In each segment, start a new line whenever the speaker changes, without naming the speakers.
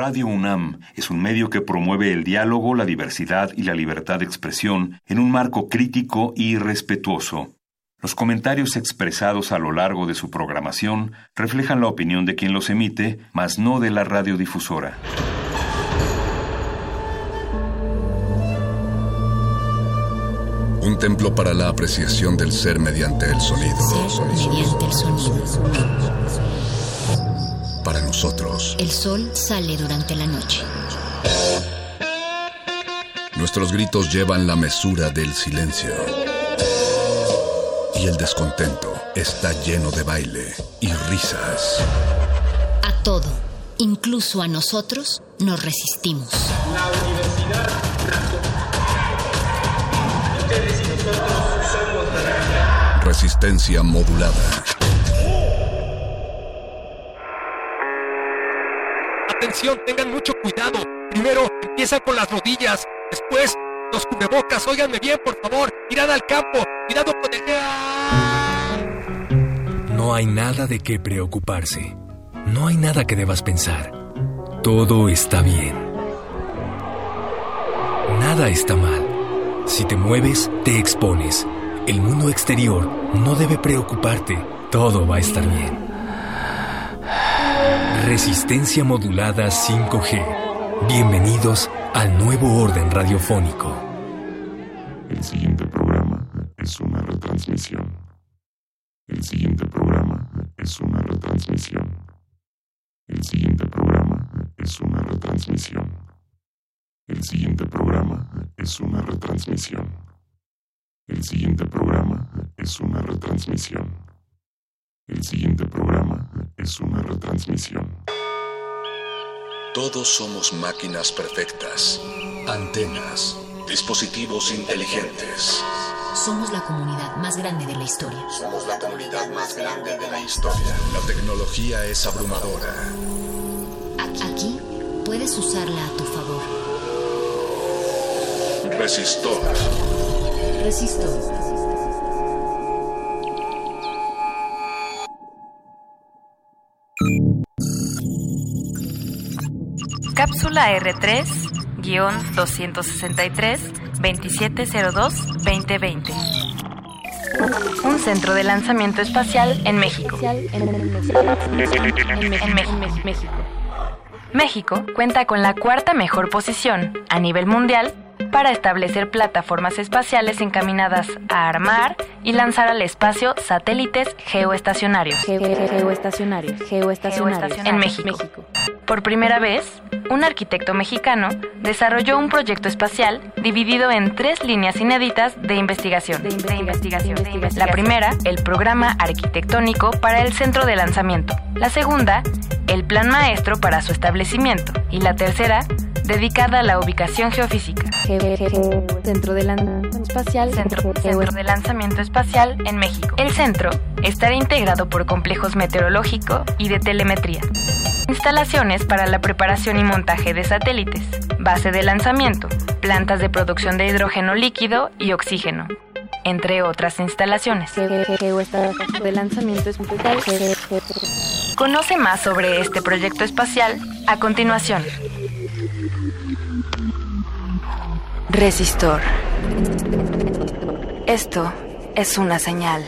Radio UNAM es un medio que promueve el diálogo, la diversidad y la libertad de expresión en un marco crítico y respetuoso. Los comentarios expresados a lo largo de su programación reflejan la opinión de quien los emite, mas no de la radiodifusora.
Un templo para la apreciación del ser mediante el sonido.
Mediante el sonido.
Para nosotros,
el sol sale durante la noche.
Nuestros gritos llevan la mesura del silencio. Y el descontento está lleno de baile y risas.
A todo, incluso a nosotros, nos resistimos.
La universidad ustedes y nosotros somos la realidad.
Resistencia modulada.
Atención, tengan mucho cuidado. Primero empiezan con las rodillas, después los cubrebocas. Óiganme bien, por favor. Irán al campo. Cuidado con el...
No hay nada de qué preocuparse. No hay nada que debas pensar. Todo está bien. Nada está mal. Si te mueves, te expones. El mundo exterior no debe preocuparte. Todo va a estar bien. Resistencia modulada 5G. Bienvenidos al nuevo orden radiofónico.
El siguiente programa es una retransmisión. El siguiente programa es una retransmisión. El siguiente programa es una retransmisión. El siguiente programa es una retransmisión. El siguiente programa es una retransmisión. El siguiente programa es una retransmisión.
Todos somos máquinas perfectas, antenas, dispositivos inteligentes.
Somos la comunidad más grande de la historia.
Somos la comunidad más grande de la historia. La tecnología es abrumadora.
Aquí puedes usarla a tu favor.
Resistor.
Resistor.
Cápsula R3-263-2702-2020. Un centro de lanzamiento espacial en México. México cuenta con la cuarta mejor posición a nivel mundial para establecer plataformas espaciales encaminadas a armar y lanzar al espacio satélites geoestacionarios. En México. Por primera vez, un arquitecto mexicano desarrolló un proyecto espacial dividido en 3 líneas inéditas de investigación. La primera, el programa arquitectónico para el centro de lanzamiento. La segunda, el plan maestro para su establecimiento. Y la tercera, dedicada a la ubicación geofísica.
Centro de
lanzamiento espacial en México. El centro estará integrado por complejos meteorológico y de telemetría, instalaciones para la preparación y montaje de satélites, base de lanzamiento, plantas de producción de hidrógeno líquido y oxígeno, entre otras instalaciones.
De lanzamiento espacial.
Conoce más sobre este proyecto espacial a continuación. Resistor. Esto es una señal.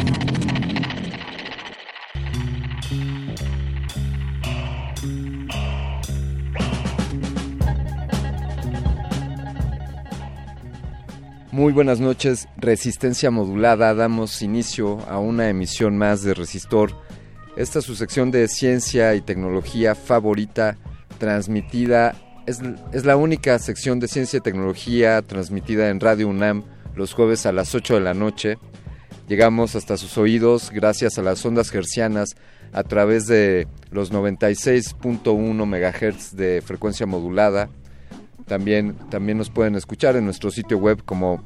Muy buenas noches, Resistencia Modulada. Damos inicio a una emisión más de Resistor. Esta es su sección de ciencia y tecnología favorita, transmitida. Es la única sección de ciencia y tecnología transmitida en Radio UNAM los jueves a las 8 de la noche. Llegamos hasta sus oídos gracias a las ondas hertzianas a través de los 96.1 MHz de frecuencia modulada. También nos pueden escuchar en nuestro sitio web como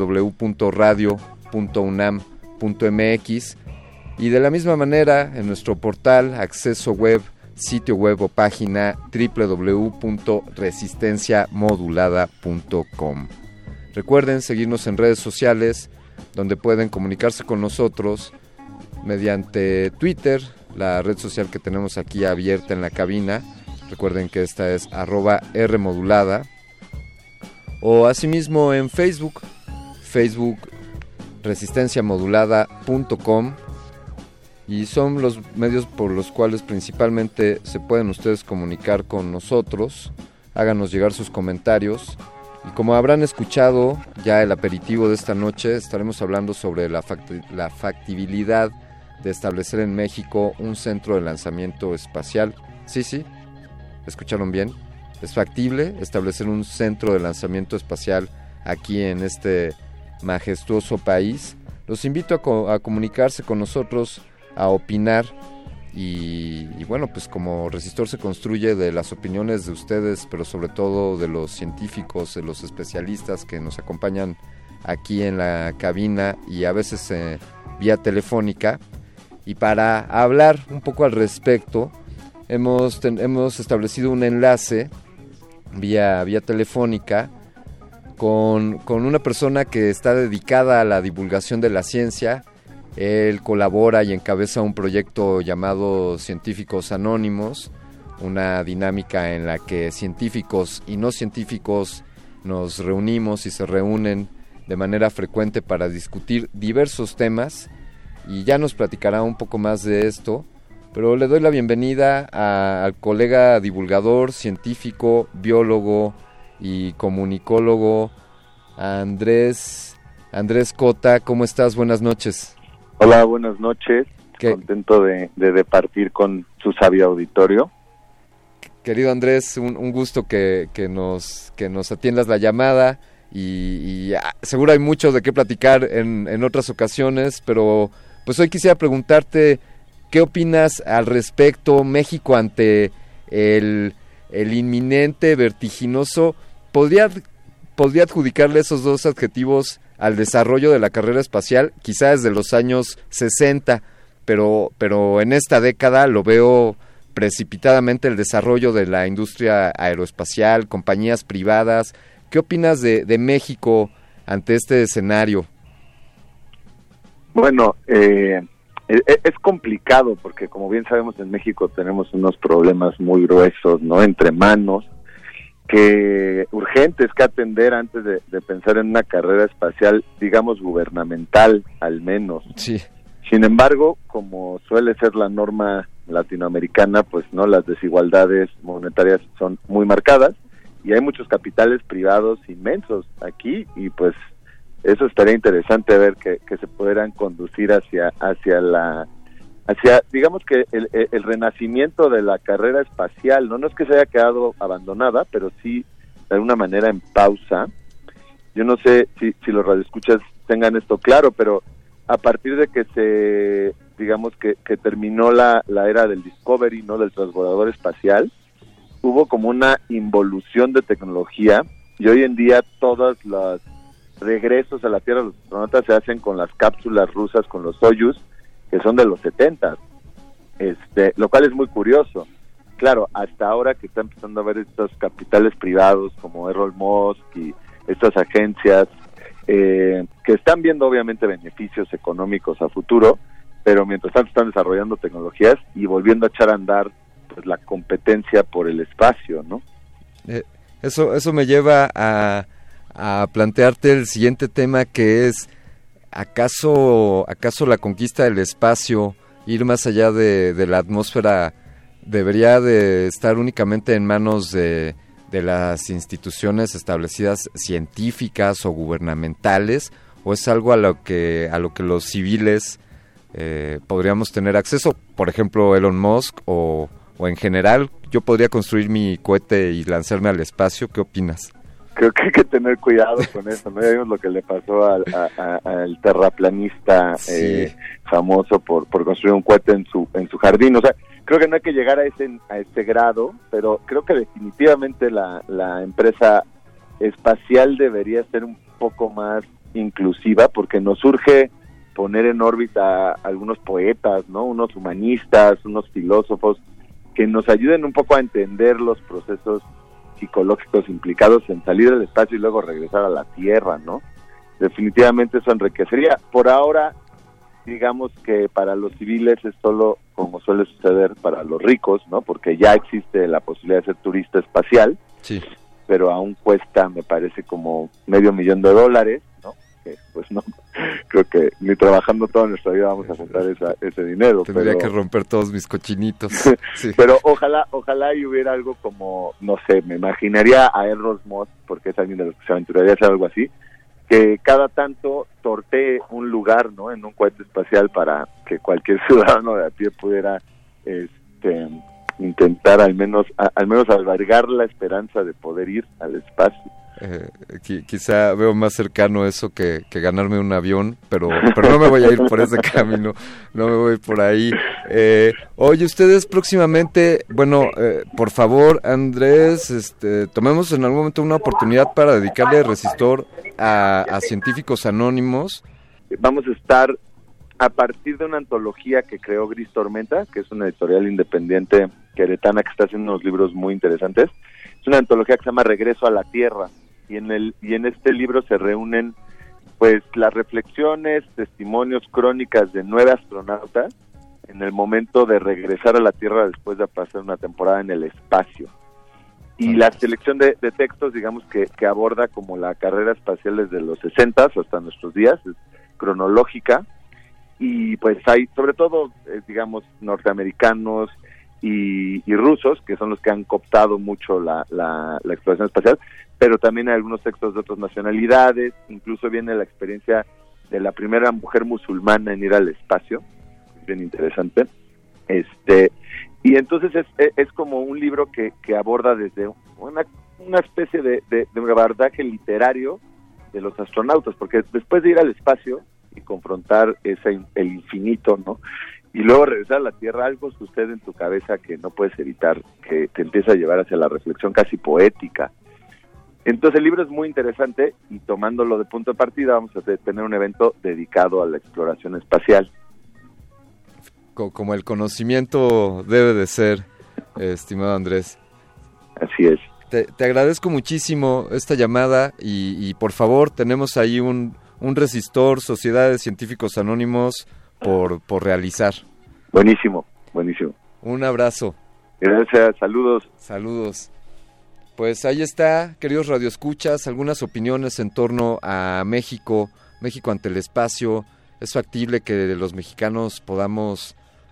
www.radio.unam.mx y de la misma manera en nuestro portal, acceso web, sitio web o página www.resistenciamodulada.com. Recuerden seguirnos en redes sociales donde pueden comunicarse con nosotros mediante Twitter, la red social que tenemos aquí abierta en la cabina, Recuerden que esta es @Rmodulada. O asimismo en Facebook resistenciamodulada.com, y son los medios por los cuales principalmente se pueden ustedes comunicar con nosotros. Háganos llegar sus comentarios. Y como habrán escuchado ya el aperitivo de esta noche, estaremos hablando sobre la factibilidad de establecer en México un centro de lanzamiento espacial. Sí, escucharon bien. Es factible establecer un centro de lanzamiento espacial aquí en este majestuoso país. Los invito a comunicarse con nosotros, a opinar. Y bueno, pues como Resistor se construye de las opiniones de ustedes, pero sobre todo de los científicos, de los especialistas que nos acompañan aquí en la cabina y a veces vía telefónica. Y para hablar un poco al respecto, hemos establecido un enlace vía telefónica con una persona que está dedicada a la divulgación de la ciencia. Él colabora y encabeza un proyecto llamado Científicos Anónimos, una dinámica en la que científicos y no científicos nos reunimos y se reúnen de manera frecuente para discutir diversos temas, y ya nos platicará un poco más de esto, pero le doy la bienvenida al colega divulgador, científico, biólogo y comunicólogo Andrés Cota. ¿Cómo estás? Buenas noches.
Hola, buenas noches. Contento de partir con su sabio auditorio.
Querido Andrés, un gusto que nos atiendas la llamada y seguro hay mucho de qué platicar en otras ocasiones, pero pues hoy quisiera preguntarte ¿qué opinas al respecto? México ante el inminente, vertiginoso, ¿podría adjudicarle esos dos adjetivos al desarrollo de la carrera espacial? Quizá desde los años 60, pero en esta década lo veo precipitadamente el desarrollo de la industria aeroespacial, compañías privadas. ¿Qué opinas de México ante este escenario?
Bueno, es complicado porque, como bien sabemos, en México tenemos unos problemas muy gruesos, ¿no?, entre manos, que urgentes que atender antes de pensar en una carrera espacial, digamos, gubernamental, al menos.
Sí.
Sin embargo, como suele ser la norma latinoamericana, pues no, las desigualdades monetarias son muy marcadas y hay muchos capitales privados inmensos aquí, y pues eso estaría interesante ver que se pudieran conducir hacia digamos que el renacimiento de la carrera espacial. No es que se haya quedado abandonada, pero sí de alguna manera en pausa. Yo no sé si los radioescuchas tengan esto claro, pero a partir de que digamos que terminó la era del Discovery, ¿no?, del transbordador espacial, hubo como una involución de tecnología, y hoy en día todos los regresos a la Tierra de los astronautas se hacen con las cápsulas rusas, con los Soyuz, que son de los 70, lo cual es muy curioso. Claro, hasta ahora que está empezando a ver estos capitales privados como Elon Musk y estas agencias que están viendo obviamente beneficios económicos a futuro, pero mientras tanto están desarrollando tecnologías y volviendo a echar a andar pues la competencia por el espacio, ¿no?
Eso me lleva a plantearte el siguiente tema, que es ¿acaso la conquista del espacio, ir más allá de la atmósfera, debería de estar únicamente en manos de las instituciones establecidas científicas o gubernamentales, o es algo a lo que los civiles podríamos tener acceso? Por ejemplo, Elon Musk o en general, yo podría construir mi cohete y lanzarme al espacio. ¿Qué opinas?
Creo que hay que tener cuidado con eso, ¿no? Ya vimos lo que le pasó al terraplanista famoso por construir un cohete en su jardín. O sea, creo que no hay que llegar a ese grado, pero creo que definitivamente la empresa espacial debería ser un poco más inclusiva, porque nos urge poner en órbita a algunos poetas, ¿no?, unos humanistas, unos filósofos, que nos ayuden un poco a entender los procesos psicológicos implicados en salir del espacio y luego regresar a la Tierra, ¿no? Definitivamente eso enriquecería. Por ahora, digamos que para los civiles es solo como suele suceder para los ricos, ¿no? Porque ya existe la posibilidad de ser turista espacial,
sí,
pero aún cuesta, me parece, como $500,000, ¿no? Que, pues no, creo que ni trabajando toda nuestra vida vamos a juntar ese dinero.
Tendría
pero
que romper todos mis cochinitos. Sí.
Pero ojalá y hubiera algo como, no sé, me imaginaría a Elros Moss, porque es alguien de los que se aventuraría a hacer algo así, que cada tanto sortee un lugar, ¿no?, en un cohete espacial para que cualquier ciudadano de a pie pudiera intentar al menos albergar la esperanza de poder ir al espacio.
Quizá veo más cercano eso que ganarme un avión, pero no me voy a ir por ese camino, no me voy por ahí. Oye, ustedes próximamente, por favor, Andrés, tomemos en algún momento una oportunidad para dedicarle Resistor a científicos anónimos.
Vamos a estar a partir de una antología que creó Gris Tormenta, que es una editorial independiente queretana que está haciendo unos libros muy interesantes. Es una antología que se llama Regreso a la Tierra, y en este libro se reúnen pues las reflexiones, testimonios, crónicas de 9 astronautas en el momento de regresar a la Tierra después de pasar una temporada en el espacio. Y la selección de textos, digamos que aborda como la carrera espacial desde los 60 hasta nuestros días, es cronológica, y pues hay sobre todo, digamos, norteamericanos y rusos, que son los que han cooptado mucho la exploración espacial, pero también hay algunos textos de otras nacionalidades, incluso viene la experiencia de la primera mujer musulmana en ir al espacio, es bien interesante, y entonces es como un libro que aborda desde una especie de un abordaje literario de los astronautas, porque después de ir al espacio y confrontar el infinito, ¿no?, y luego regresar a la Tierra, algo sucede en tu cabeza que no puedes evitar, que te empieza a llevar hacia la reflexión casi poética. Entonces el libro es muy interesante, y tomándolo de punto de partida vamos a tener un evento dedicado a la exploración espacial.
Como el conocimiento debe de ser, estimado Andrés.
Así es.
Te agradezco muchísimo esta llamada y por favor, tenemos ahí un resistor, Sociedad de Científicos Anónimos por realizar.
Buenísimo.
Un abrazo.
Gracias, saludos.
Saludos. Pues ahí está, queridos radioescuchas, algunas opiniones en torno a México ante el espacio. Es factible que los mexicanos podamos...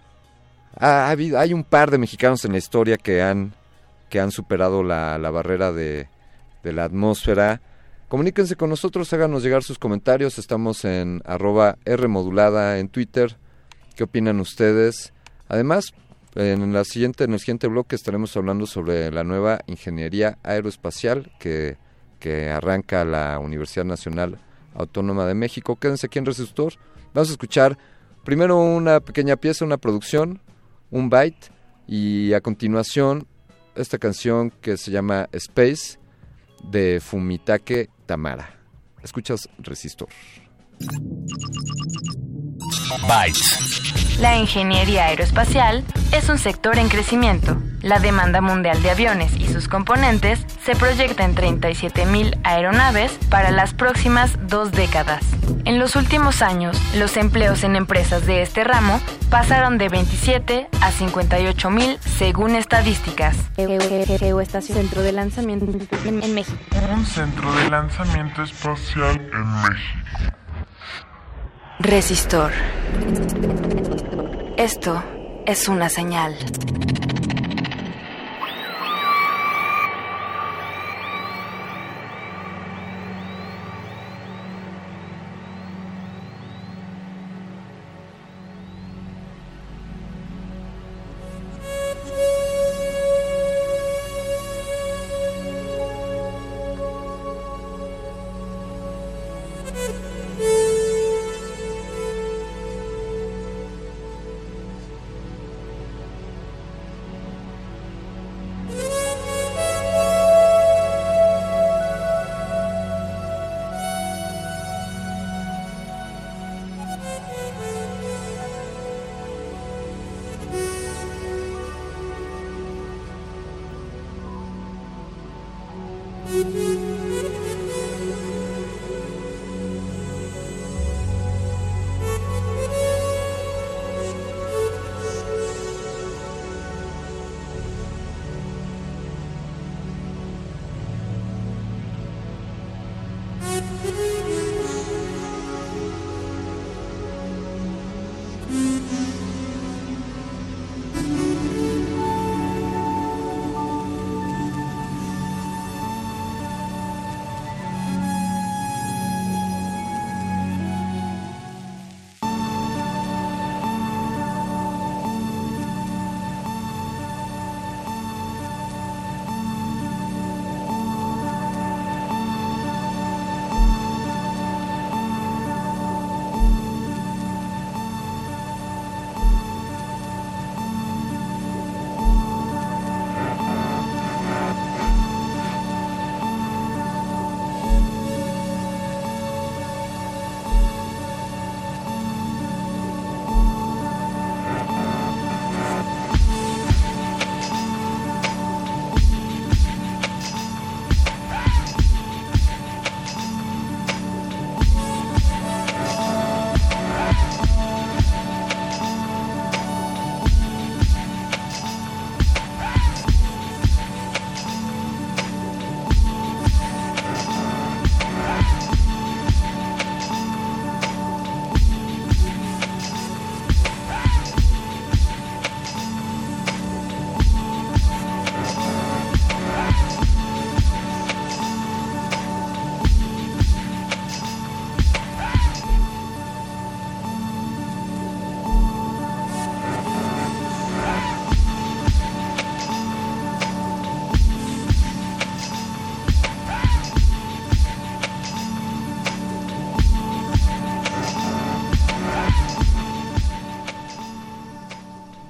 hay un par de mexicanos en la historia que han superado la barrera de la atmósfera. Comuníquense con nosotros, háganos llegar sus comentarios. Estamos en @Rmodulada en Twitter. ¿Qué opinan ustedes? Además, en el siguiente bloque estaremos hablando sobre la nueva ingeniería aeroespacial que arranca la Universidad Nacional Autónoma de México. Quédense aquí en Resistor. Vamos a escuchar primero una pequeña pieza, una producción, un byte, y a continuación esta canción que se llama Space de Fumitake Tamara. Escuchas Resistor.
Bytes. La ingeniería aeroespacial es un sector en crecimiento. La demanda mundial de aviones y sus componentes se proyecta en 37,000 aeronaves para las próximas 2 décadas. En los últimos años, los empleos en empresas de este ramo pasaron de 27 a 58,000 según estadísticas.
Geoestación, centro de lanzamiento en México.
Un centro de lanzamiento espacial en México.
Resistor. Esto es una señal.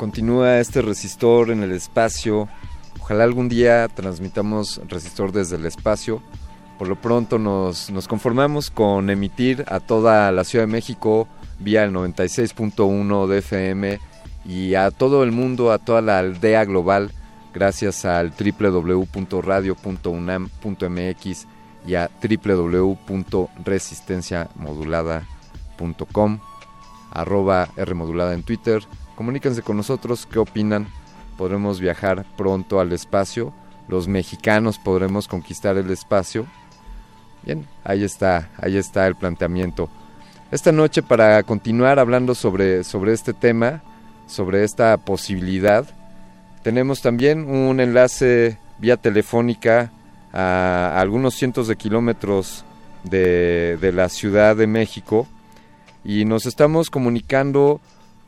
Continúa este Resistor en el espacio. Ojalá algún día transmitamos Resistor desde el espacio. Por lo pronto nos conformamos con emitir a toda la Ciudad de México vía el 96.1 de FM y a todo el mundo, a toda la aldea global, gracias al www.radio.unam.mx y a www.resistenciamodulada.com, @Rmodulada en Twitter. Comuníquense con nosotros, ¿qué opinan? Podremos viajar pronto al espacio, los mexicanos podremos conquistar el espacio. Bien, ahí está el planteamiento. Esta noche, para continuar hablando sobre este tema, sobre esta posibilidad, tenemos también un enlace vía telefónica a algunos cientos de kilómetros de la Ciudad de México, y nos estamos comunicando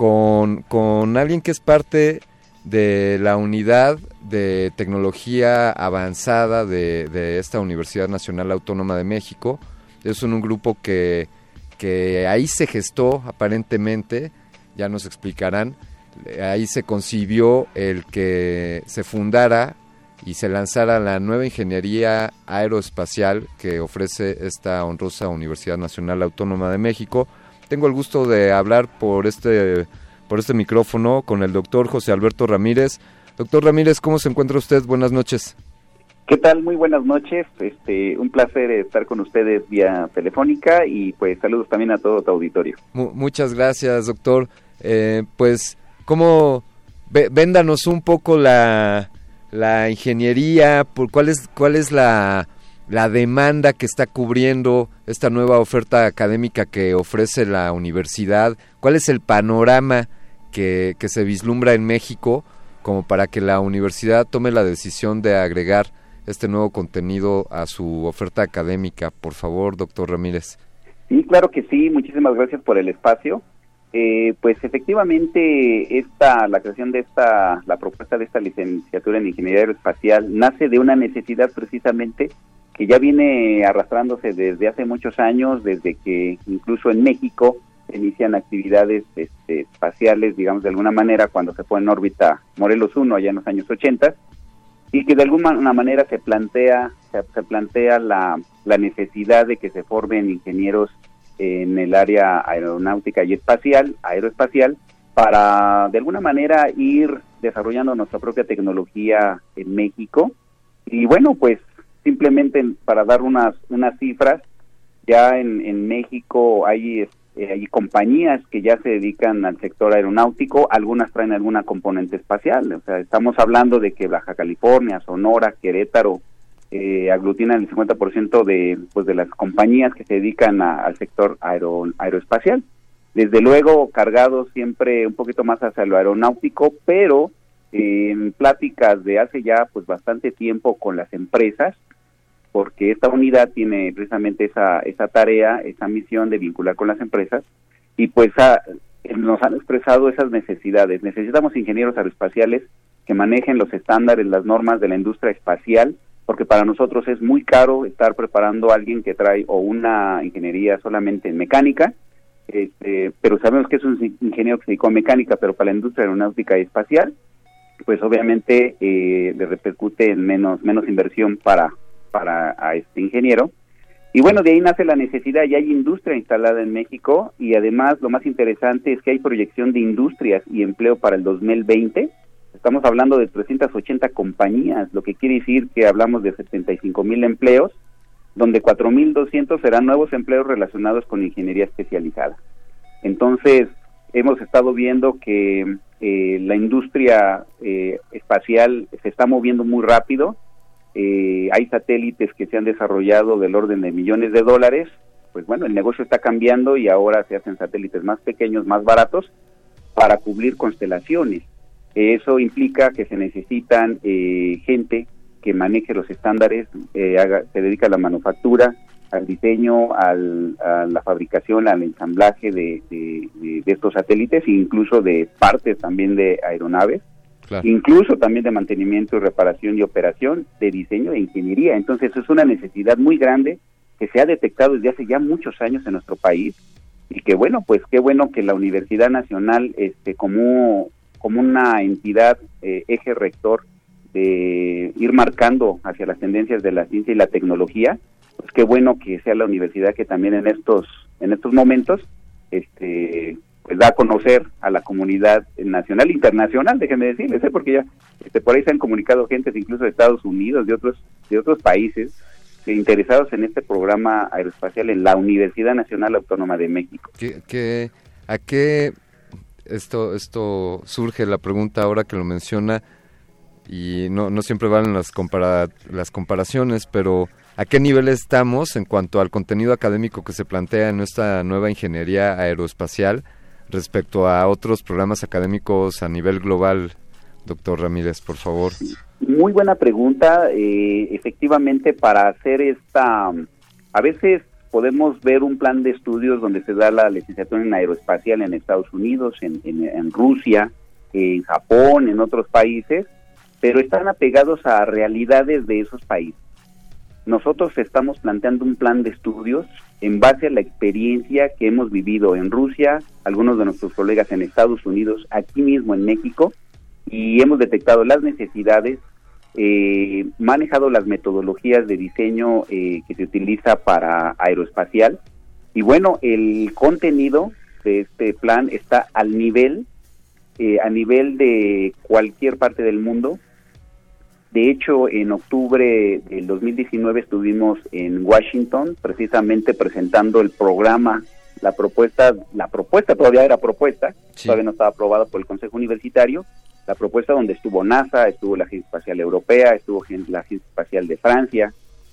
con alguien que es parte de la unidad de tecnología avanzada de esta Universidad Nacional Autónoma de México. Es un grupo que ahí se gestó aparentemente, ya nos explicarán, ahí se concibió el que se fundara y se lanzara la nueva ingeniería aeroespacial que ofrece esta honrosa Universidad Nacional Autónoma de México. Tengo el gusto de hablar por este micrófono con el doctor José Alberto Ramírez. Doctor Ramírez, ¿cómo se encuentra usted? Buenas noches.
¿Qué tal? Muy buenas noches. Un placer estar con ustedes vía telefónica y pues saludos también a todo tu auditorio.
Muchas gracias, doctor. Pues, véndanos un poco la ingeniería, ¿cuál es la demanda que está cubriendo esta nueva oferta académica que ofrece la universidad? ¿Cuál es el panorama que se vislumbra en México como para que la universidad tome la decisión de agregar este nuevo contenido a su oferta académica? Por favor, doctor Ramírez.
Sí, claro que sí, muchísimas gracias por el espacio. Pues efectivamente la creación de la propuesta de esta licenciatura en Ingeniería Aeroespacial nace de una necesidad precisamente que ya viene arrastrándose desde hace muchos años, desde que incluso en México se inician actividades espaciales, digamos de alguna manera, cuando se pone en órbita Morelos 1 allá en los años 80, y que de alguna manera se plantea la necesidad de que se formen ingenieros en el área aeronáutica y aeroespacial, para de alguna manera ir desarrollando nuestra propia tecnología en México. Y bueno, pues simplemente para dar unas cifras, ya en México hay compañías que ya se dedican al sector aeronáutico, algunas traen alguna componente espacial, o sea, estamos hablando de que Baja California, Sonora, Querétaro aglutinan el 50% de las compañías que se dedican al sector aeroespacial. Desde luego cargados siempre un poquito más hacia lo aeronáutico, pero en pláticas de hace ya pues bastante tiempo con las empresas, porque esta unidad tiene precisamente esa tarea, esa misión de vincular con las empresas, y pues nos han expresado esas necesidades. Necesitamos ingenieros aeroespaciales que manejen los estándares, las normas de la industria espacial, porque para nosotros es muy caro estar preparando a alguien que trae o una ingeniería solamente en mecánica, pero sabemos que es un ingeniero que se dedicó a mecánica, pero para la industria aeronáutica y espacial, pues obviamente le repercute en menos inversión para a este ingeniero. Y bueno, de ahí nace la necesidad, ya hay industria instalada en México, y además lo más interesante es que hay proyección de industrias y empleo para el 2020. Estamos hablando de 380 compañías, lo que quiere decir que hablamos de 75,000 empleos, donde 4,200 serán nuevos empleos relacionados con ingeniería especializada. Entonces, hemos estado viendo que la industria espacial se está moviendo muy rápido. Hay satélites que se han desarrollado del orden de millones de dólares. Pues bueno, el negocio está cambiando y ahora se hacen satélites más pequeños, más baratos, para cubrir constelaciones. Eso implica que se necesitan gente que maneje los estándares, se dedica a la manufactura, al diseño, a la fabricación, al ensamblaje de estos satélites, e incluso de partes también de aeronaves, claro, incluso también de mantenimiento y reparación y operación, de diseño e ingeniería. Entonces es una necesidad muy grande que se ha detectado desde hace ya muchos años en nuestro país, y que bueno, pues qué bueno que la Universidad Nacional como como una entidad eje rector de ir marcando hacia las tendencias de la ciencia y la tecnología, pues qué bueno que sea la universidad que también en estos momentos pues da a conocer a la comunidad nacional e internacional, déjenme decirles, porque ya por ahí se han comunicado gentes incluso de Estados Unidos, de otros países, interesados en este programa aeroespacial en la Universidad Nacional Autónoma de México.
¿A qué esto surge la pregunta ahora que lo menciona? Y no siempre valen las comparaciones, pero ¿a qué nivel estamos en cuanto al contenido académico que se plantea en esta nueva ingeniería aeroespacial respecto a otros programas académicos a nivel global? Doctor Ramírez, por favor.
Muy buena pregunta. Efectivamente, para hacer a veces podemos ver un plan de estudios donde se da la licenciatura en aeroespacial en Estados Unidos, en Rusia, en Japón, en otros países, pero están apegados a realidades de esos países. Nosotros estamos planteando un plan de estudios en base a la experiencia que hemos vivido en Rusia, algunos de nuestros colegas en Estados Unidos, aquí mismo en México, y hemos detectado las necesidades, manejado las metodologías de diseño que se utiliza para aeroespacial, y bueno, el contenido de este plan está a nivel de cualquier parte del mundo. De hecho, en octubre del 2019 estuvimos en Washington, precisamente presentando el programa, la propuesta todavía era propuesta, sí. Todavía no estaba aprobada por el Consejo Universitario, la propuesta donde estuvo NASA, estuvo la Agencia Espacial Europea, estuvo la Agencia Espacial de Francia,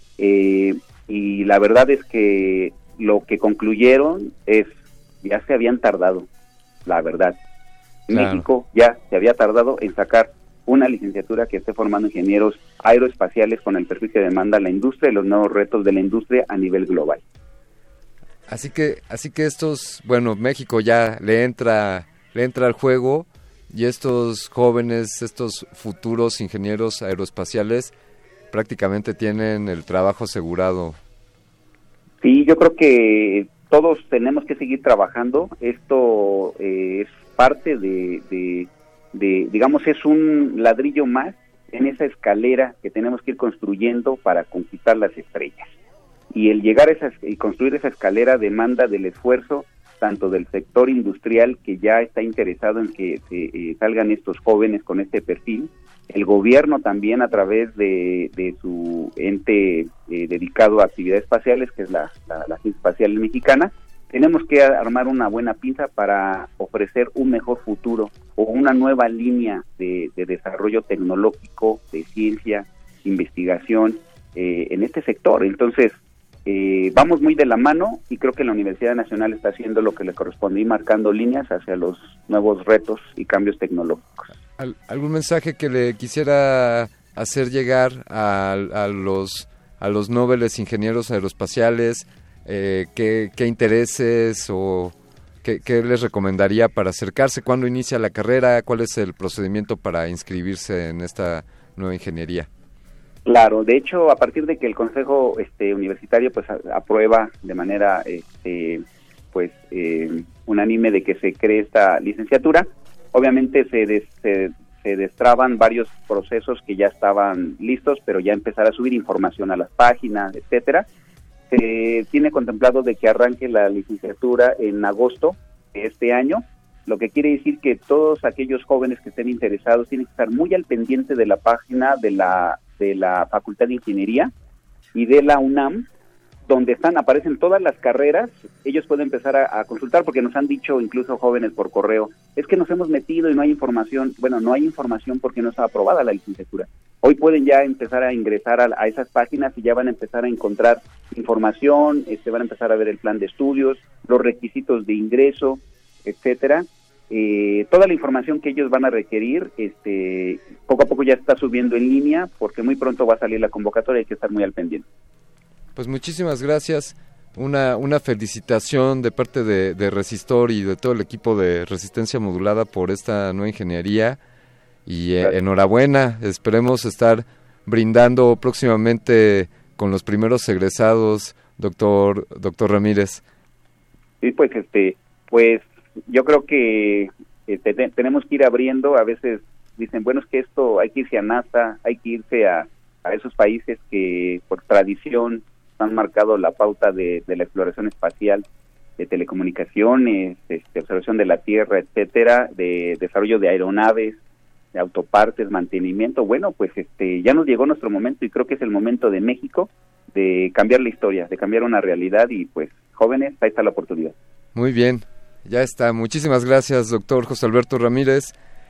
y la verdad es que lo que concluyeron ya se habían tardado, la verdad. Claro. México ya se había tardado en sacar una licenciatura que esté formando ingenieros aeroespaciales con el perfil que demanda la industria y los nuevos retos de la industria a nivel global.
Así que México ya le entra al juego, y estos jóvenes, estos futuros ingenieros aeroespaciales prácticamente tienen el trabajo asegurado. Sí,
yo creo que todos tenemos que seguir trabajando. Esto es parte digamos, es un ladrillo más en esa escalera que tenemos que ir construyendo para conquistar las estrellas. Y el llegar y construir esa escalera demanda del esfuerzo tanto del sector industrial, que ya está interesado en que salgan estos jóvenes con este perfil, el gobierno también a través de su ente dedicado a actividades espaciales, que es la Agencia Espacial Mexicana. Tenemos que armar una buena pinza para ofrecer un mejor futuro o una nueva línea de desarrollo tecnológico, de ciencia, investigación en este sector. Entonces, vamos muy de la mano, y creo que la Universidad Nacional está haciendo lo que le corresponde y marcando líneas hacia los nuevos retos y cambios tecnológicos.
¿Algún mensaje que le quisiera hacer llegar a los nobles ingenieros aeroespaciales? ¿Qué intereses o qué les recomendaría para acercarse? ¿Cuándo inicia la carrera? ¿Cuál es el procedimiento para inscribirse en esta nueva ingeniería?
Claro, de hecho, a partir de que el Consejo Universitario pues aprueba de manera unánime de que se cree esta licenciatura, obviamente se destraban varios procesos que ya estaban listos, pero ya empezar a subir información a las páginas, etcétera. Se tiene contemplado de que arranque la licenciatura en agosto de este año, lo que quiere decir que todos aquellos jóvenes que estén interesados tienen que estar muy al pendiente de la página de la Facultad de Ingeniería y de la UNAM, donde aparecen todas las carreras. Ellos pueden empezar a consultar, porque nos han dicho incluso jóvenes por correo, es que nos hemos metido y no hay información. Bueno, no hay información porque no está aprobada la licenciatura. Hoy pueden ya empezar a ingresar a esas páginas y ya van a empezar a encontrar información, van a empezar a ver el plan de estudios, los requisitos de ingreso, etcétera. Toda la información que ellos van a requerir, poco a poco ya está subiendo en línea, porque muy pronto va a salir la convocatoria, hay que estar muy al pendiente.
Pues muchísimas gracias, una felicitación de parte de Resistor y de todo el equipo de Resistencia Modulada por esta nueva ingeniería, y enhorabuena. Esperemos estar brindando próximamente con los primeros egresados, doctor Ramírez.
Sí, pues yo creo que tenemos que ir abriendo. A veces dicen, bueno, es que esto hay que irse a NASA, hay que irse a esos países que por tradición han marcado la pauta de la exploración espacial, de telecomunicaciones, observación de la Tierra, etcétera, de desarrollo de aeronaves, de autopartes, mantenimiento. Bueno, pues ya nos llegó nuestro momento, y creo que es el momento de México de cambiar la historia, de cambiar una realidad, y pues jóvenes, ahí está la oportunidad.
Muy bien, ya está. Muchísimas gracias, doctor José Alberto Ramírez,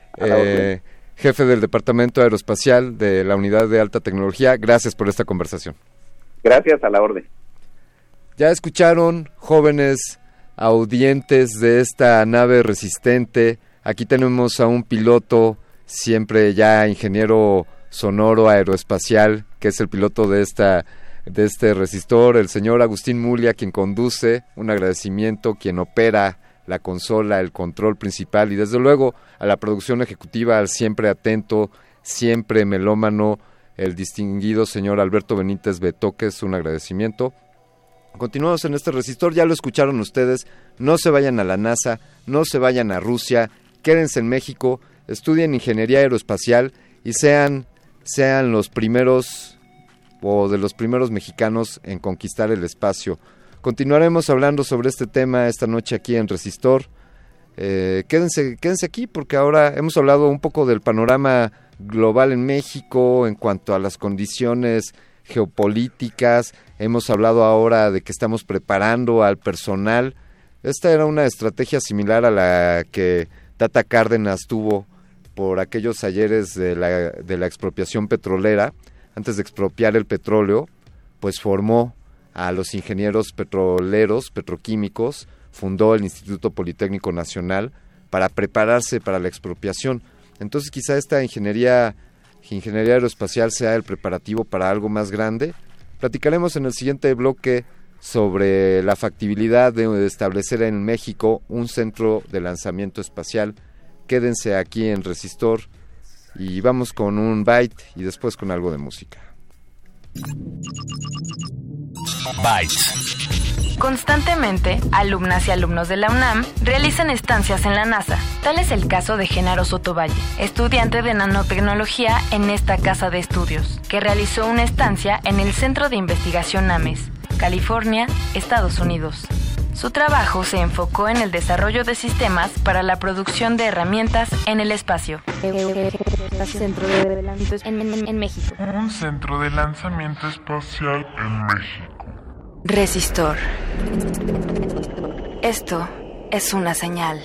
jefe del Departamento Aeroespacial de la Unidad de Alta Tecnología. Gracias por esta conversación.
Gracias, a la orden.
Ya escucharon, jóvenes audientes de esta nave resistente. Aquí tenemos a un piloto, siempre ya ingeniero sonoro aeroespacial, que es el piloto de este resistor, el señor Agustín Mulia, quien conduce. Un agradecimiento, quien opera la consola, el control principal, y desde luego a la producción ejecutiva, al siempre atento, siempre melómano, el distinguido señor Alberto Benítez Betoques. Un agradecimiento. Continuamos en este resistor, ya lo escucharon ustedes. No se vayan a la NASA, no se vayan a Rusia, quédense en México, estudien ingeniería aeroespacial y sean los primeros, o de los primeros mexicanos en conquistar el espacio. Continuaremos hablando sobre este tema esta noche aquí en Resistor. Quédense aquí, porque ahora hemos hablado un poco del panorama global en México en cuanto a las condiciones geopolíticas. Hemos hablado ahora de que estamos preparando al personal. Esta era una estrategia similar a la que Tata Cárdenas tuvo por aquellos ayeres de la expropiación petrolera. Antes de expropiar el petróleo, pues formó a los ingenieros petroleros, petroquímicos, fundó el Instituto Politécnico Nacional para prepararse para la expropiación. Entonces quizá esta ingeniería aeroespacial sea el preparativo para algo más grande. Platicaremos en el siguiente bloque sobre la factibilidad de establecer en México un centro de lanzamiento espacial. Quédense aquí en Resistor y vamos con un Byte y después con algo de música.
Byte. Constantemente, alumnas y alumnos de la UNAM realizan estancias en la NASA. Tal es el caso de Genaro Sotovalle, estudiante de nanotecnología en esta casa de estudios, que realizó una estancia en el Centro de Investigación Ames, California, Estados Unidos. Su trabajo se enfocó en el desarrollo de sistemas para la producción de herramientas en el espacio.
Centro de lanzamiento en México.
Un centro de lanzamiento espacial en México.
Resistor. Esto es una señal.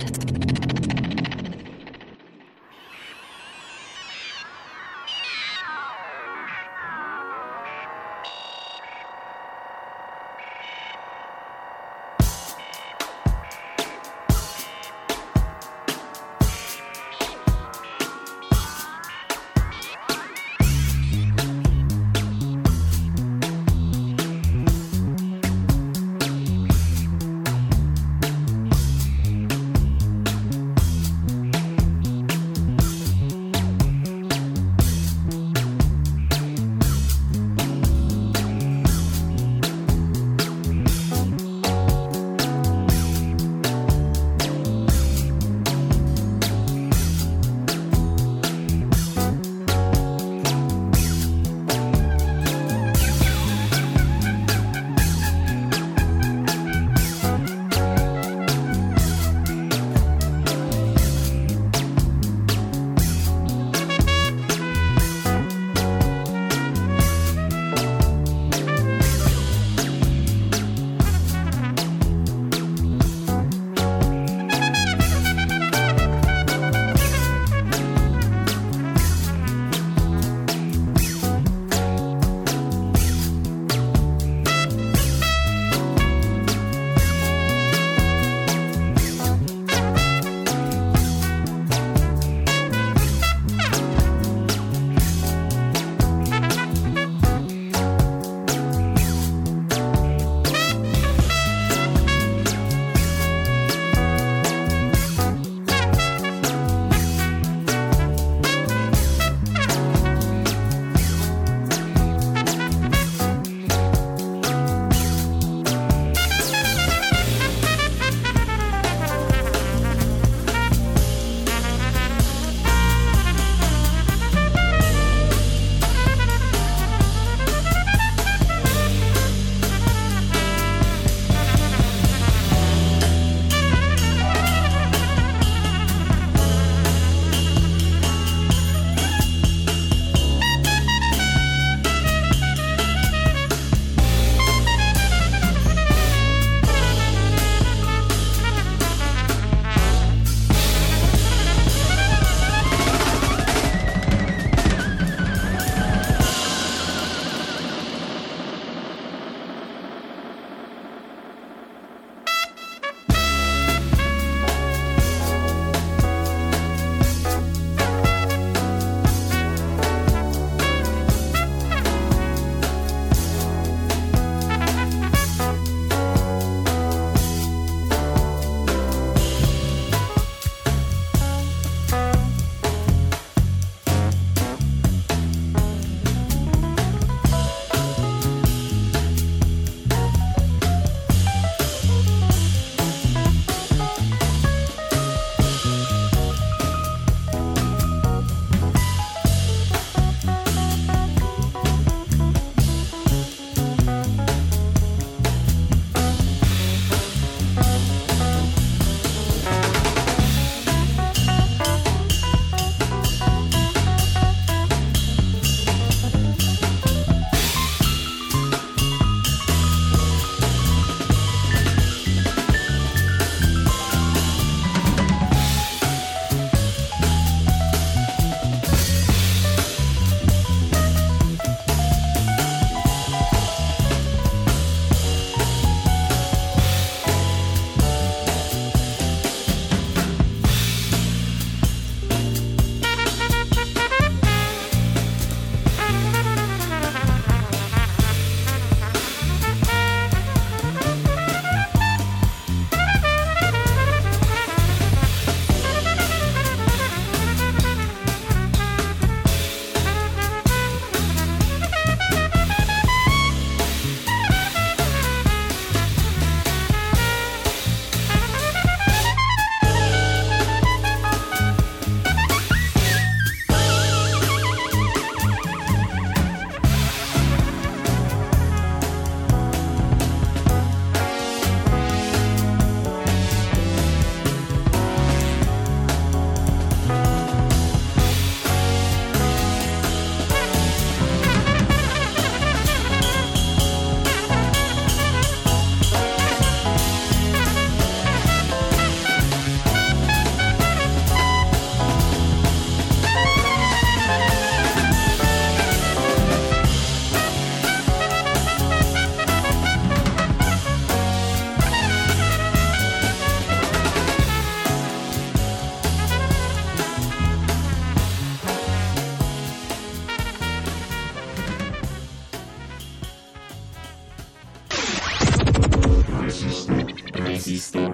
Resistor.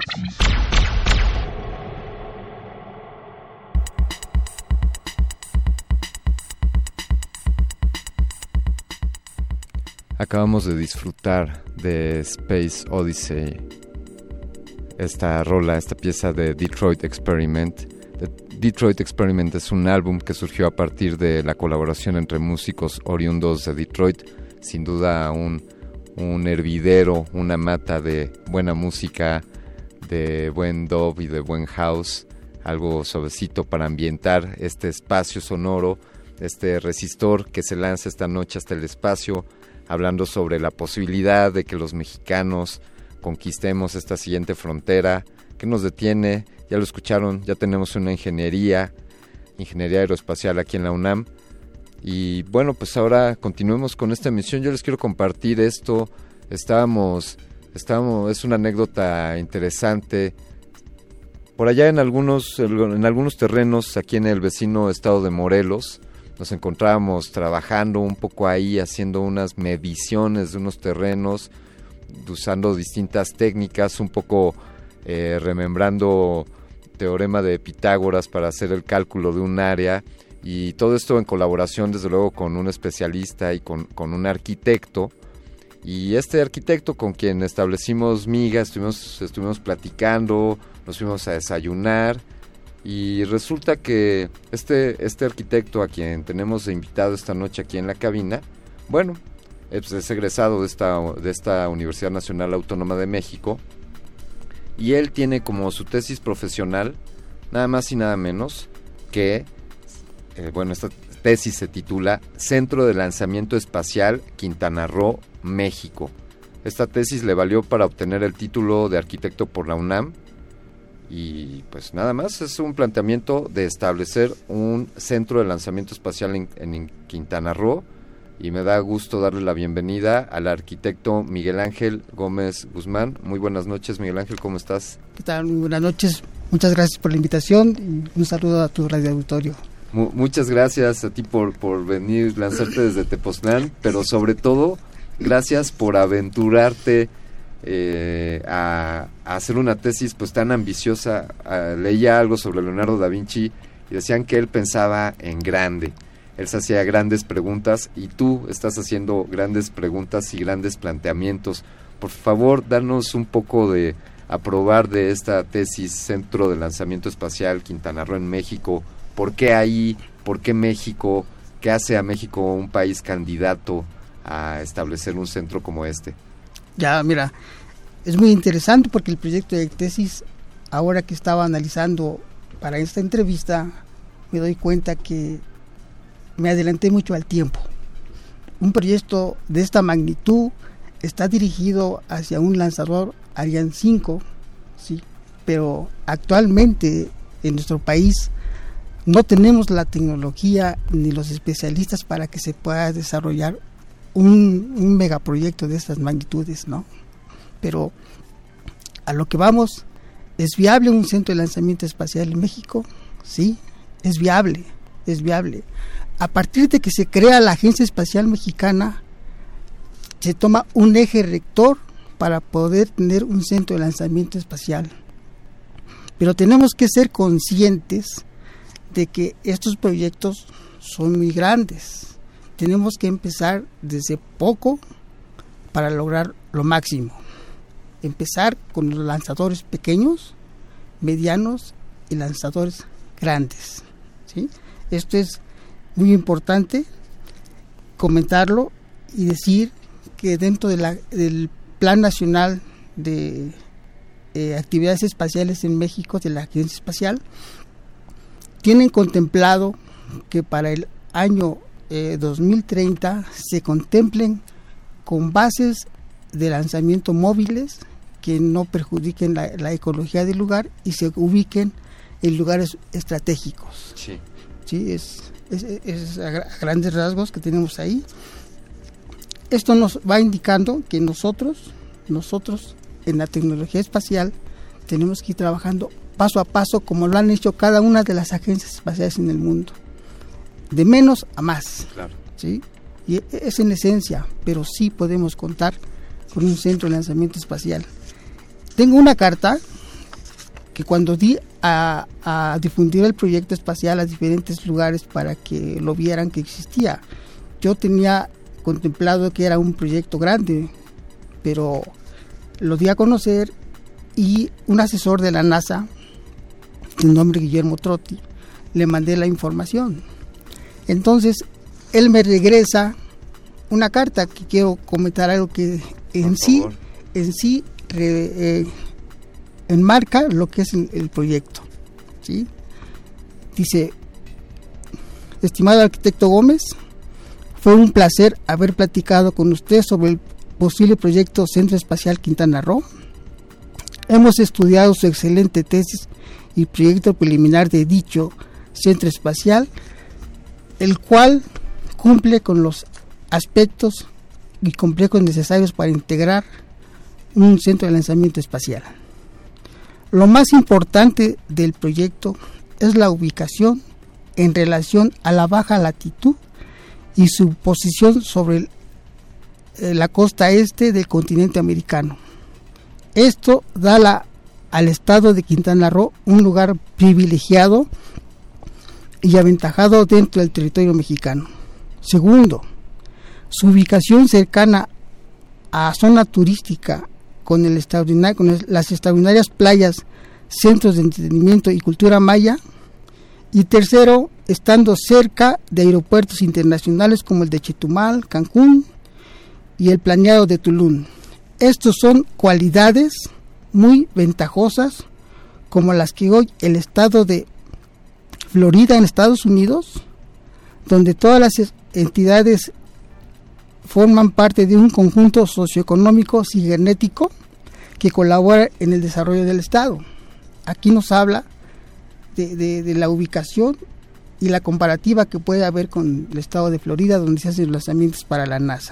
Acabamos de disfrutar de Space Odyssey, esta pieza de Detroit Experiment. Detroit Experiment es un álbum que surgió a partir de la colaboración entre músicos oriundos de Detroit, sin duda un hervidero, una mata de buena música, de buen dub y de buen house, algo suavecito para ambientar este espacio sonoro, este resistor que se lanza esta noche hasta el espacio, hablando sobre la posibilidad de que los mexicanos conquistemos esta siguiente frontera. ¿Qué nos detiene? Ya lo escucharon, ya tenemos una ingeniería aeroespacial aquí en la UNAM. Y bueno, pues ahora continuemos con esta emisión. Yo les quiero compartir esto. Es una anécdota interesante. Por allá en algunos terrenos, aquí en el vecino estado de Morelos, nos encontrábamos trabajando un poco ahí, haciendo unas mediciones de unos terrenos, usando distintas técnicas, un poco remembrando teorema de Pitágoras para hacer el cálculo de un área, y todo esto en colaboración desde luego con un especialista y con un arquitecto. Y este arquitecto con quien establecimos miga, estuvimos platicando, nos fuimos a desayunar. Y resulta que este arquitecto a quien tenemos de invitado esta noche aquí en la cabina, bueno, es egresado de esta Universidad Nacional Autónoma de México, y él tiene como su tesis profesional nada más y nada menos que, esta tesis se titula Centro de Lanzamiento Espacial Quintana Roo, México. Esta tesis le valió para obtener el título de arquitecto por la UNAM. Y pues nada más, es un planteamiento de establecer un centro de lanzamiento espacial en Quintana Roo, y me da gusto darle la bienvenida al arquitecto Miguel Ángel Gómez Guzmán. Muy buenas noches, Miguel Ángel, ¿cómo estás?
¿Qué tal? Muy buenas noches, muchas gracias por la invitación y un saludo a tu radio auditorio.
Muchas gracias a ti por venir, lanzarte desde Tepoztlán, pero sobre todo, gracias por aventurarte a hacer una tesis pues tan ambiciosa. Leía algo sobre Leonardo da Vinci y decían que él pensaba en grande, él se hacía grandes preguntas, y tú estás haciendo grandes preguntas y grandes planteamientos. Por favor, danos un poco de aprobar de esta tesis Centro de Lanzamiento Espacial Quintana Roo en México. ¿Por qué ahí? ¿Por qué México? ¿Qué hace a México un país candidato a establecer un centro como este?
Ya, mira, es muy interesante porque el proyecto de tesis, ahora que estaba analizando para esta entrevista, me doy cuenta que me adelanté mucho al tiempo. Un proyecto de esta magnitud está dirigido hacia un lanzador Ariane 5, sí, pero actualmente en nuestro país no tenemos la tecnología ni los especialistas para que se pueda desarrollar un megaproyecto de estas magnitudes, ¿no? Pero a lo que vamos, ¿es viable un centro de lanzamiento espacial en México? Sí, es viable. A partir de que se crea la Agencia Espacial Mexicana, se toma un eje rector para poder tener un centro de lanzamiento espacial. Pero tenemos que ser conscientes de que estos proyectos son muy grandes. Tenemos que empezar desde poco para lograr lo máximo. Empezar con los lanzadores pequeños, medianos y lanzadores grandes, ¿sí? Esto es muy importante comentarlo y decir que dentro del Plan Nacional de Actividades Espaciales en México, de la Agencia Espacial, tienen contemplado que para el año 2030 se contemplen con bases de lanzamiento móviles que no perjudiquen la ecología del lugar y se ubiquen en lugares estratégicos. Sí, es a grandes rasgos que tenemos ahí. Esto nos va indicando que nosotros en la tecnología espacial tenemos que ir trabajando paso a paso como lo han hecho cada una de las agencias espaciales en el mundo, de menos a más. Claro. ¿Sí? Y es en esencia, pero sí podemos contar con un centro de lanzamiento espacial. Tengo una carta que cuando di a difundir el proyecto espacial a diferentes lugares para que lo vieran que existía, yo tenía contemplado que era un proyecto grande, pero lo di a conocer y un asesor de la NASA, de nombre Guillermo Trotti, le mandé la información. Entonces él me regresa una carta que quiero comentar, algo que en sí enmarca lo que es el proyecto, ¿sí? Dice: estimado arquitecto Gómez, fue un placer haber platicado con usted sobre el posible proyecto Centro Espacial Quintana Roo. Hemos estudiado su excelente tesis y proyecto preliminar de dicho centro espacial, el cual cumple con los aspectos y complejos necesarios para integrar un centro de lanzamiento espacial. Lo más importante del proyecto es la ubicación en relación a la baja latitud y su posición sobre la costa este del continente americano. Esto da al estado de Quintana Roo un lugar privilegiado y aventajado dentro del territorio mexicano. Segundo, su ubicación cercana a zona turística con las extraordinarias playas, centros de entretenimiento y cultura maya. Y tercero, estando cerca de aeropuertos internacionales como el de Chetumal, Cancún y el planeado de Tulum. Estos son cualidades muy ventajosas como las que hoy el estado de Florida en Estados Unidos, donde todas las entidades forman parte de un conjunto socioeconómico cibernético que colabora en el desarrollo del estado. Aquí nos habla de la ubicación y la comparativa que puede haber con el estado de Florida, donde se hacen los lanzamientos para la NASA.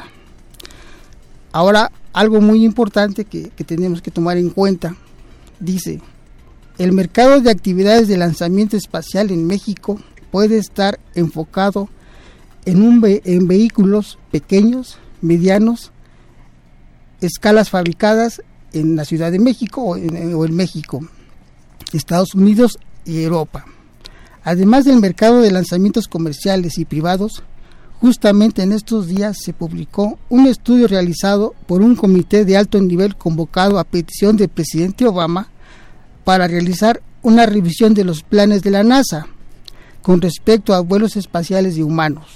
Ahora, algo muy importante que tenemos que tomar en cuenta, dice: el mercado de actividades de lanzamiento espacial en México puede estar enfocado en vehículos pequeños, medianos, escalas fabricadas en la Ciudad de México o en México, Estados Unidos y Europa. Además del mercado de lanzamientos comerciales y privados, justamente en estos días se publicó un estudio realizado por un comité de alto nivel convocado a petición del presidente Obama para realizar una revisión de los planes de la NASA con respecto a vuelos espaciales de humanos.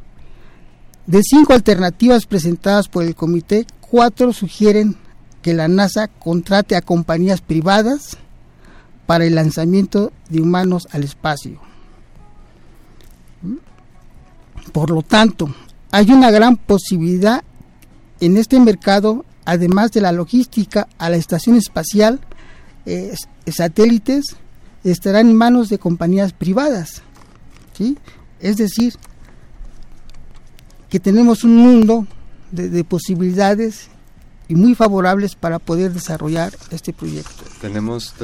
De 5 alternativas presentadas por el comité, 4 sugieren que la NASA contrate a compañías privadas para el lanzamiento de humanos al espacio. Por lo tanto, hay una gran posibilidad en este mercado, además de la logística a la estación espacial, satélites estarán en manos de compañías privadas, ¿sí? Es decir, que tenemos un mundo de posibilidades y muy favorables para poder desarrollar este proyecto.
Tenemos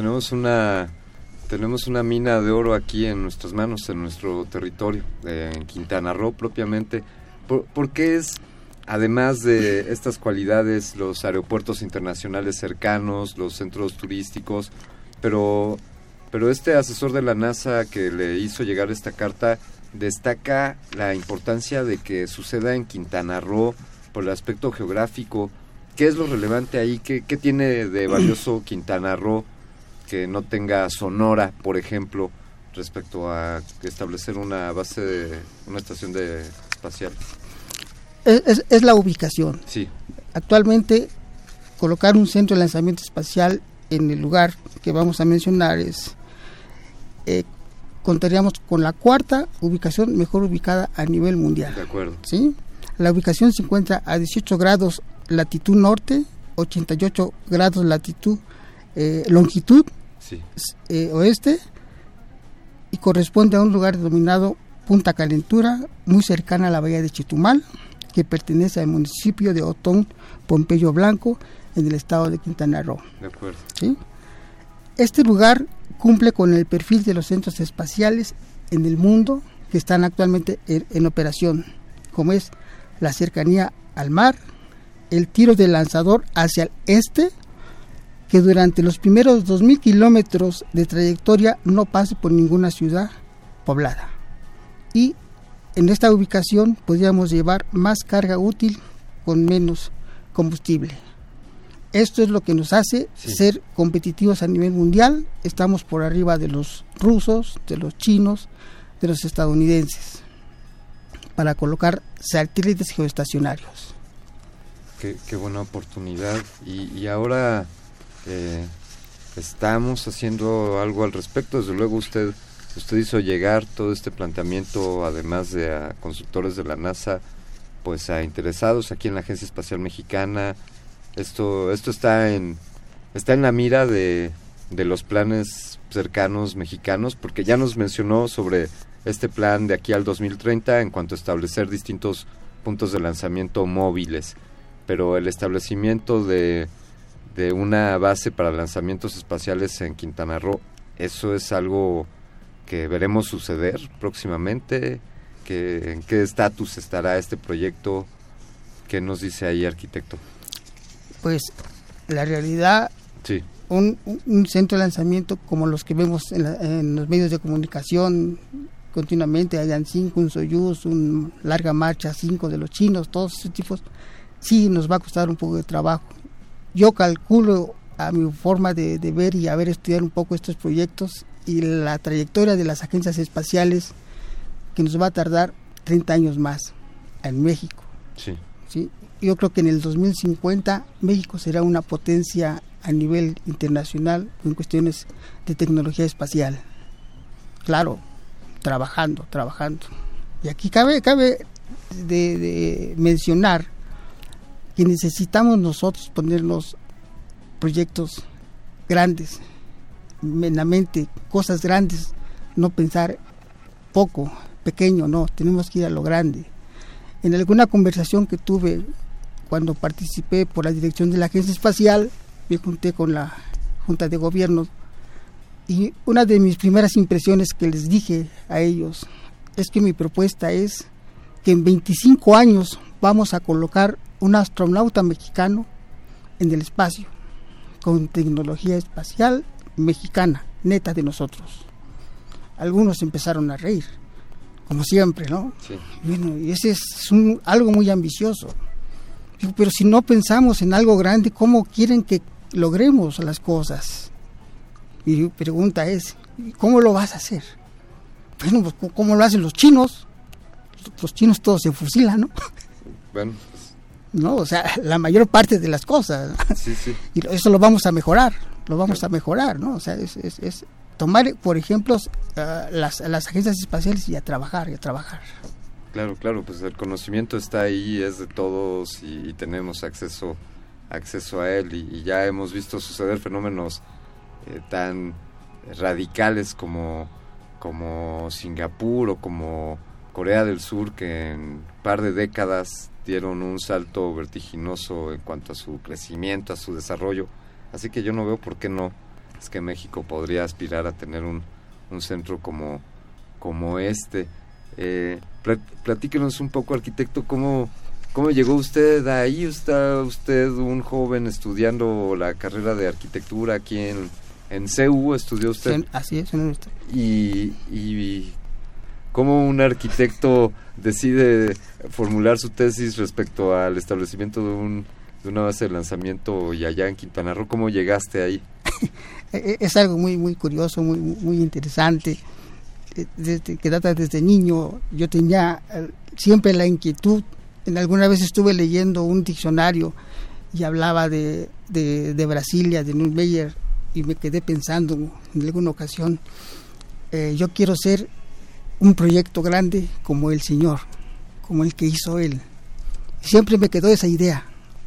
una mina de oro aquí en nuestras manos, en nuestro territorio, en Quintana Roo propiamente. ¿Por qué es, además de estas cualidades, los aeropuertos internacionales cercanos, los centros turísticos, pero este asesor de la NASA que le hizo llegar esta carta destaca la importancia de que suceda en Quintana Roo por el aspecto geográfico? ¿Qué es lo relevante ahí? ¿Qué tiene de valioso Quintana Roo que no tenga Sonora, por ejemplo, respecto a establecer una estación espacial?
Es la ubicación.
Sí.
Actualmente, colocar un centro de lanzamiento espacial en el lugar que vamos a mencionar contaríamos con la 4ª ubicación mejor ubicada a nivel mundial.
De acuerdo.
¿Sí? La ubicación se encuentra a 18 grados latitud norte, 88 grados latitud longitud
sí.
Oeste, y corresponde a un lugar denominado Punta Calentura, muy cercana a la bahía de Chetumal, que pertenece al municipio de Otón Pompeyo Blanco, en el estado de Quintana Roo.
De acuerdo.
¿Sí? Este lugar cumple con el perfil de los centros espaciales en el mundo que están actualmente en operación, como es la cercanía al mar, el tiro del lanzador hacia el este que durante los primeros 2.000 kilómetros de trayectoria no pase por ninguna ciudad poblada. Y en esta ubicación podríamos llevar más carga útil con menos combustible. Esto es lo que nos hace ser competitivos a nivel mundial. Estamos por arriba de los rusos, de los chinos, de los estadounidenses, para colocar satélites geoestacionarios.
Qué buena oportunidad. Y ahora estamos haciendo algo al respecto. Desde luego usted hizo llegar todo este planteamiento, además de a consultores de la NASA, pues a interesados aquí en la Agencia Espacial Mexicana. Esto está en la mira de los planes cercanos mexicanos, porque ya nos mencionó sobre este plan de aquí al 2030 en cuanto a establecer distintos puntos de lanzamiento móviles, pero el establecimiento de una base para lanzamientos espaciales en Quintana Roo, ¿eso es algo que veremos suceder próximamente? ¿En qué estatus estará este proyecto? ¿Qué nos dice ahí, arquitecto?
Pues la realidad,
sí.
un centro de lanzamiento como los que vemos en los medios de comunicación continuamente, Ariane 5, un Soyuz, un Larga Marcha 5 de los chinos, todos esos tipos, sí nos va a costar un poco de trabajo. Yo calculo, a mi forma de ver y haber estudiado un poco estos proyectos y la trayectoria de las agencias espaciales, que nos va a tardar 30 años más en México.
Sí.
¿Sí? Yo creo que en el 2050 México será una potencia a nivel internacional en cuestiones de tecnología espacial. Claro, trabajando. Y aquí cabe de mencionar que necesitamos nosotros ponernos proyectos grandes en la mente, cosas grandes, no pensar poco, pequeño, no, tenemos que ir a lo grande. En alguna conversación que tuve cuando participé por la dirección de la Agencia Espacial, me junté con la Junta de Gobierno y una de mis primeras impresiones que les dije a ellos es que mi propuesta es que en 25 años vamos a colocar un astronauta mexicano en el espacio con tecnología espacial mexicana, neta de nosotros. Algunos empezaron a reír, como siempre, ¿no?
Sí.
Bueno, y ese es algo muy ambicioso. Digo, pero si no pensamos en algo grande, ¿cómo quieren que logremos las cosas? Y mi pregunta es, ¿cómo lo vas a hacer? Bueno, pues, ¿cómo lo hacen los chinos? Los chinos todos se fusilan, ¿no?
Bueno.
No, o sea, la mayor parte de las cosas.
Sí.
Y eso lo vamos a mejorar, ¿no? O sea, es tomar, por ejemplo, las agencias espaciales y a trabajar.
Claro, pues el conocimiento está ahí, es de todos y tenemos acceso a él y ya hemos visto suceder fenómenos tan radicales como Singapur o como Corea del Sur, que en un par de décadas dieron un salto vertiginoso en cuanto a su crecimiento, a su desarrollo. Así que yo no veo por qué no. Es que México podría aspirar a tener un centro como este. Platíquenos un poco, arquitecto, ¿cómo llegó usted ahí? ¿Está usted un joven estudiando la carrera de arquitectura aquí en CEU? ¿Estudió usted?
Sí, así es.
Y ¿cómo un arquitecto decide formular su tesis respecto al establecimiento de una base de lanzamiento y allá en Quintana Roo? ¿Cómo llegaste ahí?
Es algo muy muy curioso, muy interesante. Que data desde niño. Yo tenía siempre la inquietud. Alguna vez estuve leyendo un diccionario y hablaba de Brasilia, de Niemeyer, y me quedé pensando en alguna ocasión, yo quiero ser un proyecto grande como el señor, como el que hizo él. Siempre me quedó esa idea.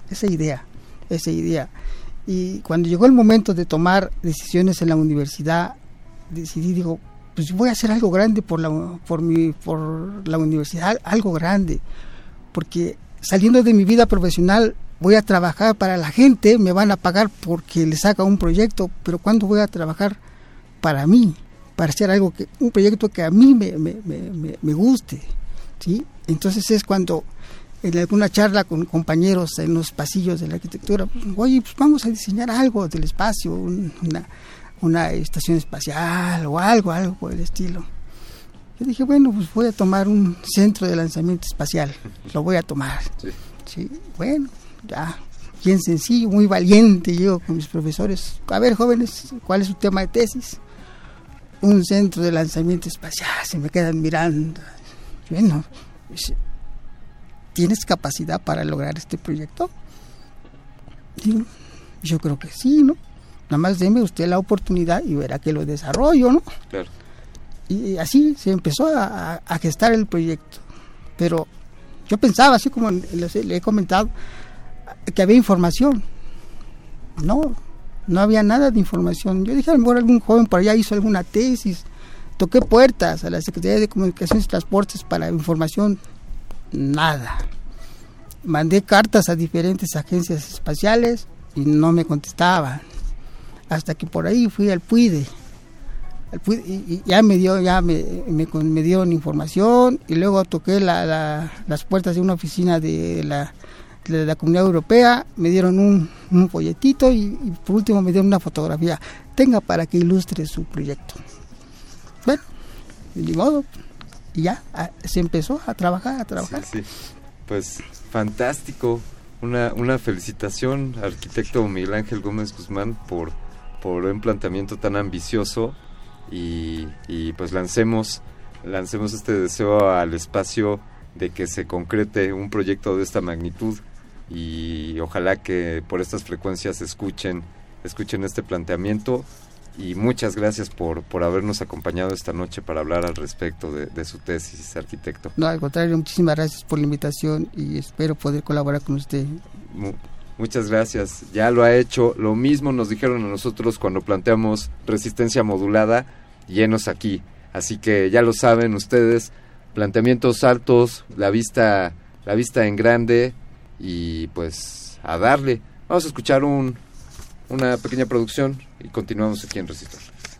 Y cuando llegó el momento de tomar decisiones en la universidad, digo, pues voy a hacer algo grande por la universidad, algo grande, porque saliendo de mi vida profesional voy a trabajar para la gente, me van a pagar porque les haga un proyecto, pero ¿cuándo voy a trabajar para mí? Para hacer un proyecto que a mí me guste, ¿sí? Entonces es cuando en alguna charla con compañeros en los pasillos de la arquitectura, pues, oye, pues vamos a diseñar algo del espacio, una estación espacial o algo por el estilo. Yo dije, bueno, pues voy a tomar un centro de lanzamiento espacial, lo voy a tomar. Sí, bueno, ya, bien sencillo, muy valiente, llego con mis profesores, a ver, jóvenes, ¿cuál es su tema de tesis? Un centro de lanzamiento espacial. Se me quedan mirando. Bueno, ¿tienes capacidad para lograr este proyecto? Digo, yo creo que sí, ¿no? Nada más deme usted la oportunidad y verá que lo desarrollo, ¿no?
Claro.
Y así se empezó a gestar el proyecto. Pero yo pensaba, así como le he comentado, que había información. No había nada de información. Yo dije, a lo mejor algún joven por allá hizo alguna tesis. Toqué puertas a la Secretaría de Comunicaciones y Transportes para información. Nada. Mandé cartas a diferentes agencias espaciales y no me contestaban. Hasta que por ahí fui al PUIDE. Y ya me dieron información, y luego toqué las puertas de una oficina de la Comunidad Europea, me dieron un folletito y por último me dieron una fotografía. Tenga para que ilustre su proyecto. Bueno, de modo, y ya se empezó a trabajar.
Sí. Pues fantástico. Una felicitación, arquitecto Miguel Ángel Gómez Guzmán, por un planteamiento tan ambicioso. Y pues lancemos este deseo al espacio de que se concrete un proyecto de esta magnitud, y ojalá que por estas frecuencias escuchen este planteamiento. Y muchas gracias por habernos acompañado esta noche para hablar al respecto de su tesis, arquitecto.
No, al contrario, muchísimas gracias por la invitación y espero poder colaborar con usted.
Muchas gracias, ya lo ha hecho. Lo mismo nos dijeron a nosotros cuando planteamos resistencia modulada, llenos aquí. Así que ya lo saben ustedes, planteamientos altos, la vista en grande, y pues a darle. Vamos a escuchar una pequeña producción y continuamos aquí en Resistor.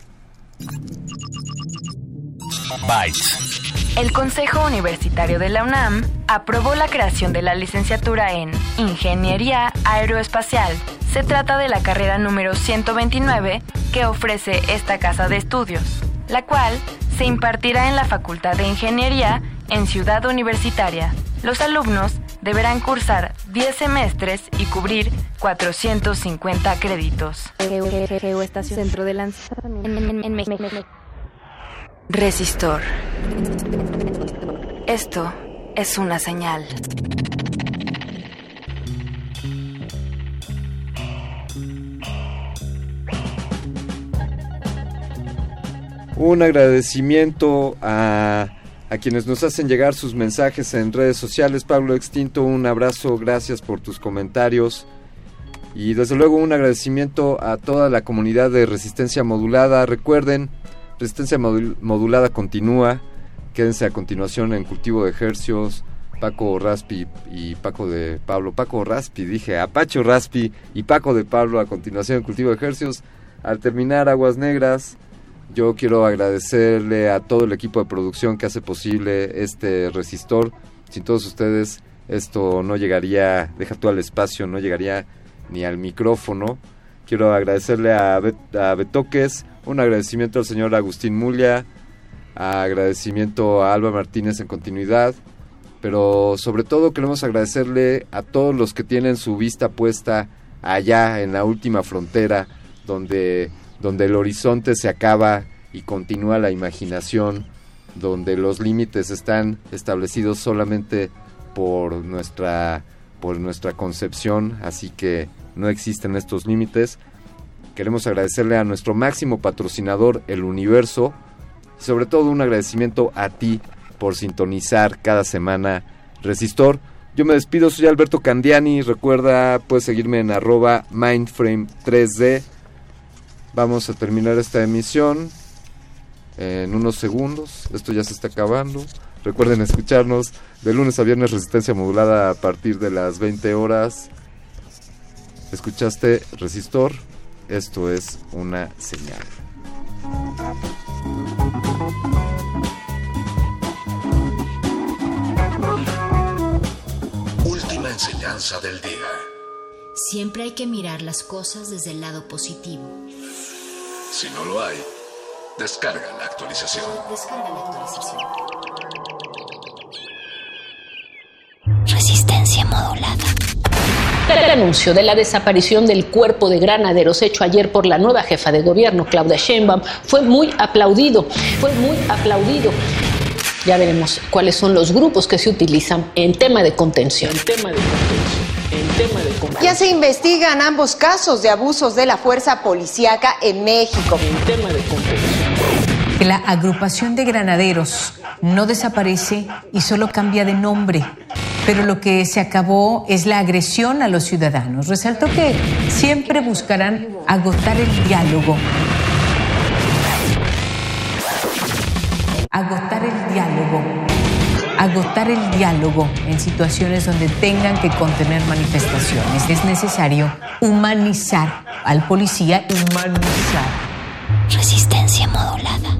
Bytes. El Consejo Universitario de la UNAM aprobó la creación de la licenciatura en Ingeniería Aeroespacial. Se trata de la carrera número 129 que ofrece esta casa de estudios, la cual se impartirá en la Facultad de Ingeniería en Ciudad Universitaria. Los alumnos deberán cursar 10 semestres y cubrir 450 créditos.
Geoestación Centro de Lanzamiento
Resistor. Esto es una señal.
Un agradecimiento a quienes nos hacen llegar sus mensajes en redes sociales. Pablo Extinto, un abrazo, gracias por tus comentarios. Y desde luego un agradecimiento a toda la comunidad de Resistencia Modulada. Recuerden, Resistencia Modulada continúa. Quédense a continuación en Cultivo de Hercios. Paco Raspi y Paco de Pablo. Paco Raspi, dije, Apacho Raspi y Paco de Pablo a continuación en Cultivo de Hercios. Al terminar Aguas Negras, yo quiero agradecerle a todo el equipo de producción que hace posible este resistor. Sin todos ustedes esto no llegaría, deja tú al espacio, no llegaría ni al micrófono. Quiero agradecerle a Betoques, un agradecimiento al señor Agustín Mulia, agradecimiento a Alba Martínez en continuidad, pero sobre todo queremos agradecerle a todos los que tienen su vista puesta allá en la última frontera, donde el horizonte se acaba y continúa la imaginación, donde los límites están establecidos solamente por nuestra concepción, así que no existen estos límites. Queremos agradecerle a nuestro máximo patrocinador, el Universo, y sobre todo un agradecimiento a ti por sintonizar cada semana Resistor. Yo me despido, soy Alberto Candiani, recuerda, puedes seguirme en @mindframe3D. Vamos a terminar esta emisión en unos segundos, esto ya se está acabando. Recuerden escucharnos de lunes a viernes, Resistencia Modulada a partir de las 20 horas. Escuchaste Resistor, esto es una señal.
esperanza del día.
Siempre hay que mirar las cosas desde el lado positivo.
Si no lo hay, descarga la actualización.
Resistencia modulada.
El anuncio de la desaparición del cuerpo de granaderos hecho ayer por la nueva jefa de gobierno, Claudia Sheinbaum, fue muy aplaudido. Ya veremos cuáles son los grupos que se utilizan en tema de contención.
Ya se investigan ambos casos de abusos de la fuerza policíaca en México.
Que la agrupación de granaderos no desaparece y solo cambia de nombre. Pero lo que se acabó es la agresión a los ciudadanos. Resaltó que siempre buscarán agotar el diálogo. Agotar el diálogo en situaciones donde tengan que contener manifestaciones. Es necesario humanizar al policía,
Resistencia modulada.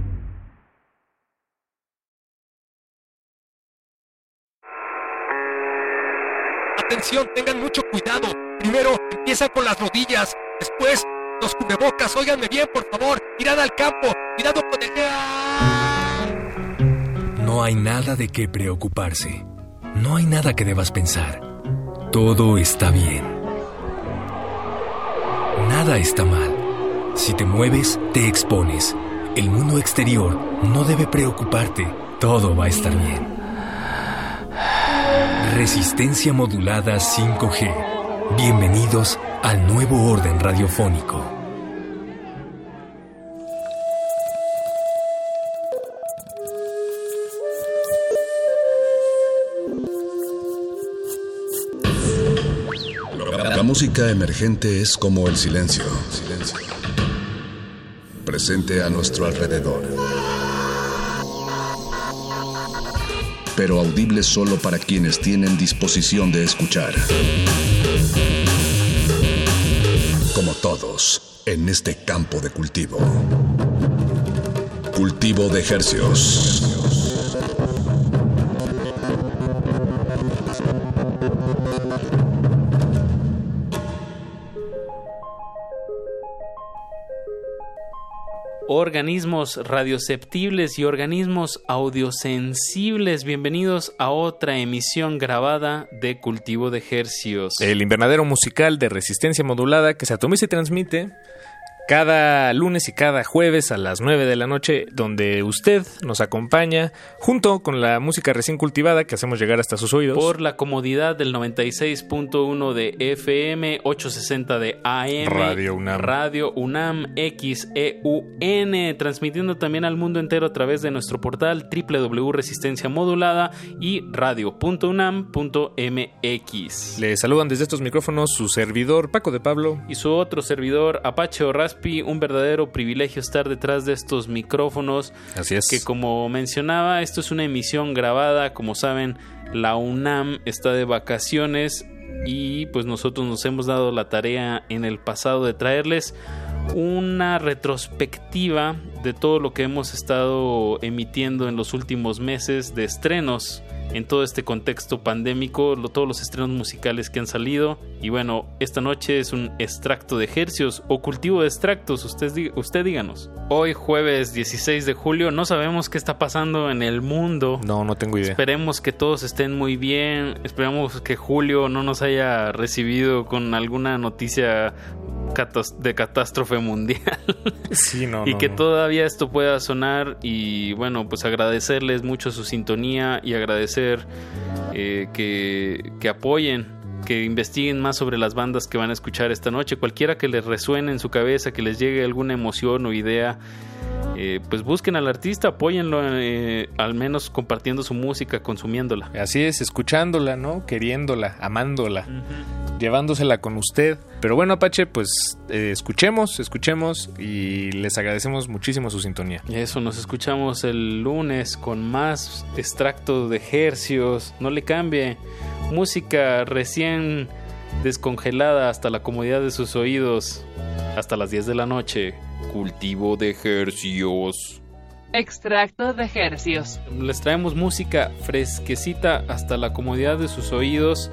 Atención, tengan mucho cuidado. Primero empiezan con las rodillas, después los cubrebocas. Óiganme bien, por favor. Irán al campo. Cuidado con el...
No hay nada de qué preocuparse. No hay nada que debas pensar. Todo está bien. Nada está mal. Si te mueves, te expones. El mundo exterior no debe preocuparte. Todo va a estar bien. Resistencia modulada 5G. Bienvenidos al nuevo orden radiofónico.
La música emergente es como el silencio. Presente a nuestro alrededor. Pero audible solo para quienes tienen disposición de escuchar. Como todos, en este campo de cultivo. Cultivo de hercios.
Organismos radioceptibles y organismos audiosensibles, bienvenidos a otra emisión grabada de Cultivo de Hercios.
El invernadero musical de resistencia modulada que se atomiza y transmite cada lunes y cada jueves a las 9 de la noche, donde usted nos acompaña junto con la música recién cultivada que hacemos llegar hasta sus oídos.
Por la comodidad del 96.1 de FM, 860 de AM, Radio UNAM XEUN, transmitiendo también al mundo entero a través de nuestro portal www.resistencia modulada y radio.unam.mx.
Le saludan desde estos micrófonos su servidor Paco de Pablo
y su otro servidor Apache Raspi. Un verdadero privilegio estar detrás de estos micrófonos.
Así es.
Que como mencionaba, esto es una emisión grabada. Como saben, la UNAM está de vacaciones y pues nosotros nos hemos dado la tarea en el pasado de traerles una retrospectiva de todo lo que hemos estado emitiendo en los últimos meses de estrenos en todo este contexto pandémico, todos los estrenos musicales que han salido. Y bueno, esta noche es un extracto de hercios o cultivo de extractos, usted díganos. Hoy jueves 16 de julio, no sabemos qué está pasando en el mundo.
No tengo idea.
Esperemos que todos estén muy bien, esperamos que Julio no nos haya recibido con alguna noticia de catástrofe mundial.
Sí,
que todavía esto pueda sonar. Y bueno, pues agradecerles mucho su sintonía y agradecer que apoyen, que investiguen más sobre las bandas que van a escuchar esta noche. Cualquiera que les resuene en su cabeza, que les llegue alguna emoción o idea, pues busquen al artista, apóyenlo, al menos compartiendo su música, consumiéndola.
Así es, escuchándola, ¿no? Queriéndola, amándola, llevándosela con usted. Pero bueno, Apache, pues escuchemos y les agradecemos muchísimo su sintonía.
Y eso, nos escuchamos el lunes con más extracto de hercios. No le cambie, música recién descongelada hasta la comodidad de sus oídos, hasta las 10 de la noche. Cultivo de hercios.
Extracto de hercios.
Les traemos música fresquecita hasta la comodidad de sus oídos.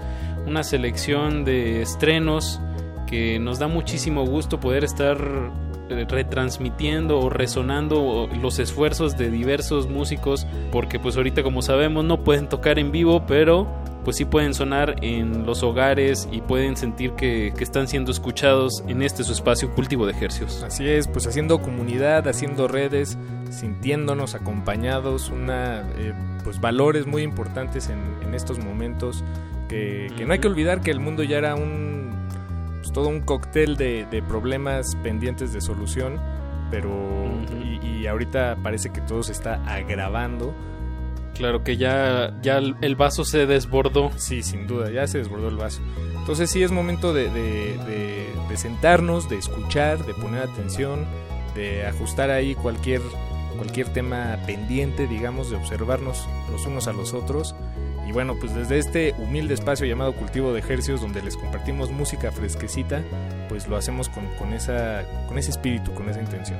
una selección de estrenos que nos da muchísimo gusto poder estar retransmitiendo o resonando los esfuerzos de diversos músicos, porque pues ahorita, como sabemos, no pueden tocar en vivo, pero pues sí pueden sonar en los hogares y pueden sentir que están siendo escuchados en su espacio Cultivo de Hercios.
Así es, pues haciendo comunidad, haciendo redes, sintiéndonos acompañados, pues valores muy importantes en estos momentos que no hay que olvidar que el mundo ya era todo un cóctel de problemas pendientes de solución, pero y ahorita parece que todo se está agravando.
Claro que ya el vaso se desbordó.
Sí, sin duda, ya se desbordó el vaso. Entonces sí es momento de sentarnos, de escuchar, de poner atención, de ajustar ahí cualquier tema pendiente, digamos, de observarnos los unos a los otros. Y bueno, pues desde este humilde espacio llamado Cultivo de Hercios, donde les compartimos música fresquecita, pues lo hacemos con ese espíritu, con esa intención.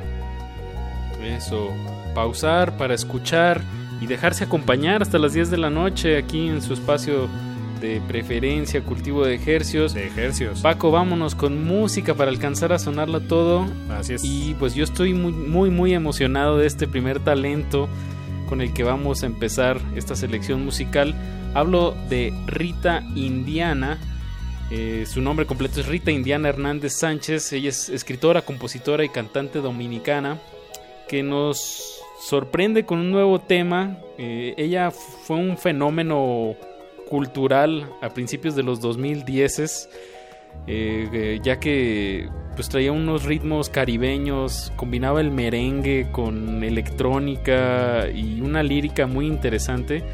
Eso, pausar para escuchar y dejarse acompañar hasta las 10 de la noche aquí en su espacio de preferencia, Cultivo de Hercios.
De Hercios.
Paco, vámonos con música para alcanzar a sonarla todo.
Así es.
Y pues yo estoy muy, muy, muy emocionado de este primer talento con el que vamos a empezar esta selección musical. Hablo de Rita Indiana. Su nombre completo es Rita Indiana Hernández Sánchez. Ella es escritora, compositora y cantante dominicana que nos sorprende con un nuevo tema. Ella fue un fenómeno cultural a principios de los 2010s, ya que pues traía unos ritmos caribeños, combinaba el merengue con electrónica y una lírica muy interesante.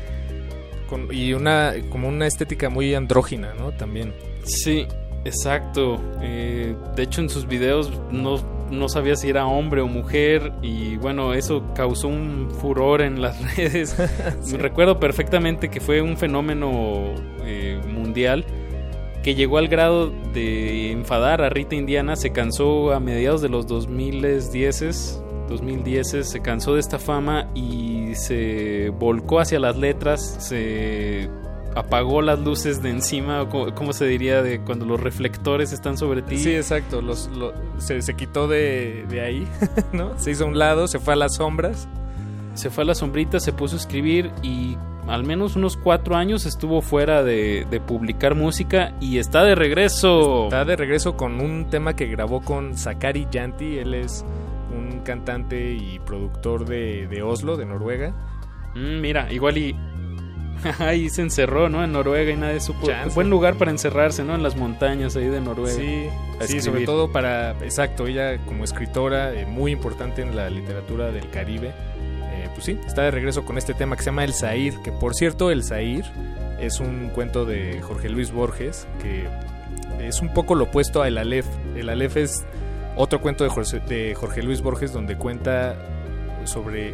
Y como una estética muy andrógina, ¿no? También.
Sí, exacto. De hecho, en sus videos no sabía si era hombre o mujer, y bueno, eso causó un furor en las redes. Sí. Recuerdo perfectamente que fue un fenómeno mundial que llegó al grado de enfadar a Rita Indiana. Se cansó a mediados de los 2010, se cansó de esta fama y se volcó hacia las letras, se apagó las luces de encima, ¿cómo se diría? De cuando los reflectores están sobre ti.
Sí, exacto, se quitó de ahí, ¿no? Se hizo a un lado, se fue a las sombras.
Se fue a las sombritas, se puso a escribir y al menos unos 4 años estuvo fuera de publicar música, y está de regreso.
Está de regreso con un tema que grabó con Sakari Yanti. Él es un cantante y productor de Oslo, de Noruega.
Mira, igual y ahí se encerró, ¿no? En Noruega y nadie supo. Buen lugar para encerrarse, ¿no? En las montañas ahí de Noruega.
Sí, sobre todo exacto, ella como escritora muy importante en la literatura del Caribe. Pues sí, está de regreso con este tema que se llama El Zahir, que por cierto, El Zahir es un cuento de Jorge Luis Borges, que es un poco lo opuesto a El Aleph. El Aleph es otro cuento de Jorge Luis Borges donde cuenta sobre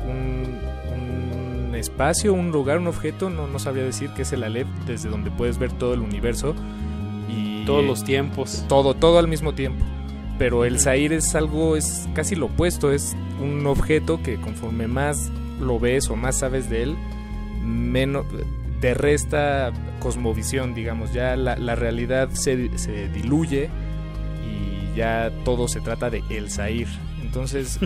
un espacio, un lugar, un objeto, no sabría decir qué es el Aleph, desde donde puedes ver todo el universo y
todos los tiempos,
todo al mismo tiempo. Pero el Zahir es casi lo opuesto, es un objeto que conforme más lo ves o más sabes de él, menos te resta cosmovisión, digamos. Ya la realidad se diluye y ya todo se trata de el Zahir. Entonces,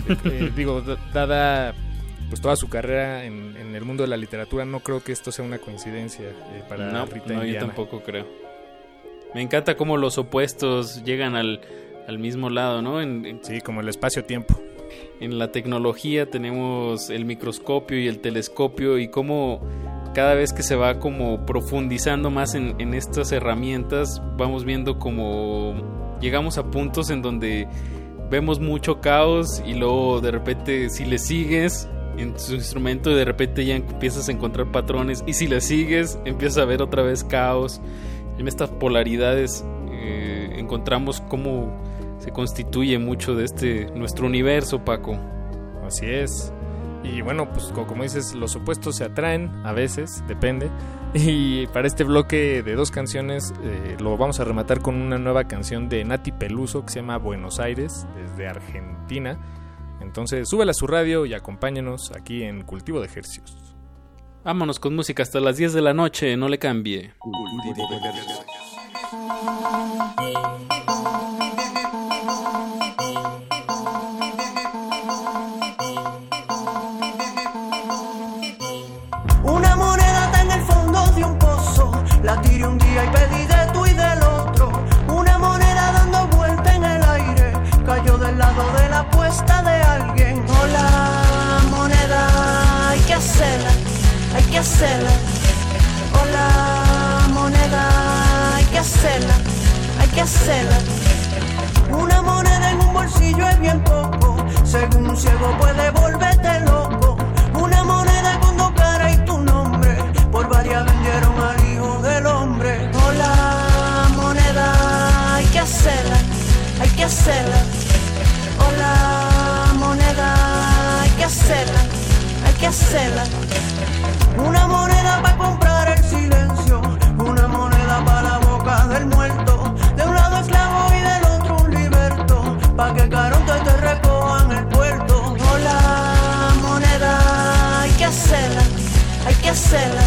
dada pues toda su carrera en el mundo de la literatura, no creo que esto sea una coincidencia para Rita Indiana.
Yo tampoco creo. Me encanta cómo los opuestos llegan al mismo lado, ¿no?
Sí, como el espacio-tiempo.
En la tecnología tenemos el microscopio y el telescopio, y cómo cada vez que se va como profundizando más en estas herramientas, vamos viendo como llegamos a puntos en donde vemos mucho caos, y luego de repente si le sigues en su instrumento, de repente ya empiezas a encontrar patrones, y si le sigues empiezas a ver otra vez caos. En estas polaridades encontramos cómo se constituye mucho de nuestro universo, Paco.
Así es. Y bueno, pues como dices, los opuestos se atraen a veces, depende. Y para este bloque de 2 canciones lo vamos a rematar con una nueva canción de Nati Peluso que se llama Buenos Aires, desde Argentina. Entonces súbela a su radio y acompáñenos aquí en Cultivo de Hercios.
Vámonos con música hasta las 10 de la noche, no le cambie.
Cultivo de Hercios.
Una moneda está en el fondo de un pozo, la tiré un día y pedí de tú y del otro. Una moneda dando vuelta en el aire, cayó del lado de la apuesta de alguien. Hola moneda, hay que hacerla, hay que hacerla. Hola moneda, hay que hacerla, hay que hacerla. Una moneda en un bolsillo es bien poco, según un ciego puede volverte loco. Una moneda con dos caras y tu nombre, por varias vendieron al hijo del hombre. Hola moneda, hay que hacerla, hay que hacerla. Hola moneda, hay que hacerla, hay que hacerla. Una moneda para comprar el silencio, una moneda para la boca del muerto. De un lado esclavo y del otro un liberto, pa' que Caronte te recojan el puerto. Hola moneda, hay que hacerla, hay que hacerla.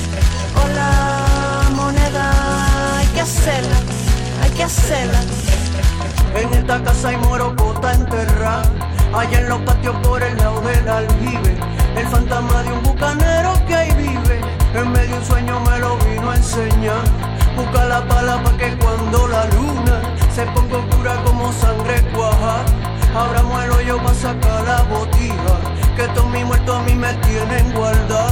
Hola moneda, hay que hacerla, hay que hacerla. En esta casa hay morocota enterrada, allá en los patios por el lado del aljibe, el fantasma de un bucanero que ahí vive. En medio de un sueño me lo vino a enseñar. Busca la pala pa' que cuando la luna se ponga oscura como sangre cuaja, abramos el hoyo pa' sacar la botija, que todos mis muertos a mí me tienen guardada.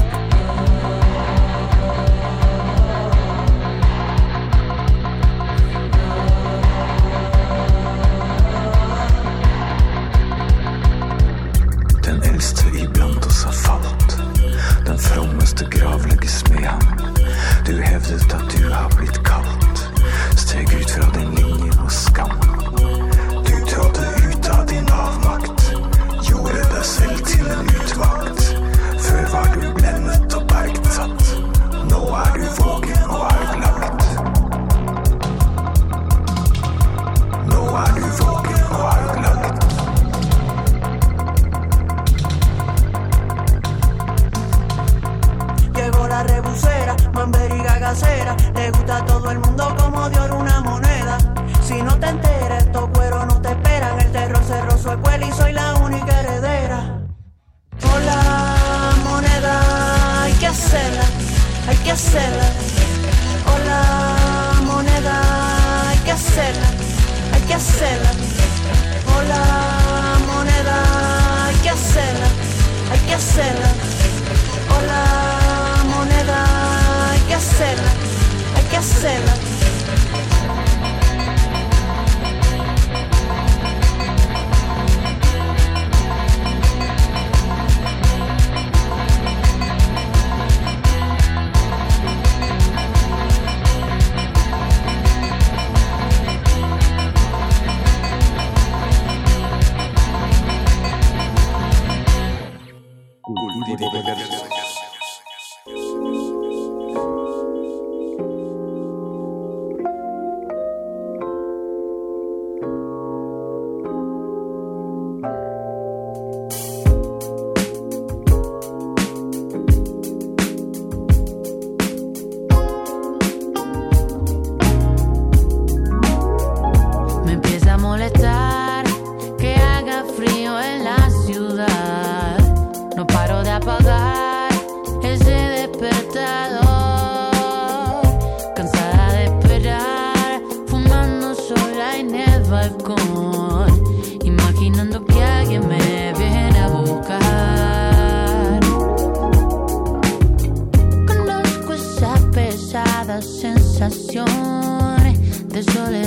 Den eldste iblant oss har falt. Den frommeste grav legges med ham. Du hevdet at du har blitt kalt. Steg ut fra din linje og skam. Du trådte ut av din avmakt. Gjorde deg selv til en utvalgt. Før var du blendet og bergtatt. Nå er du vågen og arglagt. Nå er du vågen og arglagt.
Llegó la rebusera, mamberiga gacera, le gusta a todo el mundo como de oro una moneda. Si no te enteras, estos cueros no te esperan, el terror cerró su escuela y soy la única heredera. Hola moneda, hay que hacerla, hay que hacerla. Hola moneda, hay que hacerla, hay que hacerla. Hola moneda, hay que hacerla, hay que hacerla. Hola moneda, hay que hacerla, hay que hacerla.
Me empieza a molestar que haga frío en la ciudad. No paro de apagar ese despertador. Cansada de esperar, fumando sola en el balcón, imaginando que alguien me viene a buscar. Conozco esa pesada sensación de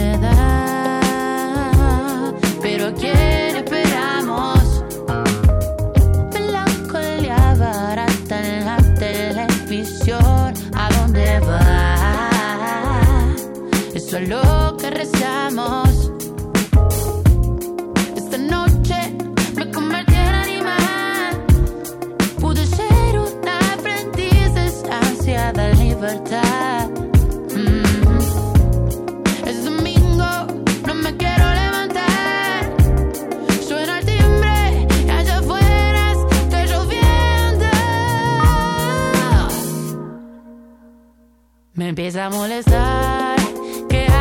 soledad, pero ¿a quién esperamos? Melancolía barata en la televisión. ¿A dónde va? Eso es lo que rezamos. Esta noche me convertí en animal. Pude ser una aprendiz de esa ansiada libertad. Es domingo, no me quiero levantar. Suena el timbre y allá afuera está lloviendo. Me empieza a molestar que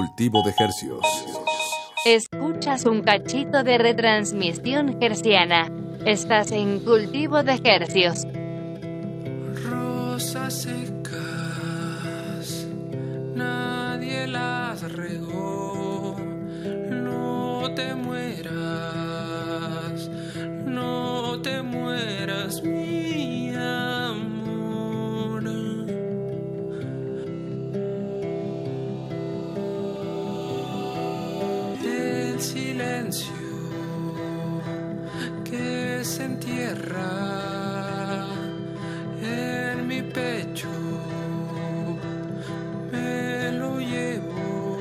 Cultivo de hercios.
Escuchas un cachito de retransmisión herciana. Estás en Cultivo de Hercios.
Rosas secas, nadie las regó. No te mueras, no te mueras, mi amor. El silencio que se entierra en mi pecho, me lo llevo.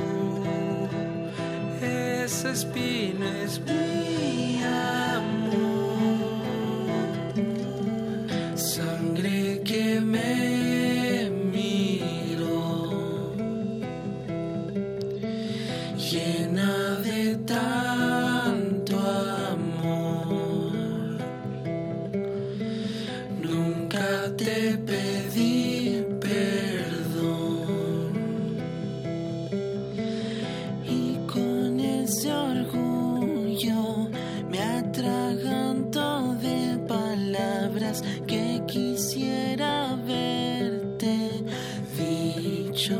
Esa espina es mi amor, sangre que me miró, llena de tanto amor. Nunca te pedí perdón, y con ese orgullo me atraganto de palabras que quisiera haberte dicho.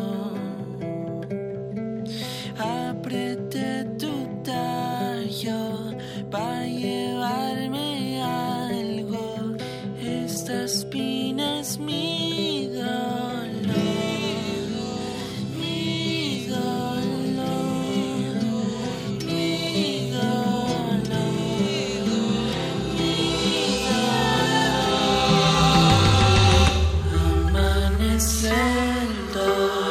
Apreté tu tallo para llevarme algo. Esta espina es mi dolor, mi dolor, mi dolor, mi dolor. Amaneciendo.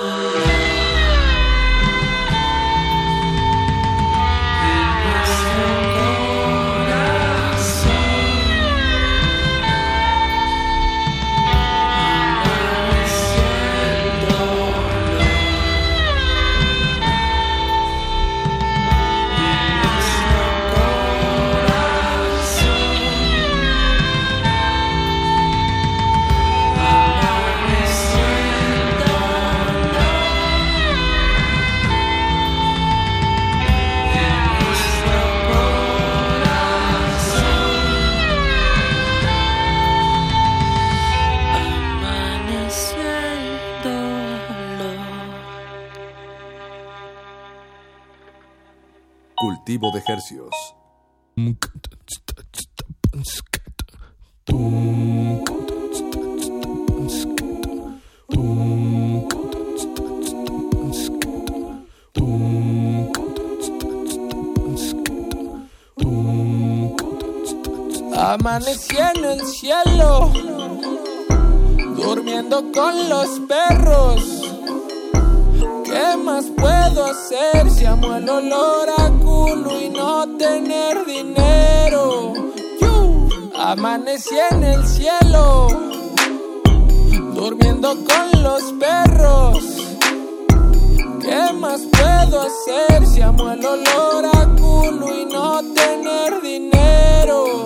Cultivo de hercios.
Amanecí en el cielo, durmiendo con los perros. ¿Qué más puedo hacer si amo el olor a culo y no tener dinero? Amanecí en el cielo, durmiendo con los perros. ¿Qué más puedo hacer si amo el olor a culo y no tener dinero?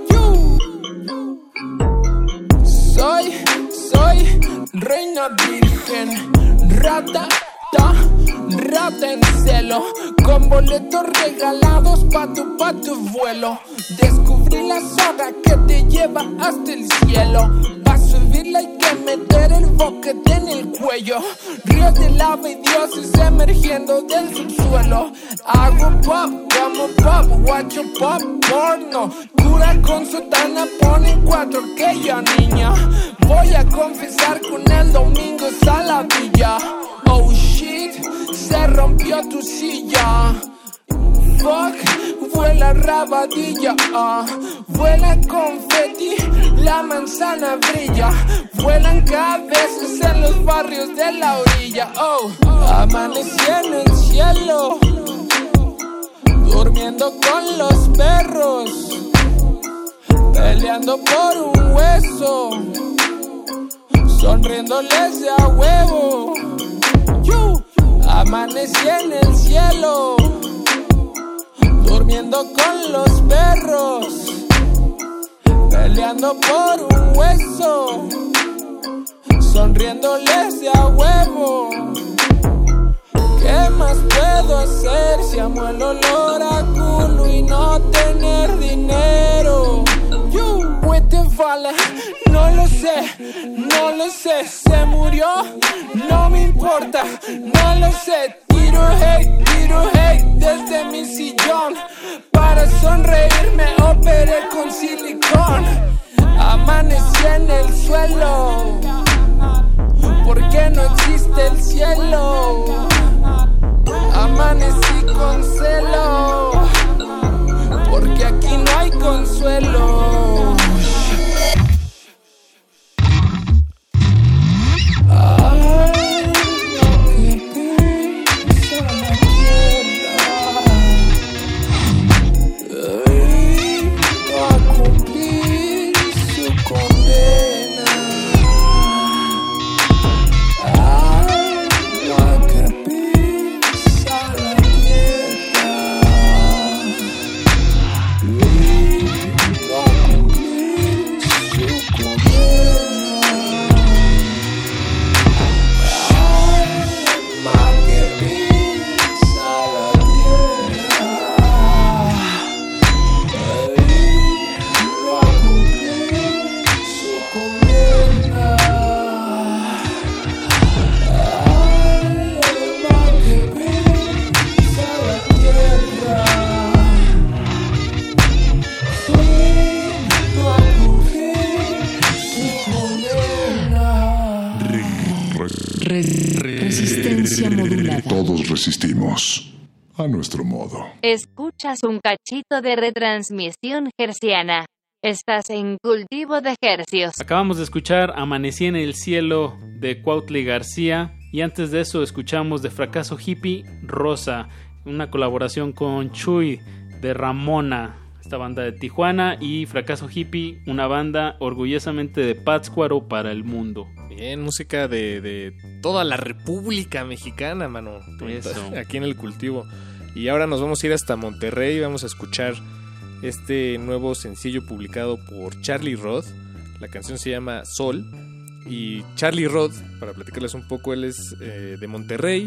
Soy reina virgen, rata en celo, con boletos regalados pa' tu vuelo. Descubrí la soga que te lleva hasta el cielo. Pa' subirla hay que meter el boquete en el cuello. Ríos de lava y dioses emergiendo del subsuelo. Hago pop como pop, guacho pop porno. Cura con sotana, pone 4 aquella niña. Voy a confesar con el domingo a la villa. Oh shit, se rompió tu silla. Fuck, vuela rabadilla, vuela confeti, la manzana brilla. Vuelan cabezas en los barrios de la orilla. Oh, amanecí en el cielo, durmiendo con los perros, peleando por un hueso, sonriéndoles de a huevo. Amanecí en el cielo, durmiendo con los perros, peleando por un hueso, sonriéndoles de a huevo. ¿Qué más puedo hacer si amo el olor a culo y no tener dinero? ¿Qué vale? No lo sé, se murió, no me importa, no lo sé. Tiro hate desde mi sillón. Para sonreírme operé con silicón. Amanecí en el suelo porque no existe el cielo. Amanecí con celo porque aquí no hay consuelo.
Resistencia modulada.
Todos resistimos a nuestro modo.
Escuchas un cachito de retransmisión herciana. Estás en Cultivo de Hercios.
Acabamos de escuchar Amanecí en el cielo de Cuautli García y antes de eso escuchamos de Fracaso Hippie Rosa, una colaboración con Chuy de Ramona, esta banda de Tijuana, y Fracaso Hippie, una banda orgullosamente de Pátzcuaro para el mundo.
Bien, música de toda la República Mexicana, mano.
Eso.
Aquí en el cultivo. Y ahora nos vamos a ir hasta Monterrey y vamos a escuchar este nuevo sencillo publicado por Charlie Roth. La canción se llama Sol. Y Charlie Roth, para platicarles un poco, él es de Monterrey.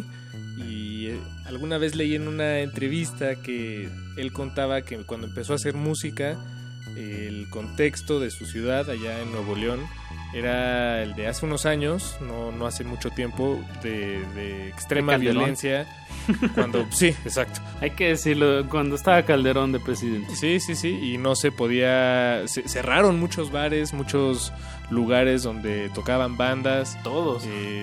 Y alguna vez leí en una entrevista que él contaba que cuando empezó a hacer música, el contexto de su ciudad allá en Nuevo León era el de hace unos años, no hace mucho tiempo, de extrema violencia. Cuando sí, exacto.
Hay que decirlo, cuando estaba Calderón de presidente.
Sí, y no se podía. Cerraron muchos bares, muchos lugares donde tocaban bandas.
Todos.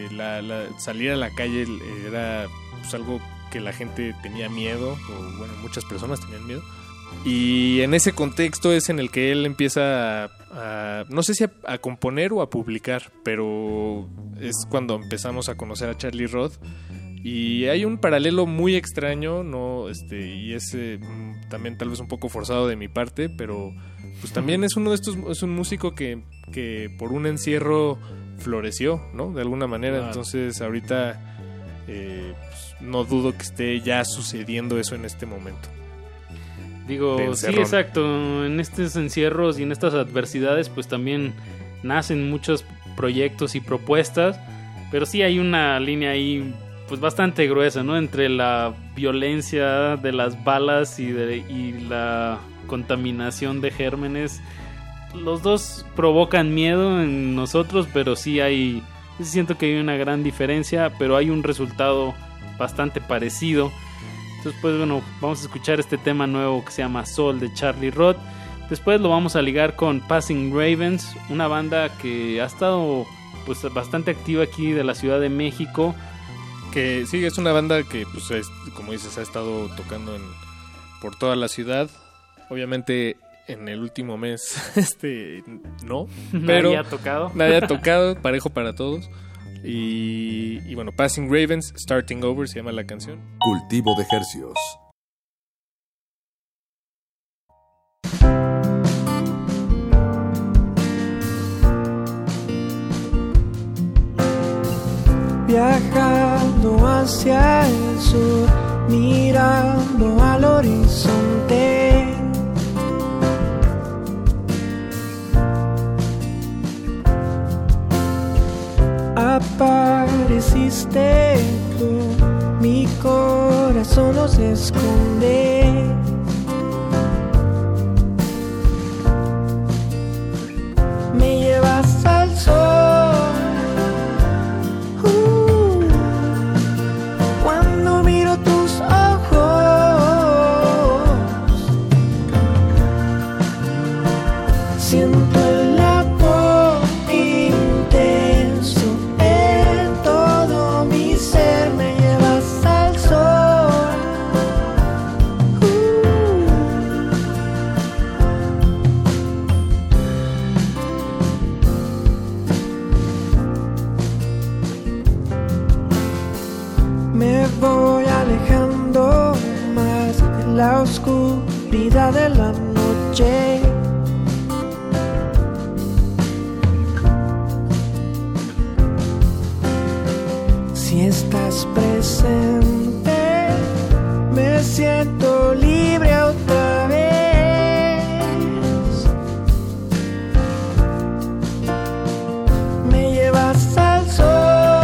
Salir a la calle era pues algo que la gente tenía miedo, o bueno, muchas personas tenían miedo. Y en ese contexto es en el que él empieza a no sé si a componer o a publicar, pero es cuando empezamos a conocer a Charlie Roth. Y hay un paralelo muy extraño, y es también tal vez un poco forzado de mi parte, pero pues también es uno de estos, es un músico que por un encierro floreció, ¿no? De alguna manera. Claro. Entonces ahorita pues, no dudo que esté ya sucediendo eso en este momento.
Digo, sí, exacto. En estos encierros y en estas adversidades, pues también nacen muchos proyectos y propuestas, pero sí hay una línea ahí pues bastante gruesa, ¿no? Entre la violencia de las balas y la contaminación de gérmenes. Los dos provocan miedo en nosotros, pero sí siento que hay una gran diferencia, pero hay un resultado bastante parecido. Entonces, pues bueno, vamos a escuchar este tema nuevo que se llama Sol de Charlie Roth. Después lo vamos a ligar con Passing Ravens, una banda que ha estado pues bastante activa aquí de la Ciudad de México.
Que sí, es una banda que, pues, como dices, ha estado tocando por toda la ciudad. Obviamente, en el último mes, no. Pero nadie ha tocado, parejo para todos. Y bueno, Passing Ravens, Starting Over se llama la canción.
Cultivo de Hercios.
Viajando hacia el sur, mirando al horizonte. Apareciste tú,
mi corazón no se esconde. Me llevas al sol. Cuando miro tus ojos, siento el amor intenso en todo mi ser. Me llevas al sol. Me voy alejando más de la oscuridad de la noche. Si estás presente, me siento libre otra vez. Me llevas al sol.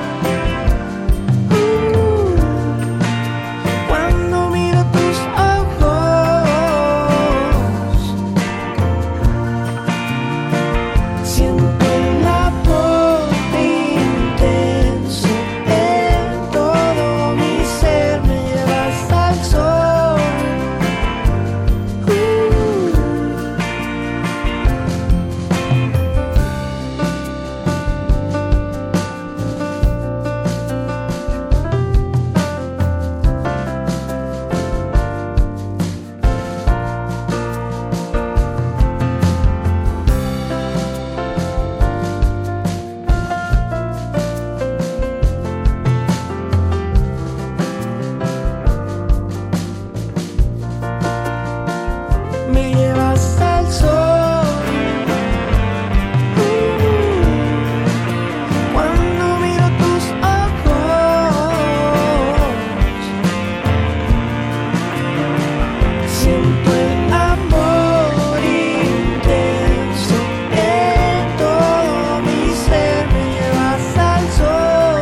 Cuando miro tus ojos, siento el amor intenso en todo mi ser. Me llevas al sol. Me llevas al sol. Cuando miro tus ojos, siento el amor intenso en todo mi ser. Me llevas al sol.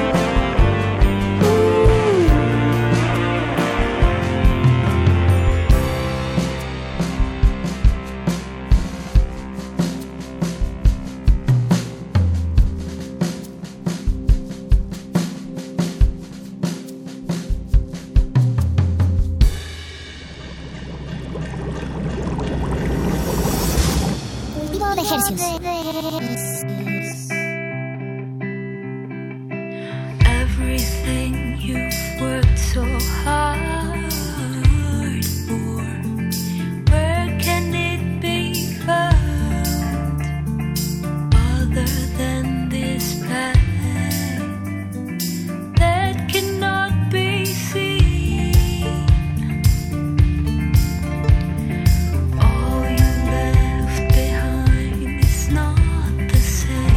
Cultivo de ejercicios.
Everything you've worked so hard for, where can it be found other than this path that cannot be seen? All you left behind is not the same.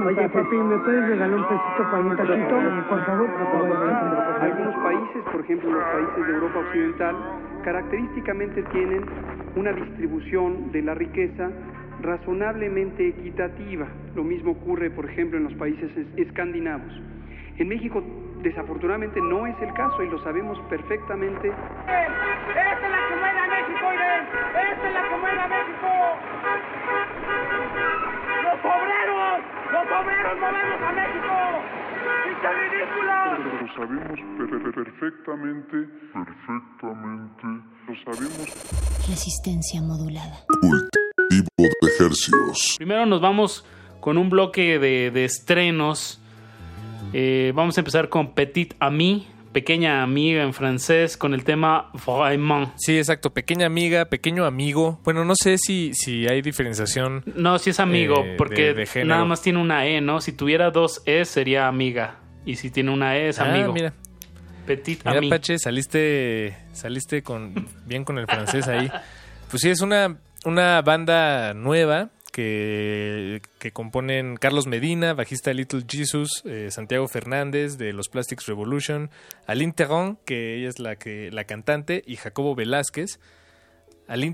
Oye, papi, ¿me puedes regalar un pesito para un taquito? Por favor.
Algunos países, por ejemplo los países de Europa Occidental, característicamente tienen una distribución de la riqueza razonablemente equitativa. Lo mismo ocurre, por ejemplo, en los países escandinavos. En México, desafortunadamente, no es el caso y lo sabemos perfectamente.
¡Esta es la que mueve a México, Irene! ¡Esta es la que mueve a México! ¡Los obreros movemos a México! ¡Pinche ridículo!
Lo sabemos perfectamente. Lo sabemos.
Resistencia modulada.
Cultivo de hercios.
Primero nos vamos con un bloque de estrenos. Vamos a empezar con Petite Amie, pequeña amiga en francés, con el tema Vraiment.
Sí, exacto, pequeña amiga, pequeño amigo. Bueno, no sé si hay diferenciación.
No, si es amigo, porque
de género.
nada más tiene una E, ¿no? Si tuviera dos E sería amiga, y si tiene una E es amigo.
Mira.
Petite
Mira,
Amie.
Pache, saliste bien con el francés ahí. Pues sí, es una banda nueva que componen Carlos Medina, bajista de Little Jesus, Santiago Fernández de los Plastics Revolution, Aline Terron, que ella es la cantante, y Jacobo Velázquez. Aline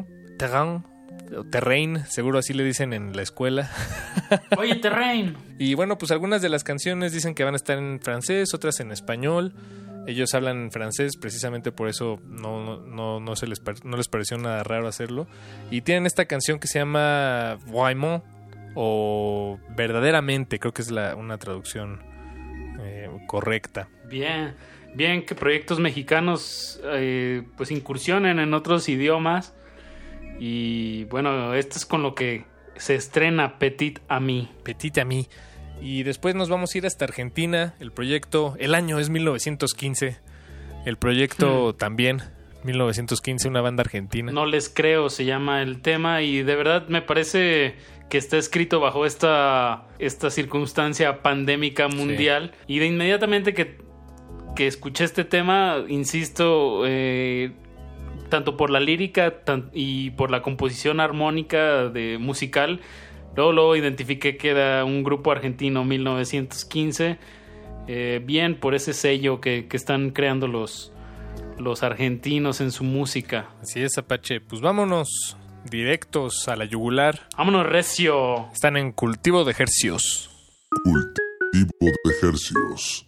Terrain, seguro así le dicen en la escuela.
Oye, Terrain.
Y bueno, pues algunas de las canciones dicen que van a estar en francés, otras en español. Ellos hablan francés, precisamente por eso no les pareció nada raro hacerlo. Y tienen esta canción que se llama Vraiment, o Verdaderamente, creo que es una traducción correcta.
Bien que proyectos mexicanos pues incursionen en otros idiomas. Y bueno, esto es con lo que se estrena Petite Amie.
Petite Amie. Y después nos vamos a ir hasta Argentina. El año es 1915. El proyecto también, 1915, una banda argentina.
No les creo, se llama el tema. Y de verdad me parece que está escrito bajo esta circunstancia pandémica mundial. Sí. Y de inmediatamente que escuché este tema, insisto, tanto por la lírica y por la composición armónica musical, luego identifiqué que era un grupo argentino, 1915. Bien por ese sello que están creando los argentinos en su música.
Así es, Apache. Pues vámonos directos a la yugular.
Vámonos recio.
Están en Cultivo de Hercios.
Cultivo de hercios.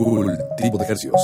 Cultivo de ejercicios.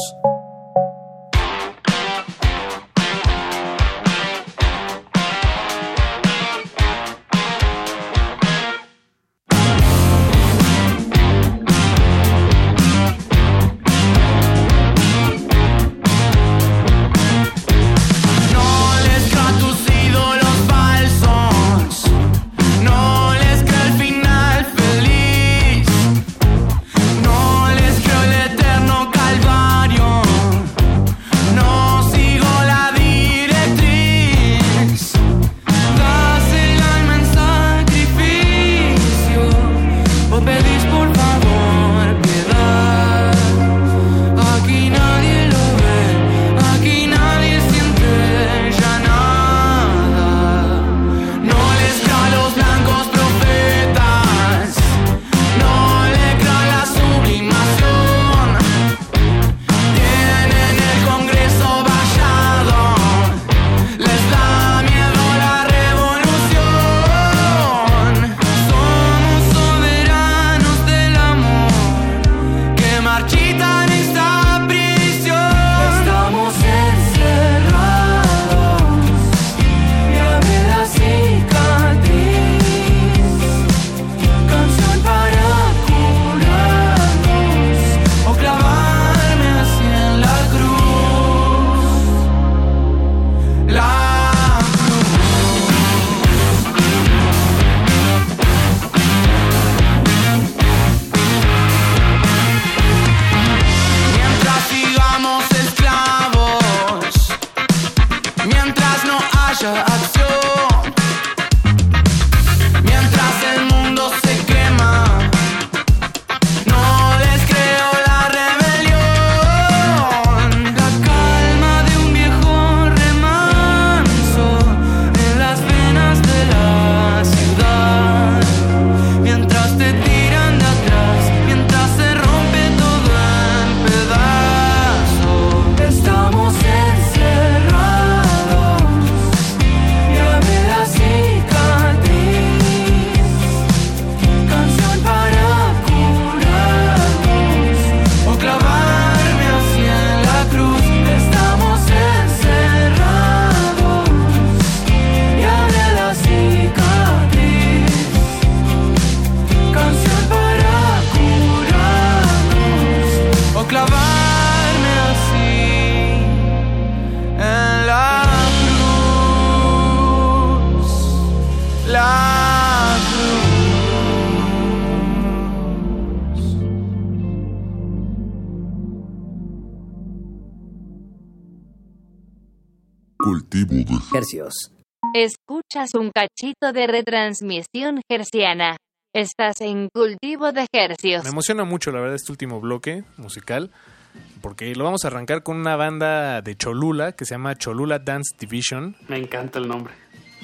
Cultivo de hercios. Escuchas un cachito de retransmisión herciana. Estás en Cultivo de Hercios.
Me emociona mucho, la verdad, este último bloque musical, porque lo vamos a arrancar con una banda de Cholula que se llama Cholula Dance Division.
Me encanta el nombre.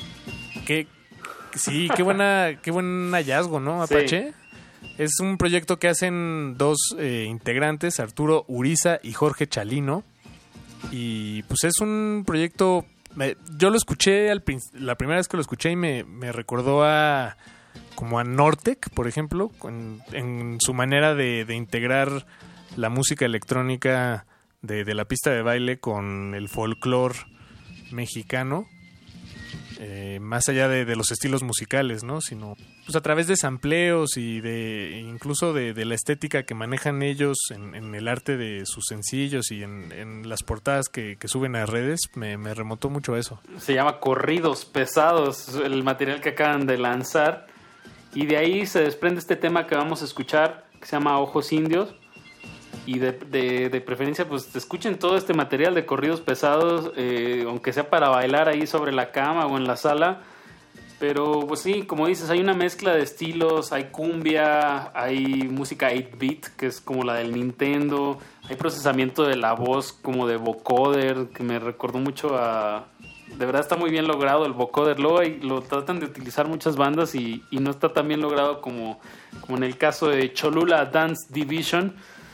Sí, qué buen hallazgo, ¿no, Apache? Sí. Es un proyecto que hacen dos integrantes, Arturo Uriza y Jorge Chalino. Y pues es un proyecto... Yo lo escuché, la primera vez que lo escuché y me recordó como a Nortec, por ejemplo, en su manera de integrar la música electrónica de la pista de baile con el folclore mexicano, más allá de los estilos musicales, ¿no? Sino pues a través de sampleos y incluso de la estética que manejan ellos en el arte de sus sencillos y en las portadas que suben a redes. Me remontó mucho a eso.
Se llama Corridos Pesados, el material que acaban de lanzar, y de ahí se desprende este tema que vamos a escuchar, que se llama Ojos Indios. Y de preferencia, pues escuchen todo este material de Corridos Pesados, aunque sea para bailar ahí sobre la cama o en la sala. Pero pues sí, como dices, hay una mezcla de estilos, hay cumbia, hay música 8-bit, que es como la del Nintendo, hay procesamiento de la voz como de vocoder, que me recordó mucho a... De verdad está muy bien logrado el vocoder, luego lo tratan de utilizar muchas bandas y no está tan bien logrado como en el caso de Cholula Dance Division.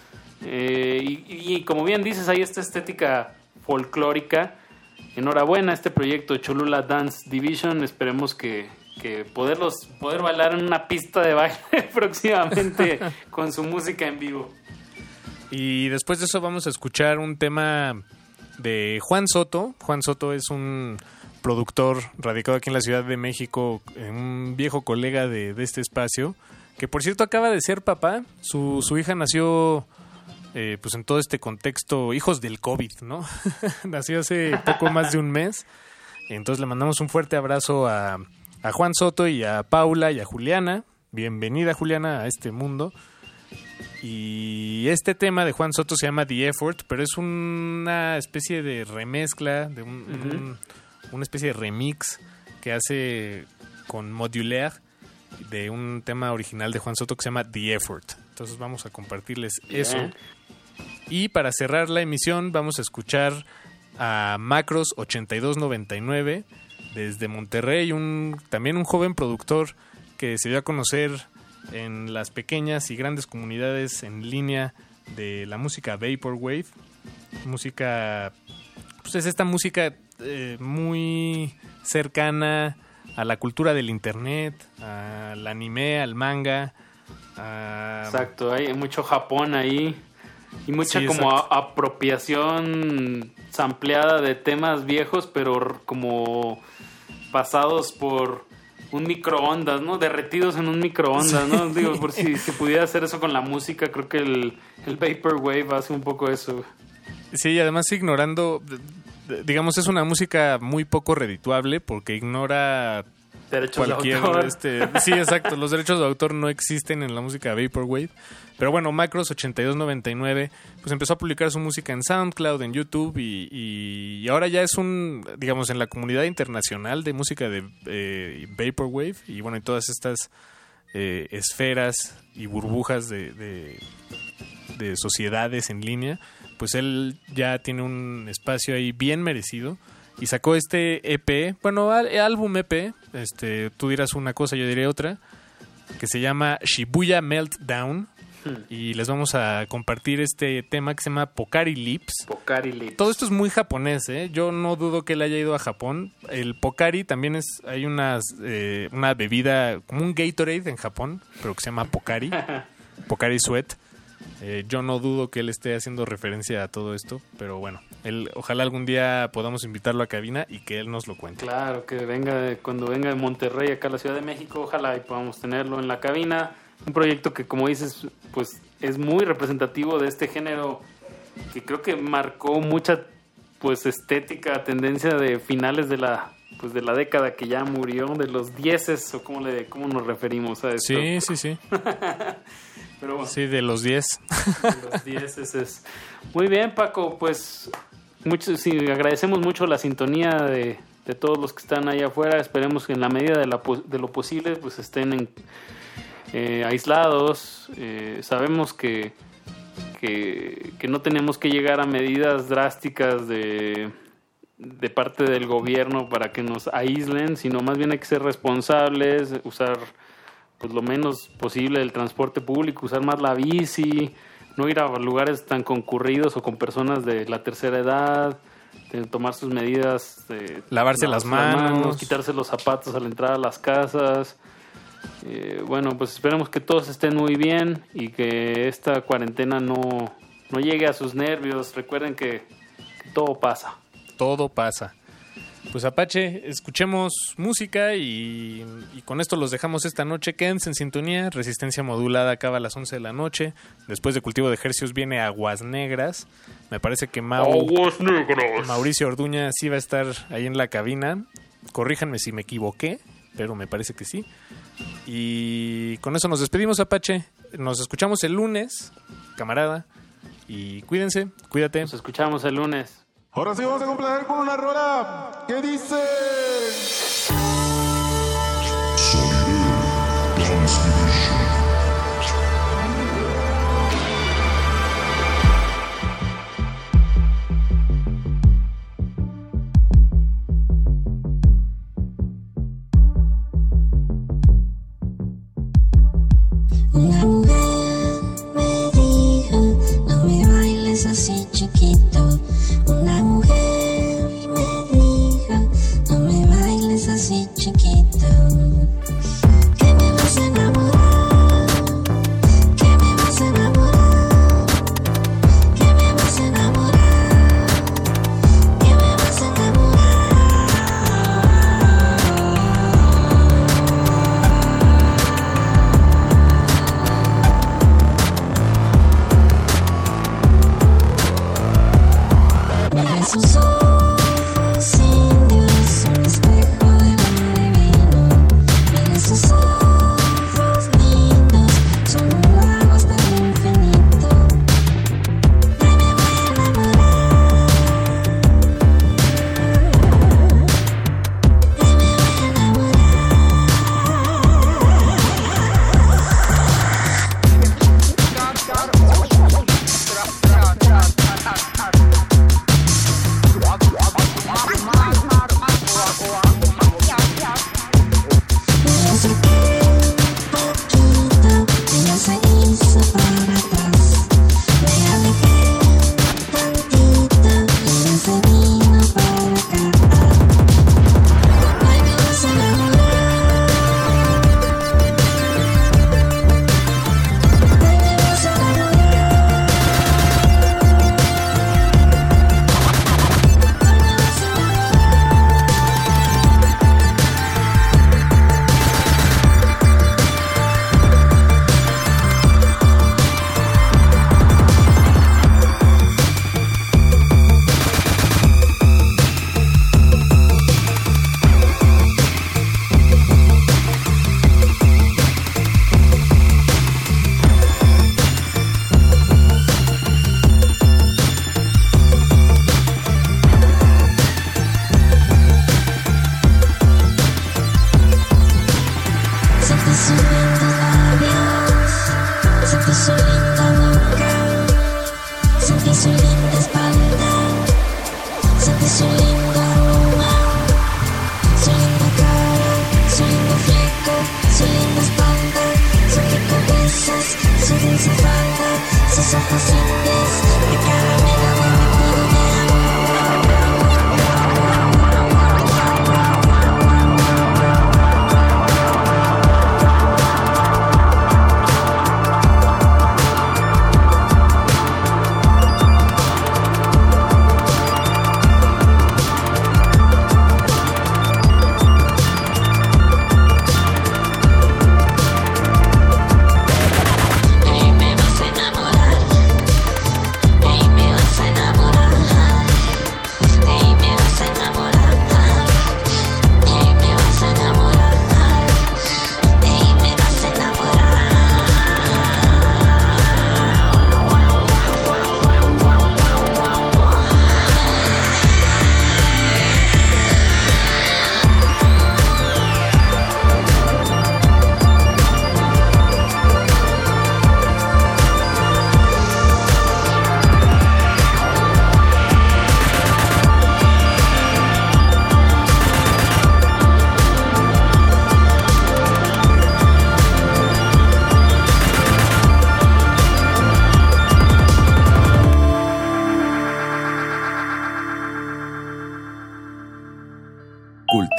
Y como bien dices, hay esta estética folclórica. Enhorabuena a este proyecto de Cholula Dance Division. Esperemos que poder bailar en una pista de baile próximamente con su música en vivo.
Y después de eso vamos a escuchar un tema de Juan Soto. Juan Soto es un productor radicado aquí en la Ciudad de México, un viejo colega de este espacio, que por cierto acaba de ser papá. Su hija nació pues en todo este contexto, hijos del COVID, ¿no? Nació hace poco más de un mes. Entonces le mandamos un fuerte abrazo a Juan Soto y a Paula y a Juliana. Bienvenida, Juliana, a este mundo. Y este tema de Juan Soto se llama The Effort, pero es una especie de remezcla, de una especie de remix que hace con Modulaire de un tema original de Juan Soto que se llama The Effort. Entonces vamos a compartirles eso. Y para cerrar la emisión vamos a escuchar a Macros 8299 desde Monterrey, también un joven productor que se dio a conocer en las pequeñas y grandes comunidades en línea de la música Vaporwave. Música, pues es esta música muy cercana a la cultura del internet, al anime, al manga.
Exacto, hay mucho Japón ahí y mucha apropiación sampleada de temas viejos, pero como pasados por un microondas, ¿no? Derretidos en un microondas, ¿no? Sí. Digo, por si se pudiera hacer eso con la música, creo que el Vaporwave hace un poco eso.
Sí, además ignorando, digamos, es una música muy poco redituable porque ignora
derechos de autor.
Sí, exacto, los derechos de autor no existen en la música Vaporwave. Pero bueno, Macros 8299 pues empezó a publicar su música en SoundCloud, en YouTube y ahora ya es digamos, en la comunidad internacional de música de Vaporwave y bueno, y todas estas esferas y burbujas de sociedades en línea, pues él ya tiene un espacio ahí bien merecido y sacó este EP, bueno, álbum EP, tú dirás una cosa, yo diré otra, que se llama Shibuya Meltdown. Y les vamos a compartir este tema que se llama Pocari Lips.
Pocari Lips.
Todo esto es muy japonés, ¿eh? Yo no dudo que él haya ido a Japón. El Pocari también hay una bebida, como un Gatorade en Japón, pero que se llama Pocari. Pocari Sweat. Yo no dudo que él esté haciendo referencia a todo esto, pero bueno, ojalá algún día podamos invitarlo a cabina y que él nos lo cuente.
Claro, que venga cuando venga de Monterrey acá a la Ciudad de México, ojalá y podamos tenerlo en la cabina. Un proyecto que, como dices, pues es muy representativo de este género que creo que marcó mucha pues estética, tendencia de finales de la década que ya murió, de los 10s o cómo nos referimos a esto.
Sí.
Pero bueno,
sí, de los 10.
De los 10 es. Muy bien, Paco, pues agradecemos mucho la sintonía de todos los que están ahí afuera. Esperemos que en la medida de lo posible pues estén aislados. Sabemos que no tenemos que llegar a medidas drásticas de parte del gobierno para que nos aíslen, sino más bien hay que ser responsables, usar pues lo menos posible el transporte público, usar más la bici, no ir a lugares tan concurridos o con personas de la tercera edad, tomar sus medidas,
lavarse las manos,
quitarse los zapatos al entrar a las casas. Bueno, pues esperemos que todos estén muy bien y que esta cuarentena no llegue a sus nervios. Recuerden que todo pasa.
Todo pasa. Pues Apache, escuchemos música y con esto los dejamos esta noche. Quédense en sintonía. Resistencia Modulada acaba a las 11 de la noche. Después de Cultivo de Hercios viene Aguas Negras. Me parece que Mauricio Orduña sí va a estar ahí en la cabina. Corríjanme si me equivoqué, pero me parece que sí. Y con eso nos despedimos, Apache. Nos escuchamos el lunes, camarada. Y cuídense, cuídate.
Nos escuchamos el lunes.
Ahora sí vamos a complacer con una rola que dice...
Una mujer me dijo, no me bailes así chiquito. Una mujer me dijo, no me bailes así chiquito, que me vas a enamorar.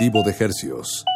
Cultivo de Hercios.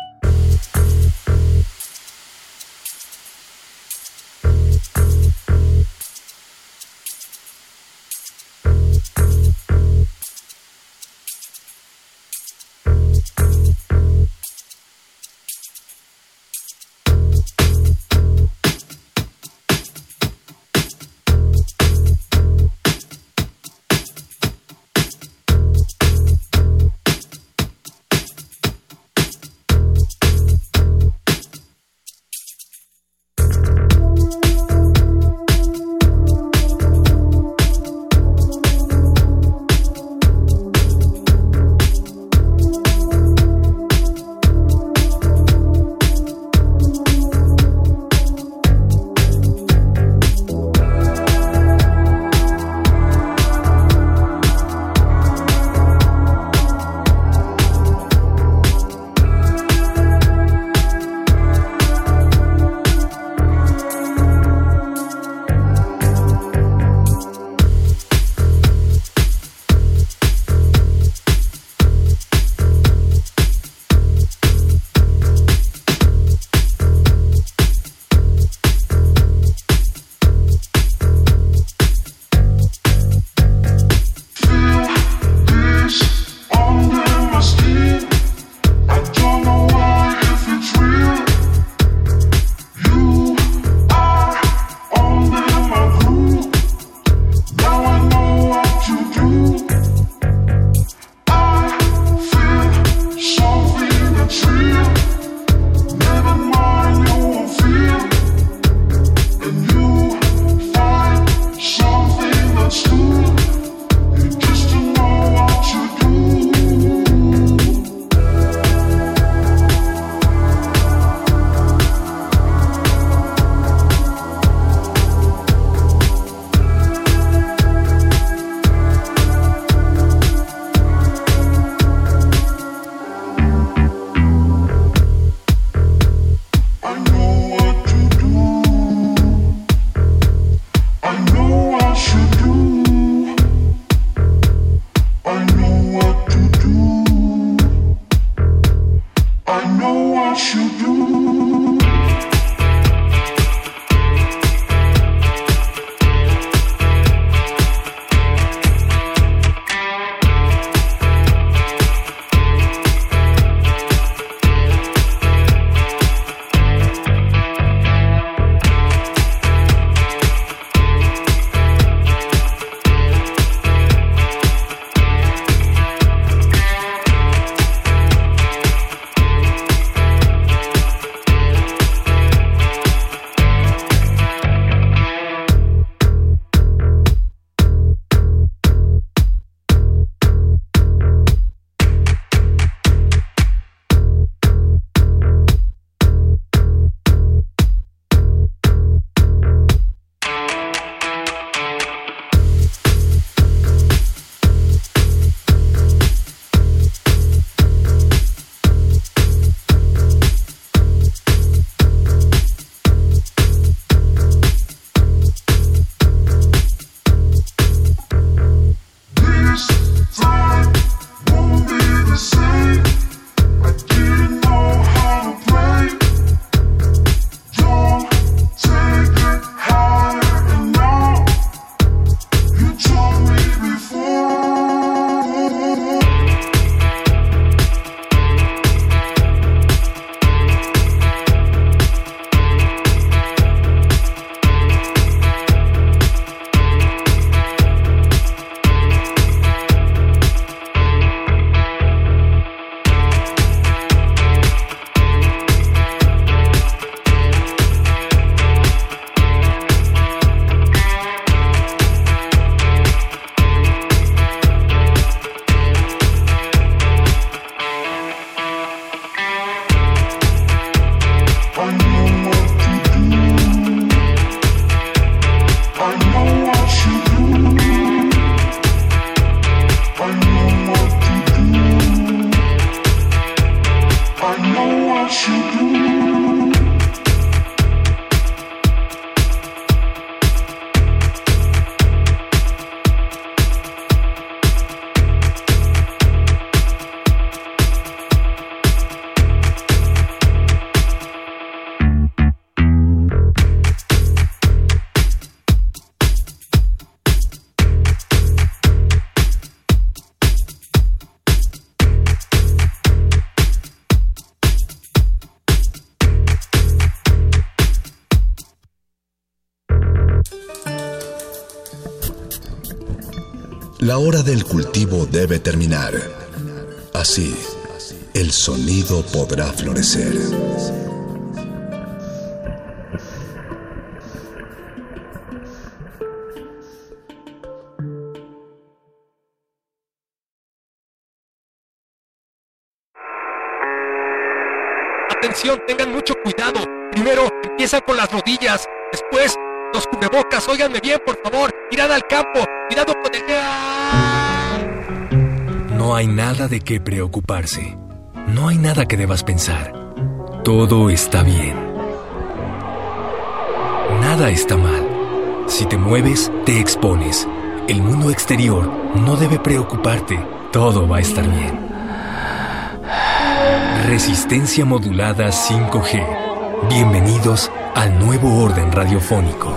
La hora del cultivo debe terminar. Así, el sonido podrá florecer.
Atención, tengan mucho cuidado. Primero empiezan con las rodillas, después los cubrebocas. Óiganme bien, por favor. Mirad al campo, cuidado con el...
No hay nada de qué preocuparse. No hay nada que debas pensar. Todo está bien. Nada está mal. Si te mueves, te expones. El mundo exterior no debe preocuparte. Todo va a estar bien. Resistencia modulada 5G. Bienvenidos al nuevo orden radiofónico.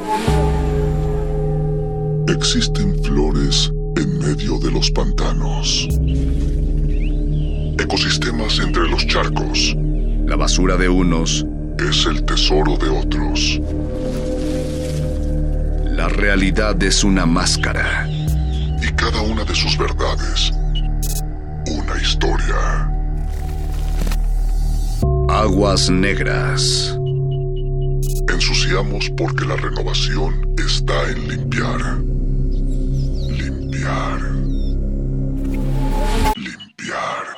Existen flores en medio de los pantanos, ecosistemas entre los charcos.
La basura de unos
es el tesoro de otros.
La realidad es una máscara.
Y cada una de sus verdades, una historia.
Aguas negras.
Ensuciamos porque la renovación está en limpiar. Limpiar. Limpiar.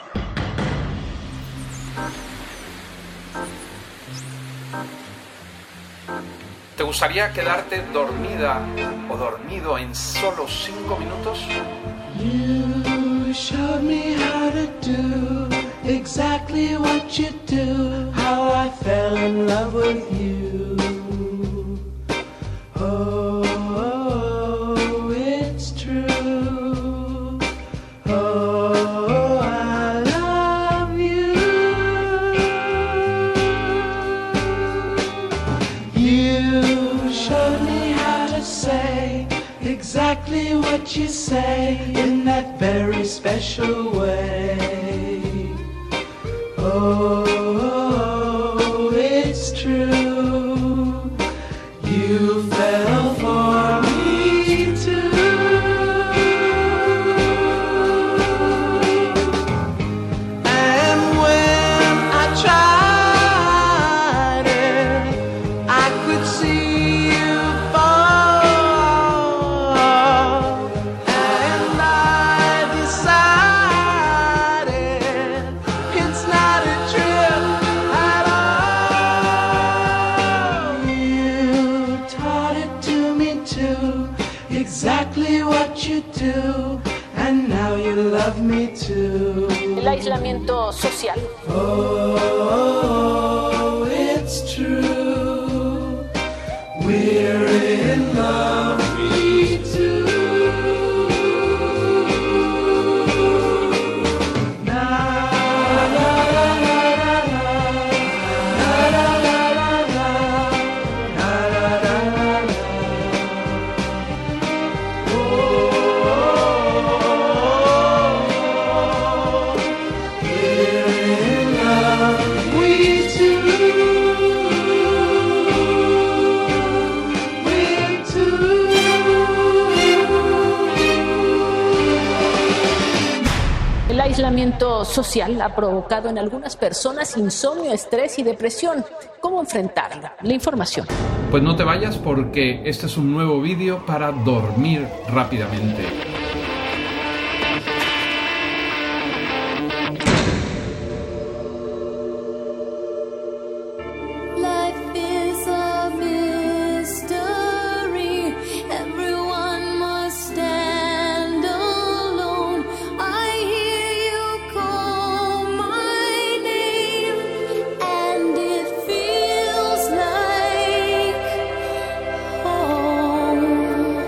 ¿Te gustaría quedarte dormida o dormido en solo 5 minutos?
You showed me how to do exactly what you do, how I fell in love with you. Oh, it's true. Oh, I love you. You showed me how to say exactly what you say in that very special way. Oh, it's true. You fell for me too. And when I tried it, I could see you fall. And I decided it's not a trip at all. You taught it to me too, exactly what you do, and now you love me too.
El aislamiento social.
Oh, it's true. We're in love, me too. Na la la la la la, na la la la la, na la la la la. Oh, we're in love, we too. We're too.
El aislamiento social ha provocado en algunas personas insomnio, estrés y depresión. ¿Cómo enfrentarla? La información.
Pues no te vayas porque este es un nuevo vídeo para dormir rápidamente.
Life is a mystery. Everyone must stand alone. I hear you call my name, and it feels like home.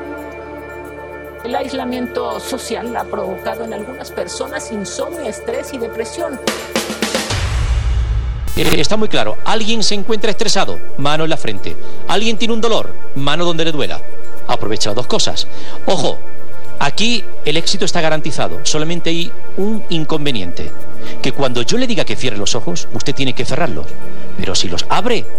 El aislamiento social ha provocado en algunas personas insomnio, estrés y depresión.
Está muy claro, alguien se encuentra estresado, mano en la frente. Alguien tiene un dolor, mano donde le duela. Aprovecha las dos cosas. Ojo, aquí el éxito está garantizado. Solamente hay un inconveniente, que cuando yo le diga que cierre los ojos, usted tiene que cerrarlos. Pero si los abre,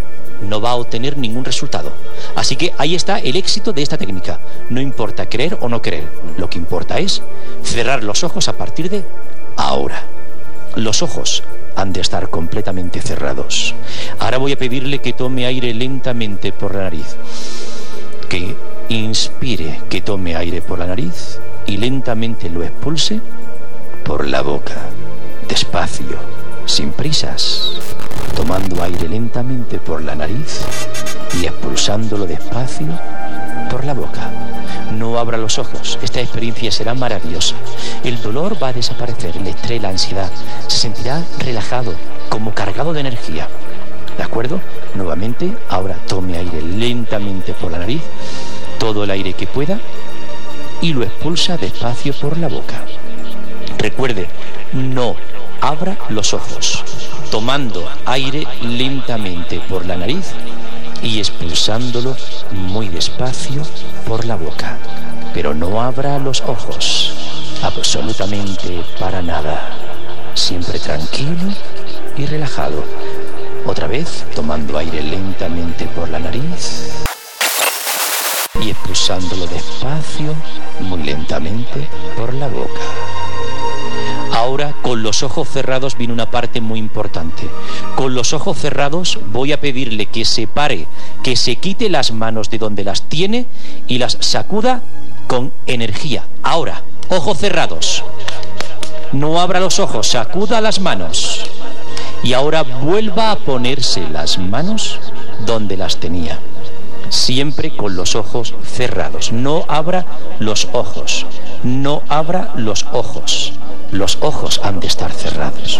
no va a obtener ningún resultado. Así que ahí está el éxito de esta técnica. No importa creer o no creer, lo que importa es cerrar los ojos a partir de ahora. Los ojos han de estar completamente cerrados. Ahora voy a pedirle que tome aire lentamente por la nariz. Que inspire, que tome aire por la nariz y lentamente lo expulse por la boca. Despacio, sin prisas, tomando aire lentamente por la nariz y expulsándolo despacio por la boca. No abra los ojos, esta experiencia será maravillosa. El dolor va a desaparecer, el estrés, la ansiedad. Se sentirá relajado, como cargado de energía. ¿De acuerdo? Nuevamente, ahora tome aire lentamente por la nariz, todo el aire que pueda, y lo expulsa despacio por la boca. Recuerde, no abra los ojos, tomando aire lentamente por la nariz y expulsándolo muy despacio por la boca. Pero no abra los ojos, absolutamente para nada. Siempre tranquilo y relajado. Otra vez, tomando aire lentamente por la nariz y expulsándolo despacio, muy lentamente, por la boca. Ahora, con los ojos cerrados viene una parte muy importante. Con los ojos cerrados voy a pedirle que se pare, que se quite las manos de donde las tiene y las sacuda con energía. Ahora, ojos cerrados. No abra los ojos, sacuda las manos. Y ahora vuelva a ponerse las manos donde las tenía. Siempre con los ojos cerrados. No abra los ojos. No abra los ojos. Los ojos han de estar cerrados.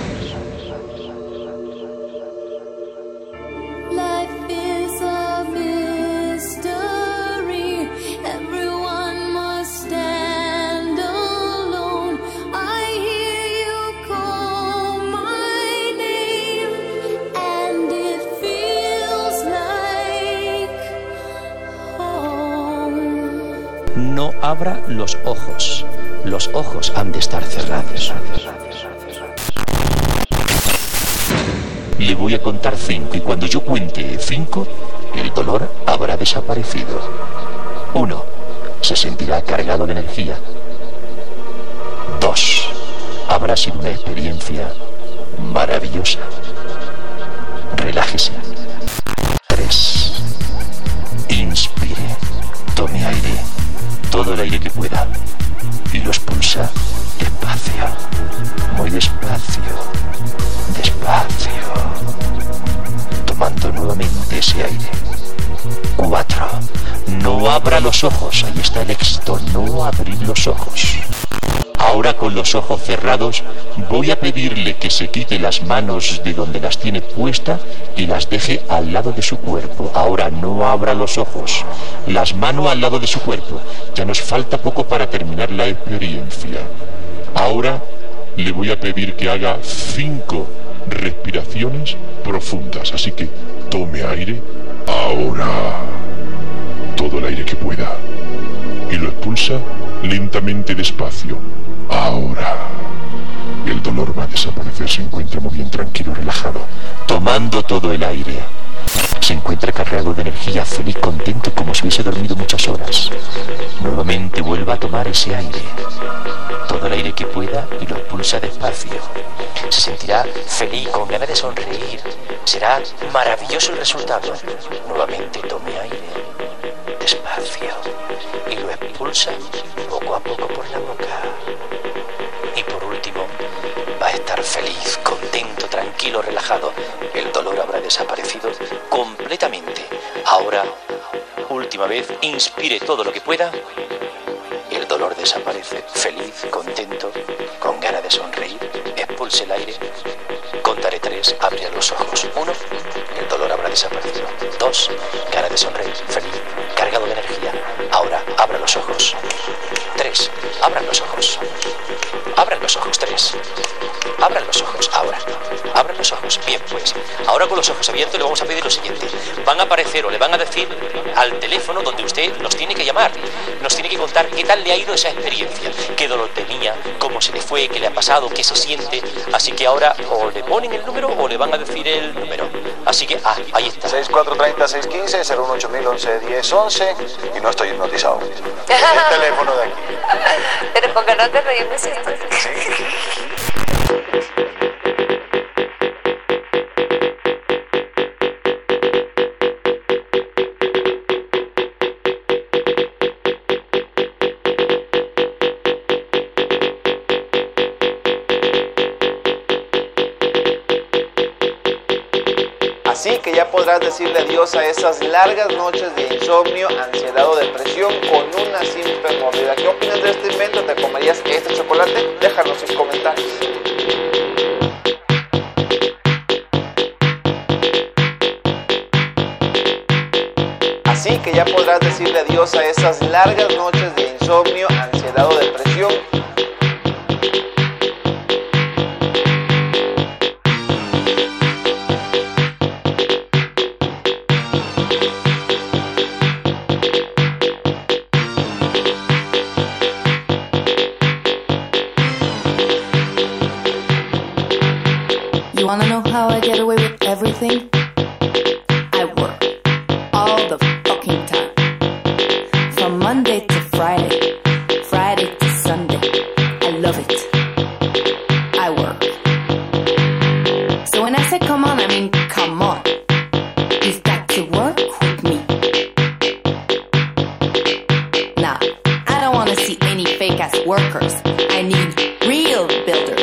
No abra los ojos. Los ojos han de estar cerrados. Le voy a contar 5 y cuando yo cuente 5, el dolor habrá desaparecido. 1. Se sentirá cargado de energía. 2. Habrá sido una experiencia maravillosa. Relájese. 3. Inspire. Tome aire. Todo el aire que pueda. Y lo expulsa despacio, muy despacio, despacio, tomando nuevamente ese aire. 4. No abra los ojos, ahí está el éxito, no abrir los ojos. Ahora con los ojos cerrados voy a pedirle que se quite las manos de donde las tiene puestas y las deje al lado de su cuerpo. Ahora no abra los ojos, las manos al lado de su cuerpo. Ya nos falta poco para terminar la experiencia. Ahora le voy a pedir que haga 5 respiraciones profundas. Así que tome aire ahora, todo el aire que pueda, y lo expulsa lentamente, despacio. Ahora el dolor va a desaparecer. Se encuentra muy bien, tranquilo, relajado, tomando todo el aire. Se encuentra cargado de energía, feliz, contento, como si hubiese dormido muchas horas. Nuevamente vuelva a tomar ese aire, todo el aire que pueda, y lo expulsa despacio. Se sentirá feliz, con ganas de sonreír. Será maravilloso el resultado. Nuevamente tome aire, despacio, y lo expulsa poco a poco por la boca. Y por último, va a estar feliz, contento, tranquilo, relajado. El dolor habrá desaparecido completamente. Ahora, última vez, inspire todo lo que pueda. El dolor desaparece, feliz, contento, con ganas de sonreír. Expulse el aire. Contaré 3, abrirá los ojos. 1, el dolor habrá desaparecido. 2, ganas de sonreír, feliz, cargado de energía. Ahora, abra los ojos. 3, abran los ojos. Abran los ojos. 3, abran los ojos. Ahora, abran los ojos. Bien, pues, ahora con los ojos abiertos le vamos a pedir lo siguiente. Van a aparecer o le van a decir al teléfono donde usted nos tiene que llamar. Nos tiene que contar qué tal le ha ido esa experiencia, qué dolor tenía, cómo se le fue, qué le ha pasado, qué se siente. Así que ahora o le ponen el número o le van a decir el número. Así que, ahí está.
6430-615-081-1011 y no estoy hipnotizado. El teléfono de aquí.
Pero porque no te reímos esto.
Así que ya podrás decirle adiós a esas largas noches de insomnio, ansiedad o depresión con una simple mordida. ¿Qué opinas de este invento? ¿Te comerías este chocolate? Déjanos sus comentarios. Así que ya podrás decirle adiós a esas largas noches de insomnio, ansiedad o depresión.
You wanna know how I get away with everything? I work all the fucking time. From Monday to Friday, Friday to Sunday. I love it. I work. So when I say come on, I mean come on. You've got to work with me. Nah, I don't wanna see any fake ass workers. I need real builders.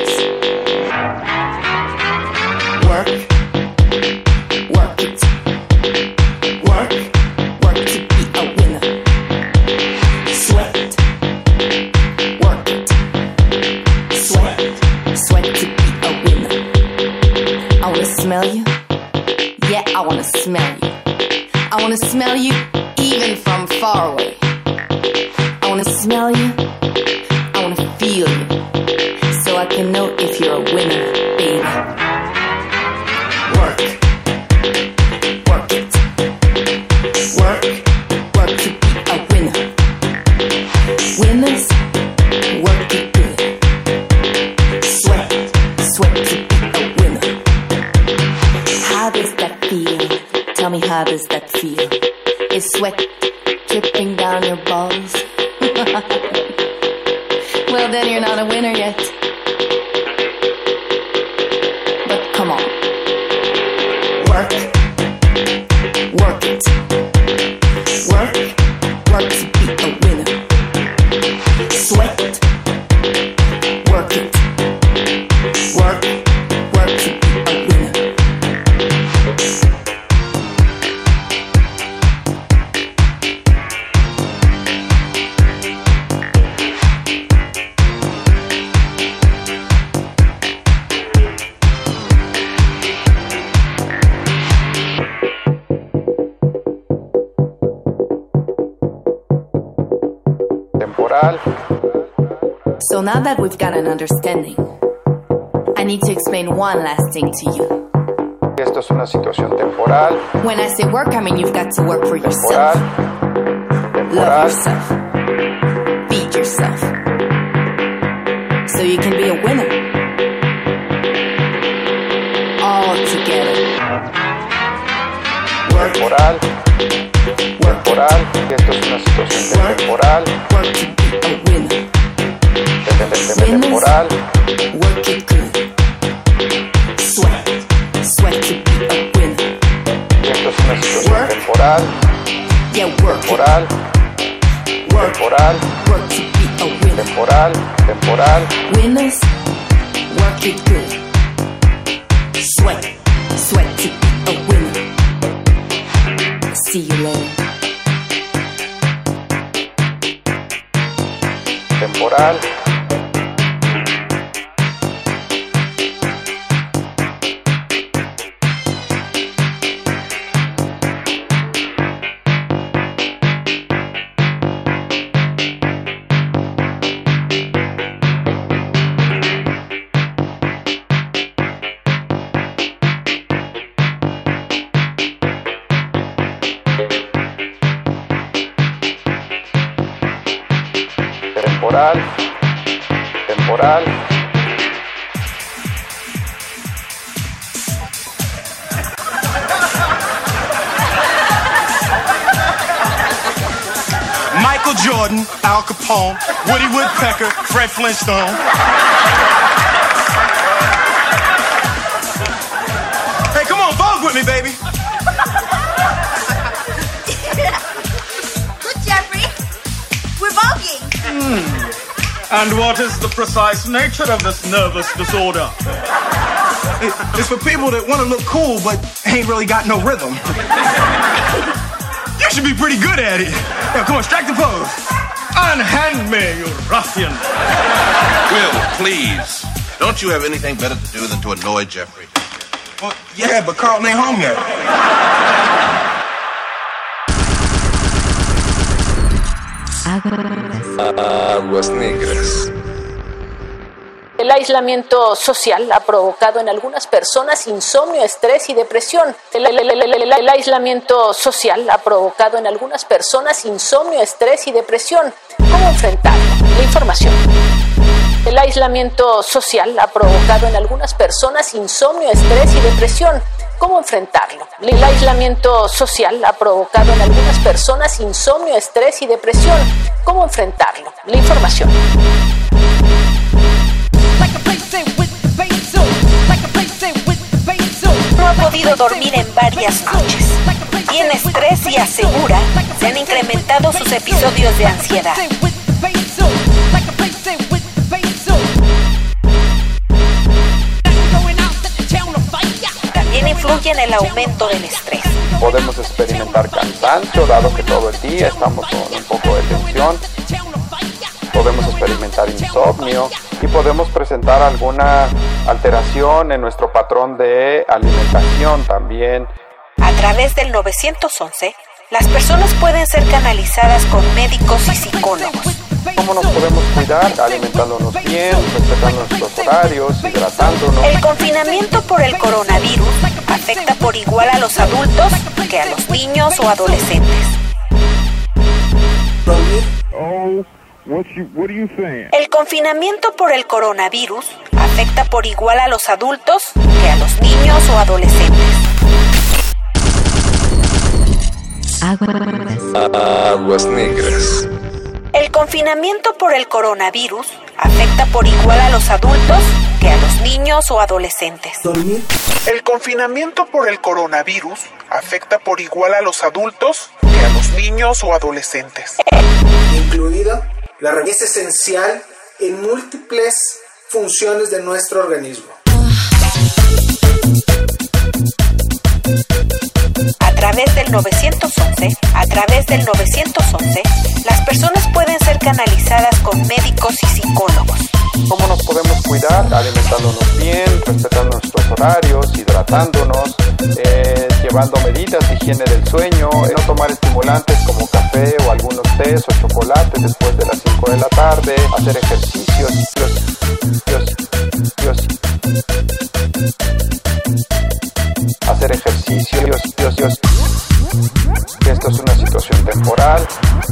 Work, work it. Work, work to be a winner. Sweat, work it. Sweat, sweat to be a winner. I wanna smell you. Yeah, I wanna smell you. I wanna smell you even from far away. I wanna smell you. I wanna feel you. So I can know if you're a winner, baby. Work, work it. Work, work to be a winner. Winners, work it good. Sweat, sweat to be a winner. How does that feel? Tell me, how does that feel? Is sweat dripping down your balls? Well, then you're not a winner yet. But come on. Work, work it. Work, work to be a winner. Sweat, work it. Work, work to be a winner.
Temporal.
So now that we've got an understanding, I need to explain one last thing to you.
Esto es una situación temporal.
When I say work, I mean you've got to work for yourself. Love yourself. Feed yourself. So you can be a winner. All together. Work.
Temporal. Temporal. Esto es una situación temporal.
Work to be a winner.
Temporal.
Work it good. Sweat. Sweat to be a winner.
Esto es una situación temporal.
Yeah, work.
Temporal.
Work.
Temporal.
Work to be a winner.
Temporal. Temporal.
Winners, work it good. Sweat. Sweat to be a winner. See you later.
Temporal. temporal.
Michael Jordan, Al Capone, Woody Woodpecker, Fred Flintstone. Hey, come on, vogue with me, baby.
Good, Jeffrey. We're voguing.
And what is the precise nature of this nervous disorder? It's for people that want to look cool but ain't really got no rhythm. You should be pretty good at it. Now, come on, strike the pose. Unhand me, you ruffian.
Will, please. Don't you have anything better to do than to annoy Jeffrey?
Well, yeah, but Carlton ain't home yet.
Aguas negras.
El aislamiento social ha provocado en algunas personas insomnio, estrés y depresión. El aislamiento social ha provocado en algunas personas insomnio, estrés y depresión. ¿Cómo enfrentarlo? La información. El aislamiento social ha provocado en algunas personas insomnio, estrés y depresión. ¿Cómo enfrentarlo? El aislamiento social ha provocado en algunas personas insomnio, estrés y depresión. ¿Cómo enfrentarlo? La información.
No ha podido dormir en varias noches. Tiene estrés y asegura se han incrementado sus episodios de ansiedad. También influye en el aumento del estrés.
Podemos experimentar cansancio, dado que todo el día estamos con un poco de tensión. Podemos experimentar insomnio y podemos presentar alguna alteración en nuestro patrón de alimentación también.
A través del 911, las personas pueden ser canalizadas con médicos y psicólogos.
¿Cómo nos podemos cuidar? Alimentándonos bien, respetando nuestros horarios, hidratándonos.
El confinamiento por el coronavirus afecta por igual a los adultos que a los niños o adolescentes. El confinamiento por el coronavirus afecta por igual a los adultos que a los niños o adolescentes.
Aguas negras.
El confinamiento por el coronavirus afecta por igual a los adultos que a los niños o adolescentes.
El confinamiento por el coronavirus afecta por igual a los adultos que a los niños o adolescentes.
Incluida la es esencial en múltiples funciones de nuestro organismo.
A través del 911, las personas pueden ser canalizadas con médicos y psicólogos.
¿Cómo nos podemos cuidar? Alimentándonos bien, respetando nuestros horarios, hidratándonos, llevando medidas de higiene del sueño, no tomar estimulantes como café o algunos tés o chocolates después de las 5 de la tarde, hacer ejercicios. Hacer ejercicios. Que esto es una situación temporal.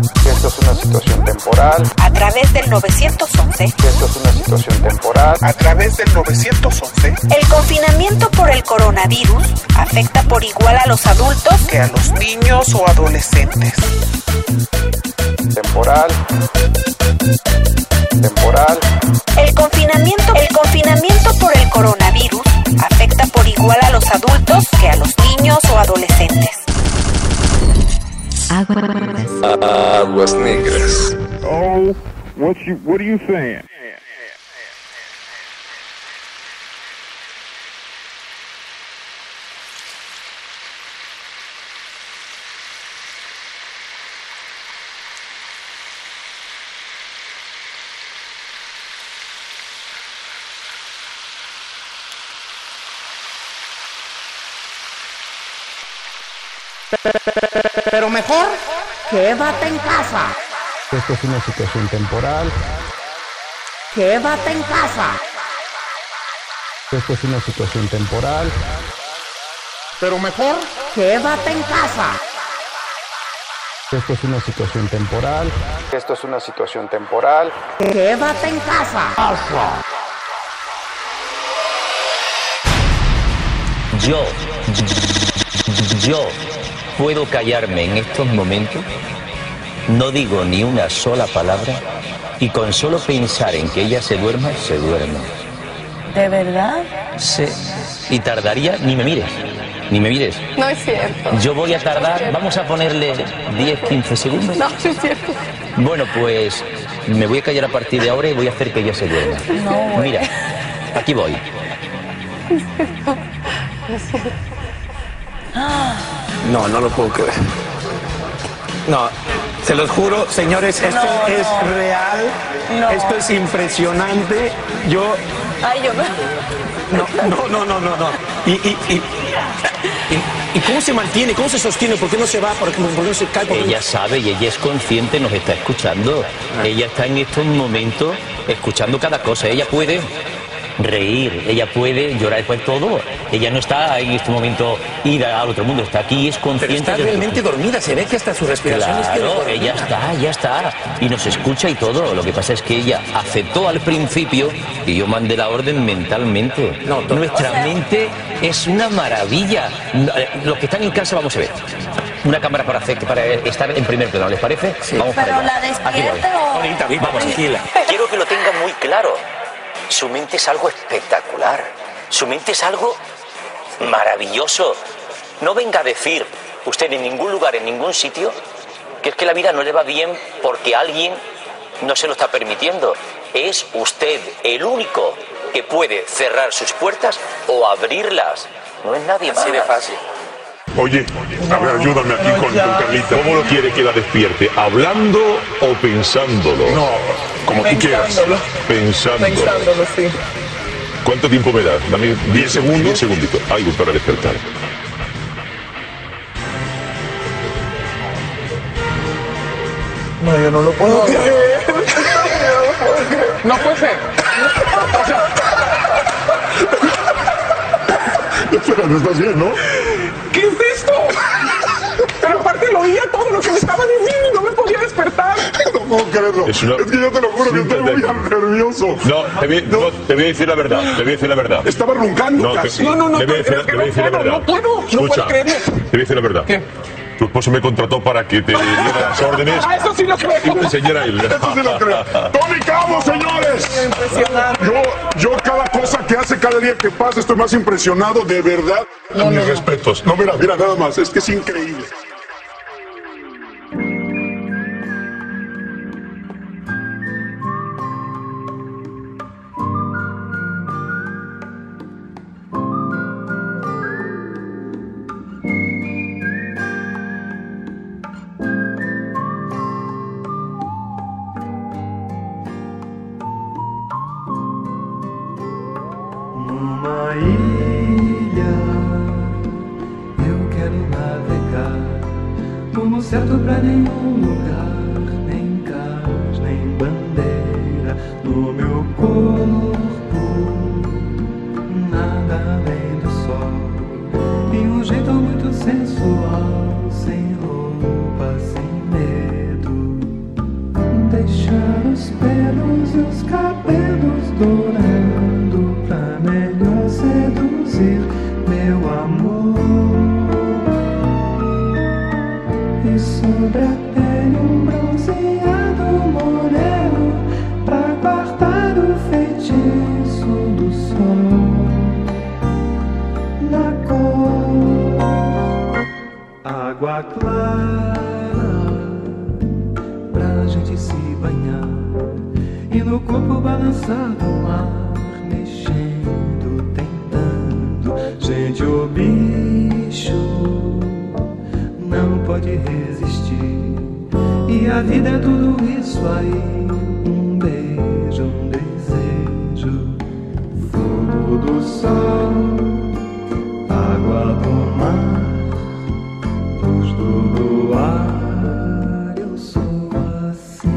A través del 911.
Que esto es una situación temporal.
A través del 911.
El confinamiento por el coronavirus afecta por igual a los adultos
que a los niños o adolescentes.
Temporal.
El confinamiento por el coronavirus afecta por igual a los adultos que a los niños o adolescentes.
Aguas negras.
Oh, what are you saying?
Pero mejor, quédate en casa.
Esto es una situación temporal.
Quédate en casa.
Esto es una situación temporal.
Pero mejor, quédate en casa.
Esto es una situación temporal.
Esto es una situación temporal.
Quédate en casa.
Yo puedo callarme en estos momentos, no digo ni una sola palabra y con solo pensar en que ella se duerma.
¿De verdad?
Sí. Y tardaría, ni me mires.
No es cierto.
Yo voy a tardar, vamos a ponerle 10-15 segundos.
No es cierto.
Bueno, pues me voy a callar a partir de ahora y voy a hacer que ella se duerma.
No,
mira, aquí voy.
No, no lo puedo creer. No, se los juro, señores, esto es real, esto es impresionante.
Ay, yo
No. ¿Y cómo se mantiene? ¿Cómo se sostiene? ¿Por qué no se va? ¿Por qué no se cae?
Ella sabe y ella es consciente, nos está escuchando. Ella está en estos momentos escuchando cada cosa. Ella puede reír, ella puede llorar, después todo. Ella no está en este momento ir al otro mundo, está aquí, es consciente.
Pero está realmente dormida, se ve que hasta su respiración
claro, ella está y nos escucha y todo. Lo que pasa es que ella aceptó al principio y yo mandé la orden mentalmente. Nuestra mente es una maravilla. Los que están en casa, vamos a ver. Una cámara para estar en primer plano, ¿les parece? Sí. Vamos para allá.
¿La despierta o...?
Ahorita, vamos, tranquila.
Quiero que lo tengan muy claro. Su mente es algo espectacular. Su mente es algo maravilloso. No venga a decir usted en ningún lugar, en ningún sitio, que es que la vida no le va bien porque alguien no se lo está permitiendo. Es usted el único que puede cerrar sus puertas o abrirlas. No es nadie más.
Así de fácil.
Oye, a ver, ayúdame aquí con Carlita. ¿Cómo lo quiere que la despierte? ¿Hablando o pensándolo? No, como tú quieras. Pensándolo,
sí.
¿Cuánto tiempo me das? Dame 10 segundos. 10 segunditos. Algo para despertar.
No, yo no lo puedo creer.
No puede ser.
Espera, no estás bien, ¿no?
¿Qué es esto? Pero aparte lo oía todo lo que me estaba diciendo y no me podía despertar.
No puedo creerlo. Es que yo te lo juro que estoy muy nervioso. No, te voy a decir la verdad. Estaba roncando casi.
No,
te voy a decir la verdad.
No puedo creerlo.
Te voy a decir la verdad.
¿Qué?
Tu esposo me contrató para que te diera las órdenes.
Eso sí lo creo.
Y te enseñara él. Eso sí lo creo. ¡Tony Cabo, señores!
Impresionante.
Yo cada cosa que hace, cada día que pasa, estoy más impresionado, de verdad. Mis respetos. No, mira, nada más. Es que es increíble.
Numa ilha eu quero navegar, rumo certo pra nenhum lugar, nem cais, nem bandeira. No meu corpo nada além do sol, e jeito muito sensual, sem roupa, sem medo. Deixar os pelos e os cabelos dourando pra melhor seduzir meu amor. E sobre a pele bronzeado moreno pra guardar o feitiço do sol. Na cor água clara pra gente se banhar e no corpo balançar no mar, mexendo, tentando. Gente, o bicho não pode resistir, e a vida é tudo isso aí. Um beijo, um desejo, fogo do sol, água do mar, luz do luar. Eu sou assim.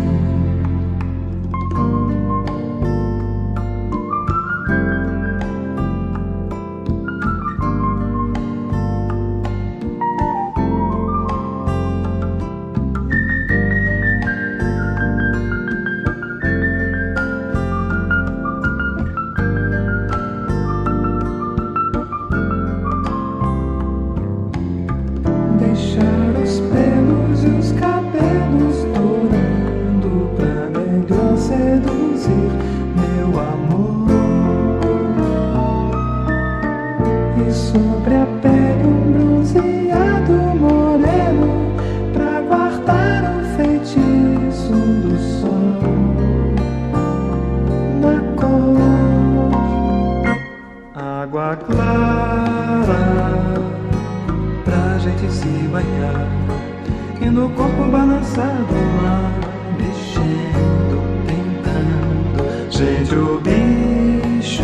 corpo balançado lá, mexendo, tentando. Gente, o bicho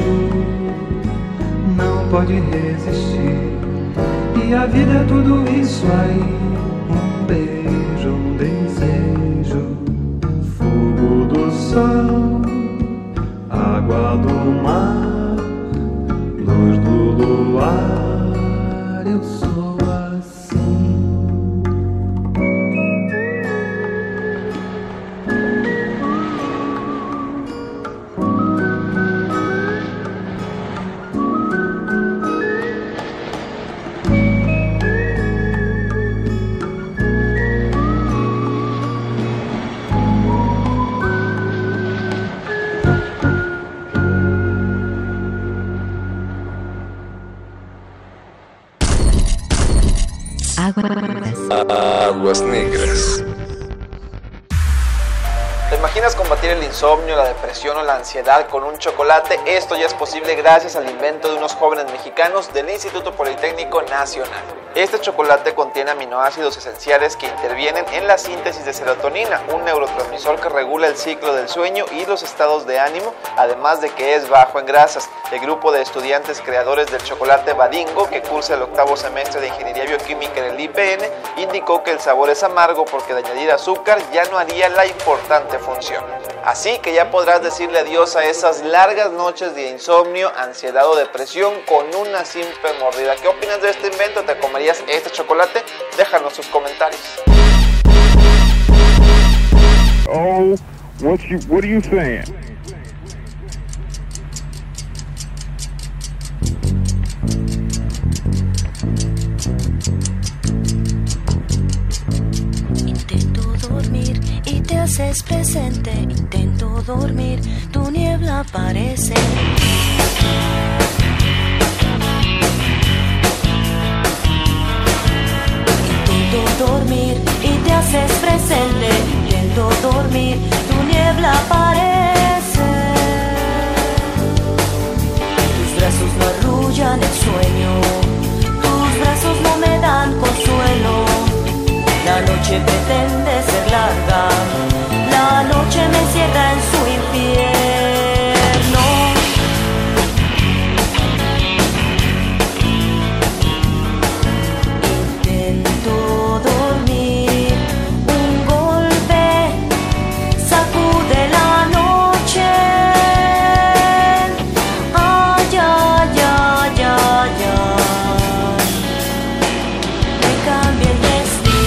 não pode resistir. E a vida é tudo isso aí. Um beijo, um desejo, fogo do sol, água do mar, luz do luar. Eu sou assim.
Aguas negras.
¿Te imaginas combatir el insomnio, la depresión o la ansiedad con un chocolate? Esto ya es posible gracias al invento de unos jóvenes mexicanos del Instituto Politécnico Nacional. Este chocolate contiene aminoácidos esenciales que intervienen en la síntesis de serotonina, un neurotransmisor que regula el ciclo del sueño y los estados de ánimo, además de que es bajo en grasas. El grupo de estudiantes creadores del chocolate Badingo, que cursa el 8º semestre de Ingeniería Bioquímica en el IPN, indicó que el sabor es amargo porque de añadir azúcar ya no haría la importante función. Así que ya podrás decirle adiós a esas largas noches de insomnio, ansiedad o depresión con una simple mordida. ¿Qué opinas de este invento? ¿Te comerías este chocolate? Déjanos sus comentarios.
Oh, what are you saying?
Intento dormir y te haces presente. Intento dormir, tu niebla aparece. Intento dormir y te haces presente. Intento dormir, tu niebla aparece. Tus brazos no arrullan el sueño, tus brazos no me dan consuelo. La noche pretende ser larga, la noche me encierra en su infierno. Intento dormir, un golpe sacude la noche. Ay, ay, ay, ay, ay. Me cambia el destino.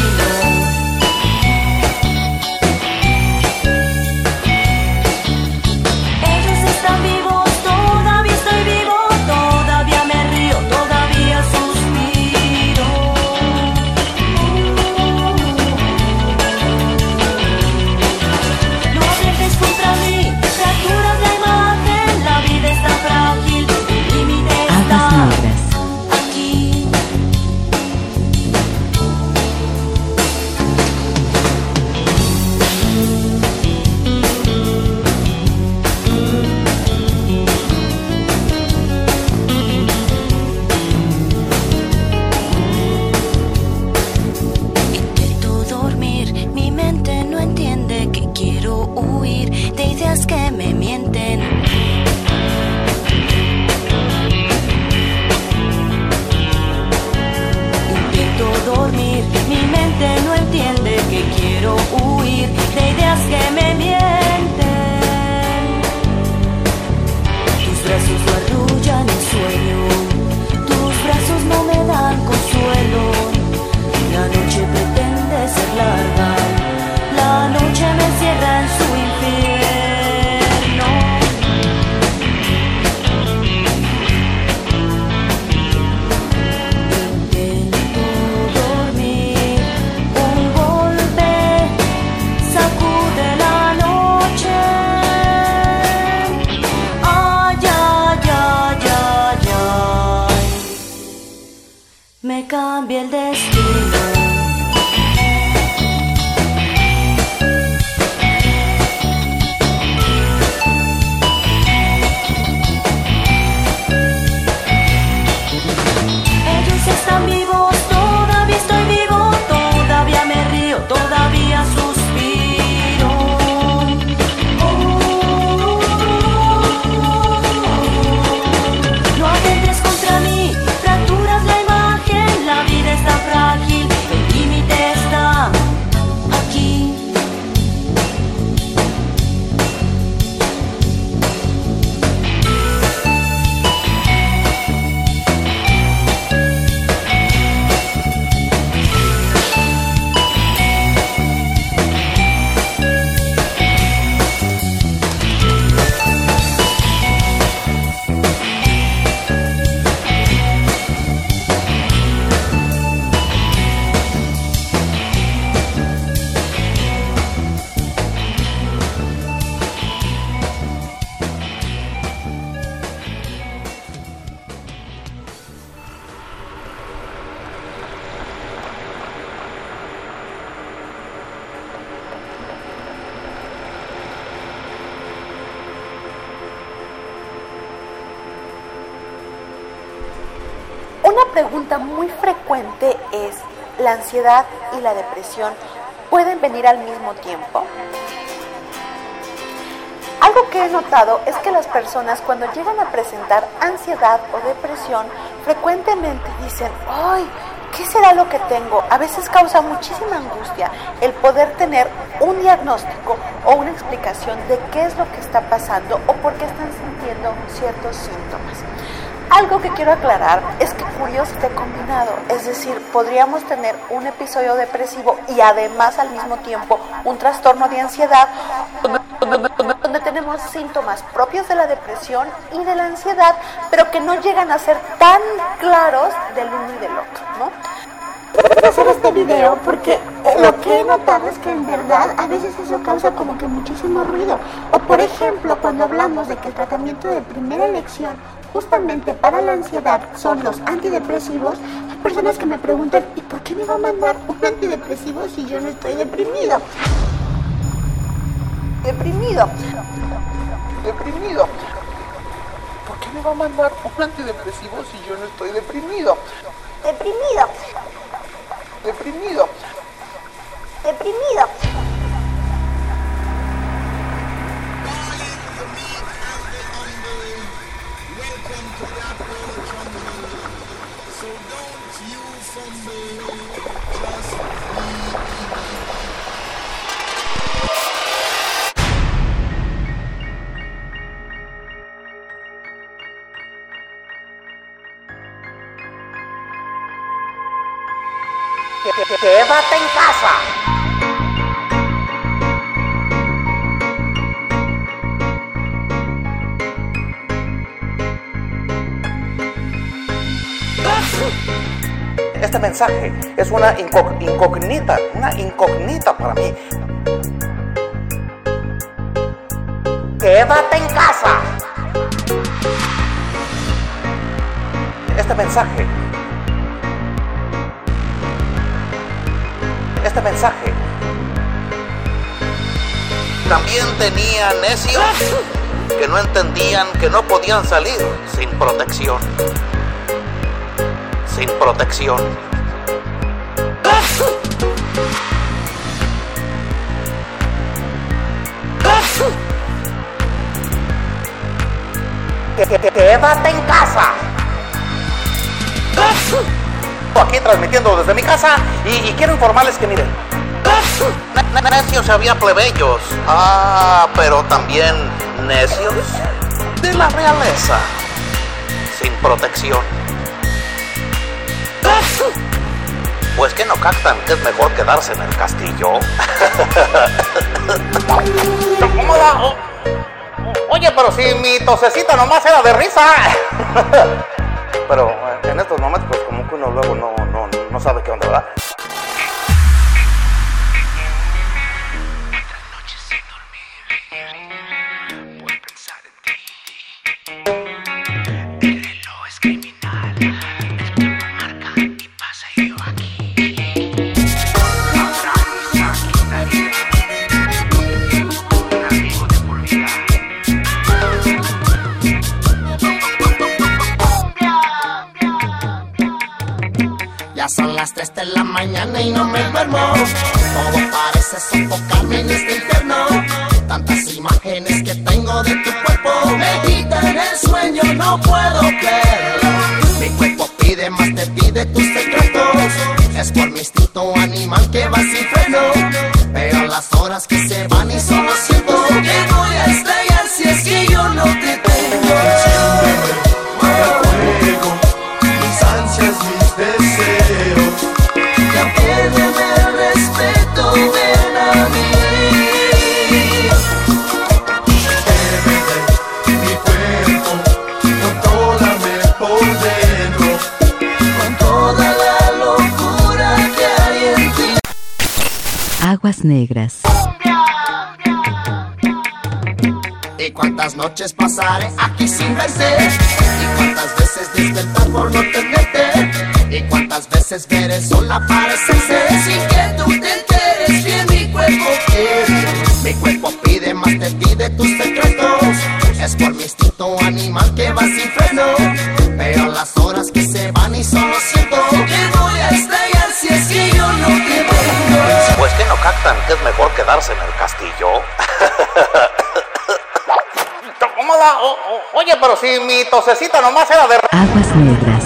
pregunta muy frecuente es, ¿la ansiedad y la depresión pueden venir al mismo tiempo? Algo que he notado es que las personas cuando llegan a presentar ansiedad o depresión frecuentemente dicen, ¡ay! ¿Qué será lo que tengo? A veces causa muchísima angustia el poder tener un diagnóstico o una explicación de qué es lo que está pasando o por qué están sintiendo ciertos síntomas. Algo que quiero aclarar es que curioso esté combinado, es decir, podríamos tener un episodio depresivo y además al mismo tiempo un trastorno de ansiedad donde tenemos síntomas propios de la depresión y de la ansiedad, pero que no llegan a ser tan claros del uno y del otro, ¿no?
Quiero hacer este video porque lo que he notado es que en verdad a veces eso causa como que muchísimo ruido. O por ejemplo, cuando hablamos de que el tratamiento de primera elección justamente para la ansiedad son los antidepresivos, hay personas que me preguntan, ¿y por qué me va a mandar un antidepresivo si yo no estoy deprimido?
Deprimido. ¿Por qué me va a mandar un antidepresivo si yo no estoy deprimido?
Deprimido.
Quédate en casa.
Este mensaje es una incógnita para mí.
Quédate en casa.
Este mensaje también tenía necios que no entendían que no podían salir sin protección.
Quédate en casa.
Aquí transmitiendo desde mi casa y quiero informarles que miren, necios había plebeyos, pero también necios de la realeza, sin protección. Pues que no captan que es mejor quedarse en el castillo. ¿Cómo va? Oye, pero si mi tosecita nomás era de risa. Pero en estos momentos pues como que uno luego no sabe qué onda, ¿verdad?
Ya son las 3 de la mañana y no me duermo. Todo parece sofocarme en este infierno. Tantas imágenes que tengo de tu cuerpo me quitan el sueño, no puedo creerlo. Mi cuerpo pide más, te pide tus secretos. Es por mi instinto animal que va sin freno. Pero las horas que se van y solo siento que voy a estallar si es que yo no te tengo.
Mis ansias, mis deseos,
ya piérdeme el respeto, ven a mí.
Quédate mi cuerpo, contrólame por dentro,
con toda la locura que hay en ti.
Aguas Negras.
¿Y cuántas noches pasaré aquí sin verte? ¿Y cuántas veces despertar por no tenerte? ¿Y cuántas veces ver el sol aparecerse sin que tú te enteres bien? Mi cuerpo quiere, mi cuerpo pide más, te pide tus secretos. Es por mi instinto animal que va sin freno. Pero las horas que se van y solo
que es mejor quedarse en el castillo. Oye, pero si mi tosecita nomás era de...
Aguas negras.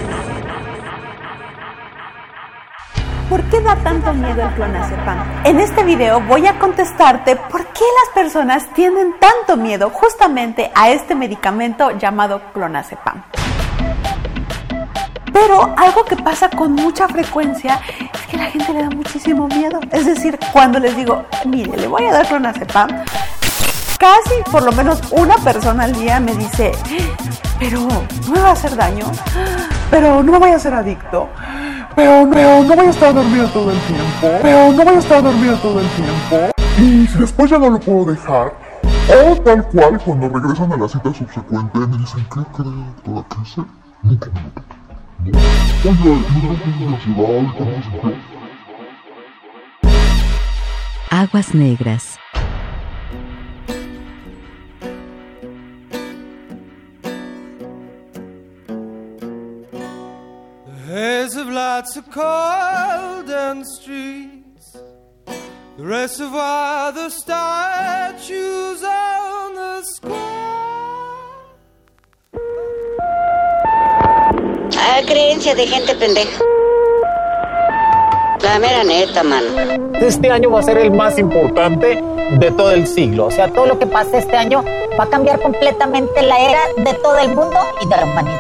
¿Por qué da tanto miedo el clonazepam? En este video voy a contestarte por qué las personas tienen tanto miedo justamente a este medicamento llamado clonazepam. Pero algo que pasa con mucha frecuencia es que a la gente le da muchísimo miedo. Es decir, cuando les digo, mire, le voy a dar clonazepam, casi por lo menos una persona al día me dice, pero no me va a hacer daño, pero no me voy a hacer adicto, pero no voy a estar dormido todo el tiempo,
y si después ya no lo puedo dejar, o tal cual, cuando regresan a la cita subsecuente me dicen, ¿qué creo, doctora? ¿Qué sé? Nunca me lo toco. Oye, me da ansiedad, ¿cómo se siente?
Aguas negras.
The haze of lights are cold down the streets. The reservoir, the statues on the square.
Creencia de gente pendeja. La mera neta, mano.
Este año va a ser el más importante de todo el siglo. O sea, todo lo que pase este año va a cambiar completamente la era de todo el mundo y de la humanidad.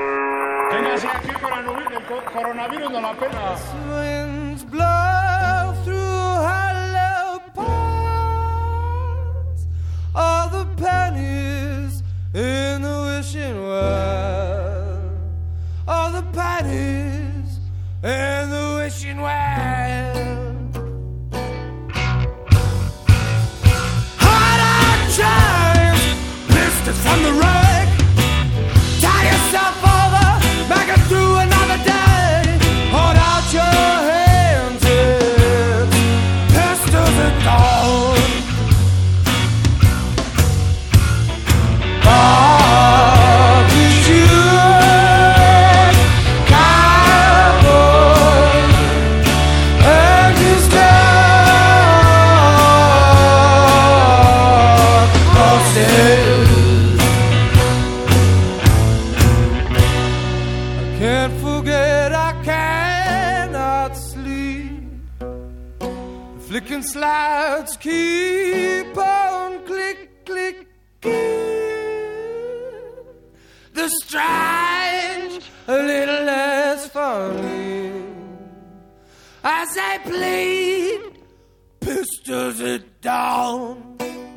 Coronavirus no la pena. Winds blow through hollow ponds. All the pennies in the wishing well. All the pennies in the wishing well. Hard times, blisters from the wreck. Tie yourself over, make it through another day. Hold out your hands, pistols at dawn. Flicking slides keep on click, click, click. The strange, a little less funny. As I plead, pistols it down.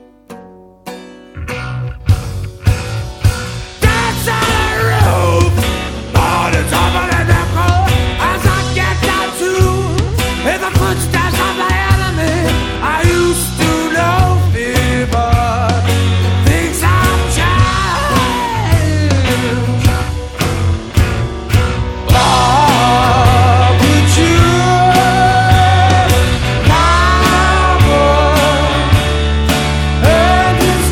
Dance on the roof, on the top of the knuckle. As I get down to in the footsteps of my I used to know fear, but things have changed. Oh, but you, cowboy, and his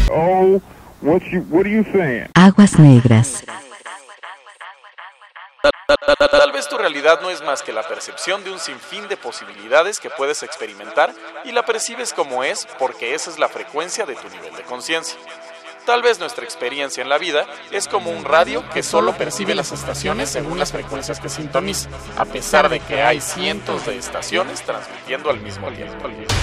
Oh, what are you saying?
Aguas negras.
Tal vez tu realidad no es más que la percepción de un sinfín de posibilidades que puedes experimentar y la percibes como es porque esa es la frecuencia de tu nivel de conciencia. Tal vez nuestra experiencia en la vida es como un radio que solo percibe las estaciones según las frecuencias que sintoniza, a pesar de que hay cientos de estaciones transmitiendo al mismo tiempo.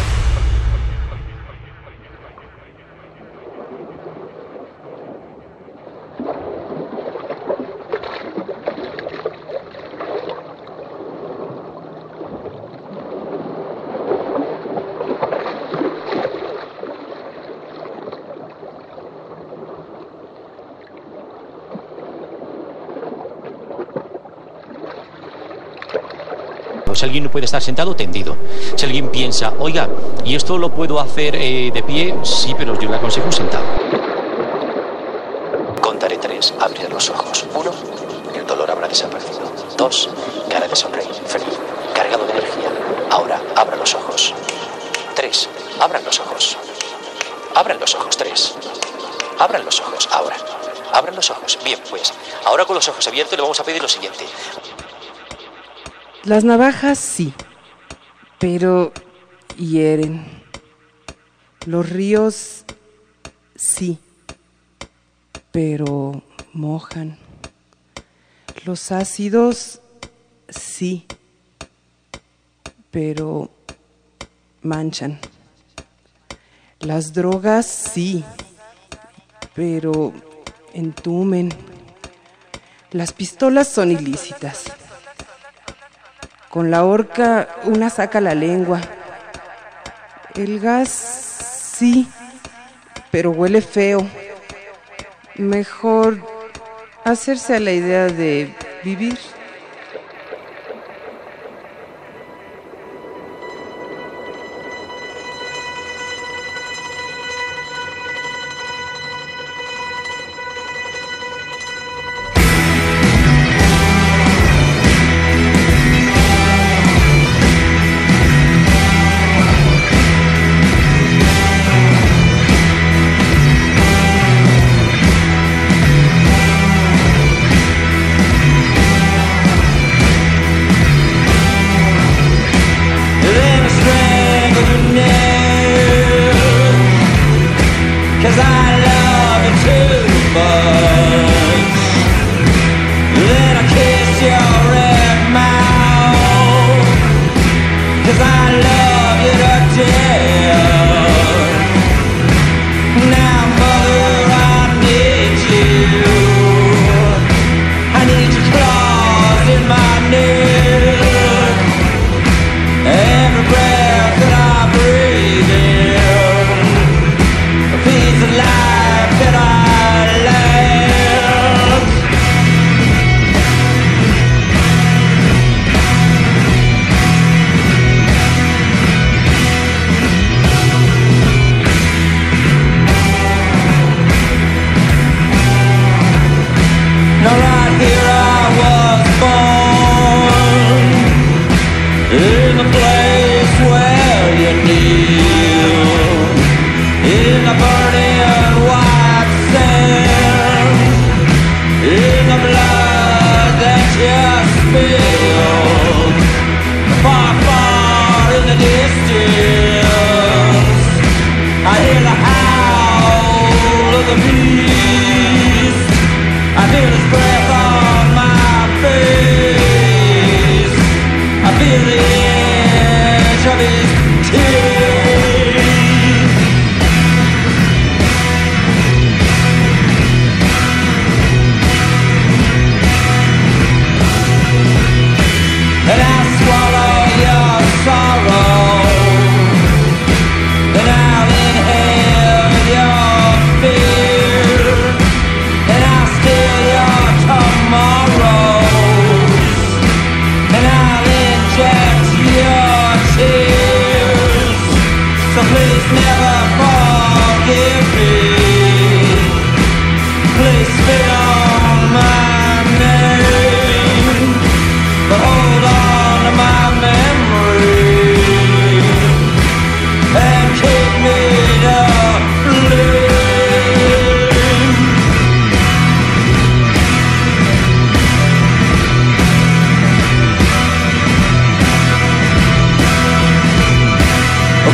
Si alguien no puede estar sentado, tendido. Si alguien piensa, oiga, ¿y esto lo puedo hacer de pie? Sí, pero yo le aconsejo sentado. Contaré 3, abriré los ojos. 1, el dolor habrá desaparecido. 2, cara de sonreír, feliz, cargado de energía. Ahora, abra los ojos. 3, abran los ojos. Abran los ojos, 3. Abran los ojos, ahora. Abran los ojos. Bien, pues, ahora con los ojos abiertos le vamos a pedir lo siguiente.
Las navajas sí, pero hieren. Los ríos sí, pero mojan. Los ácidos sí, pero manchan. Las drogas sí, pero entumen. Las pistolas son ilícitas. Con la horca una saca la lengua. El gas sí, pero huele feo. Mejor hacerse a la idea de vivir.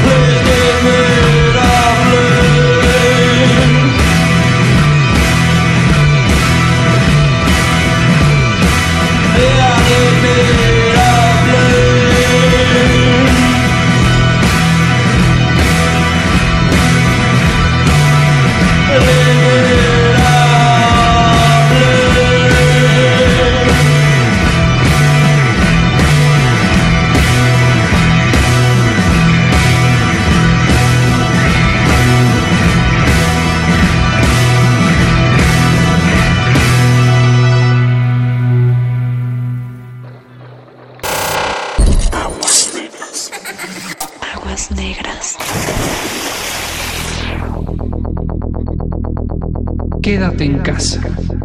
Quédate en casa.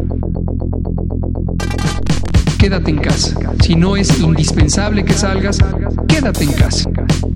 Quédate en casa. Si no es indispensable que salgas, quédate en casa.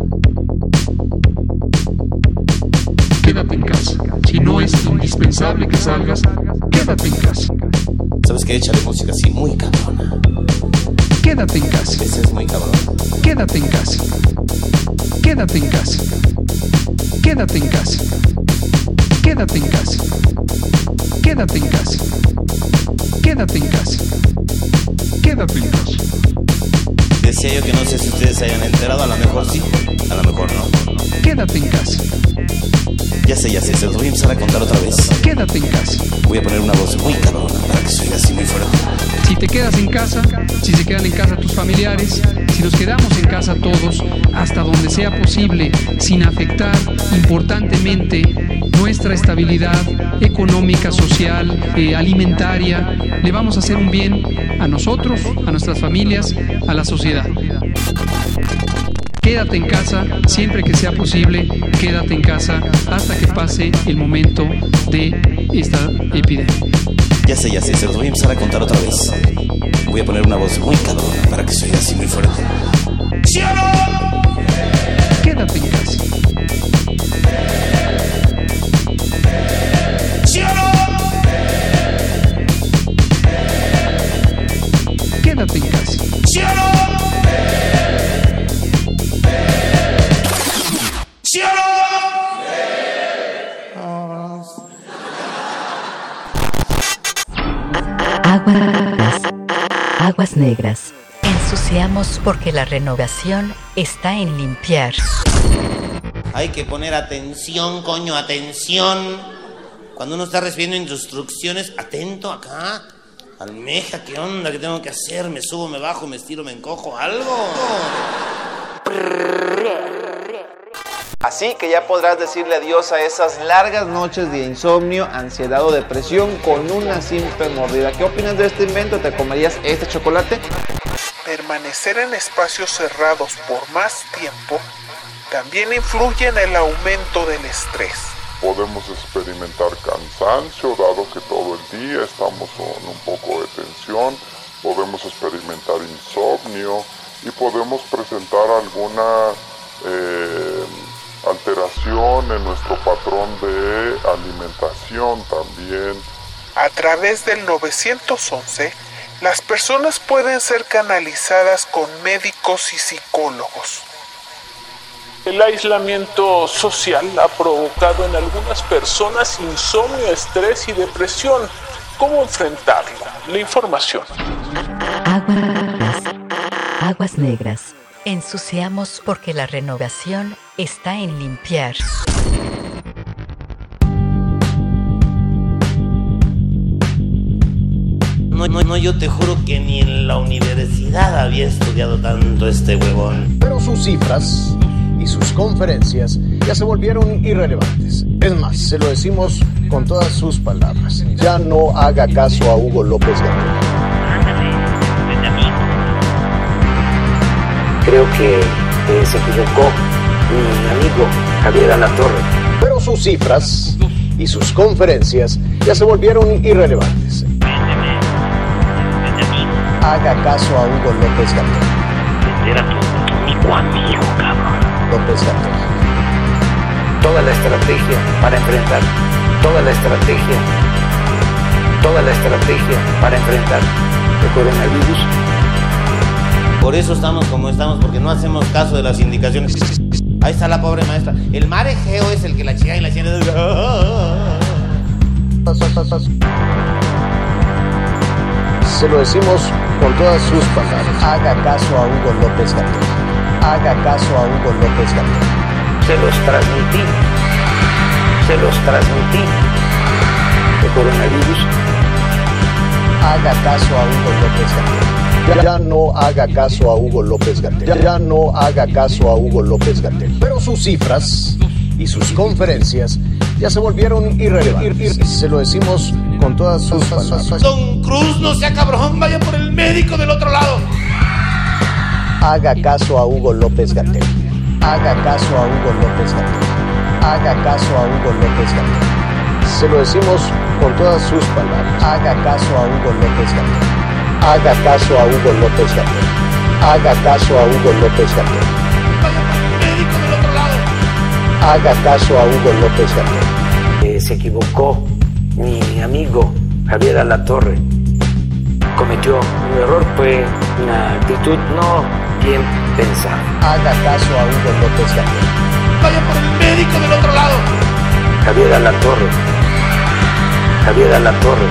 Quédate en casa. Si no es indispensable que salgas, quédate en casa.
¿Sabes qué? Échale música así muy cabrona.
Quédate en casa.
Ese es muy cabrón.
Quédate en casa. Quédate en casa. Quédate en casa. Quédate en casa. Quédate en casa. Quédate en casa. Quédate en casa.
Decía yo que no sé si ustedes hayan enterado, a lo mejor sí, a lo mejor no.
Quédate en casa.
Ya sé, se los voy a empezar a contar otra vez.
Quédate en casa.
Voy a poner una voz muy cabrona para que se oiga así muy fuerte.
Si te quedas en casa, si se quedan en casa tus familiares, si nos quedamos en casa todos, hasta donde sea posible, sin afectar importantemente nuestra estabilidad económica, social, alimentaria, le vamos a hacer un bien a nosotros, a nuestras familias, a la sociedad. Quédate en casa siempre que sea posible, quédate en casa hasta que pase el momento de esta epidemia.
Ya sé, se los voy a empezar a contar otra vez. Voy a poner una voz muy cabrona para que se oiga así muy fuerte.
¿Sí o no?
Quédate en casa.
¿Sí o no?
Quédate en casa.
¿Sí o no? ¿Sí o no?
Aguas negras. Ensuciamos porque la renovación está en limpiar.
Hay que poner atención, coño, atención. Cuando uno está recibiendo instrucciones, atento acá. Almeja, ¿qué onda? ¿Qué tengo que hacer? ¿Me subo, me bajo, me estiro, me encojo? ¿Algo?
Así que ya podrás decirle adiós a esas largas noches de insomnio, ansiedad o depresión con una simple mordida. ¿Qué opinas de este invento? ¿Te comerías este chocolate?
Permanecer en espacios cerrados por más tiempo también influye en el aumento del estrés.
Podemos experimentar cansancio, dado que todo el día estamos con un poco de tensión. Podemos experimentar insomnio y podemos presentar alguna alteración en nuestro patrón de alimentación también.
A través del 911, las personas pueden ser canalizadas con médicos y psicólogos.
El aislamiento social ha provocado en algunas personas insomnio, estrés y depresión. ¿Cómo enfrentarlo? La información.
Aguas negras. Ensuciamos porque la renovación está en limpiar.
No, yo te juro que ni en la universidad había estudiado tanto este huevón.
Pero sus cifras y sus conferencias ya se volvieron irrelevantes. Es más, se lo decimos con todas sus palabras. Ya no haga caso a Hugo López Gatell.
Creo que se equivocó mi amigo Javier Alatorre.
Pero sus cifras y sus conferencias ya se volvieron irrelevantes. Haga caso a Hugo López Gatell.
Era tu único amigo, cabrón.
López Gatell.
Toda la estrategia para enfrentar, toda la estrategia para enfrentar el coronavirus.
Por eso estamos como estamos, porque no hacemos caso de las indicaciones. Ahí está la pobre maestra. El mar Egeo es el que la chica y la chica.
Se lo decimos con todas sus palabras. Haga caso a Hugo López Gatell. Haga caso a Hugo López Gatell.
Se los transmití. El coronavirus.
Haga caso a Hugo López Gatell. Ya no haga caso a Hugo López Gatell. Ya no haga caso a Hugo López Gatell. Pero sus cifras y sus conferencias ya se volvieron irrelevantes. Se lo decimos con todas sus palabras.
Don Cruz, no sea cabrón, vaya por el médico del otro lado.
Haga caso a Hugo López Gatell. Haga caso a Hugo López Gatell. Haga caso a Hugo López Gatell. Se lo decimos con todas sus palabras. Haga caso a Hugo López Gatell. Haga caso a Hugo López Gatell. Haga caso a Hugo López Gatell.
Médico del otro lado.
Haga caso a Hugo López Gatell.
Se equivocó mi amigo Javier Alatorre. Cometió un error, fue una actitud no bien pensada.
Haga caso a Hugo López Gatell.
Vaya por el médico del otro lado.
Javier Alatorre.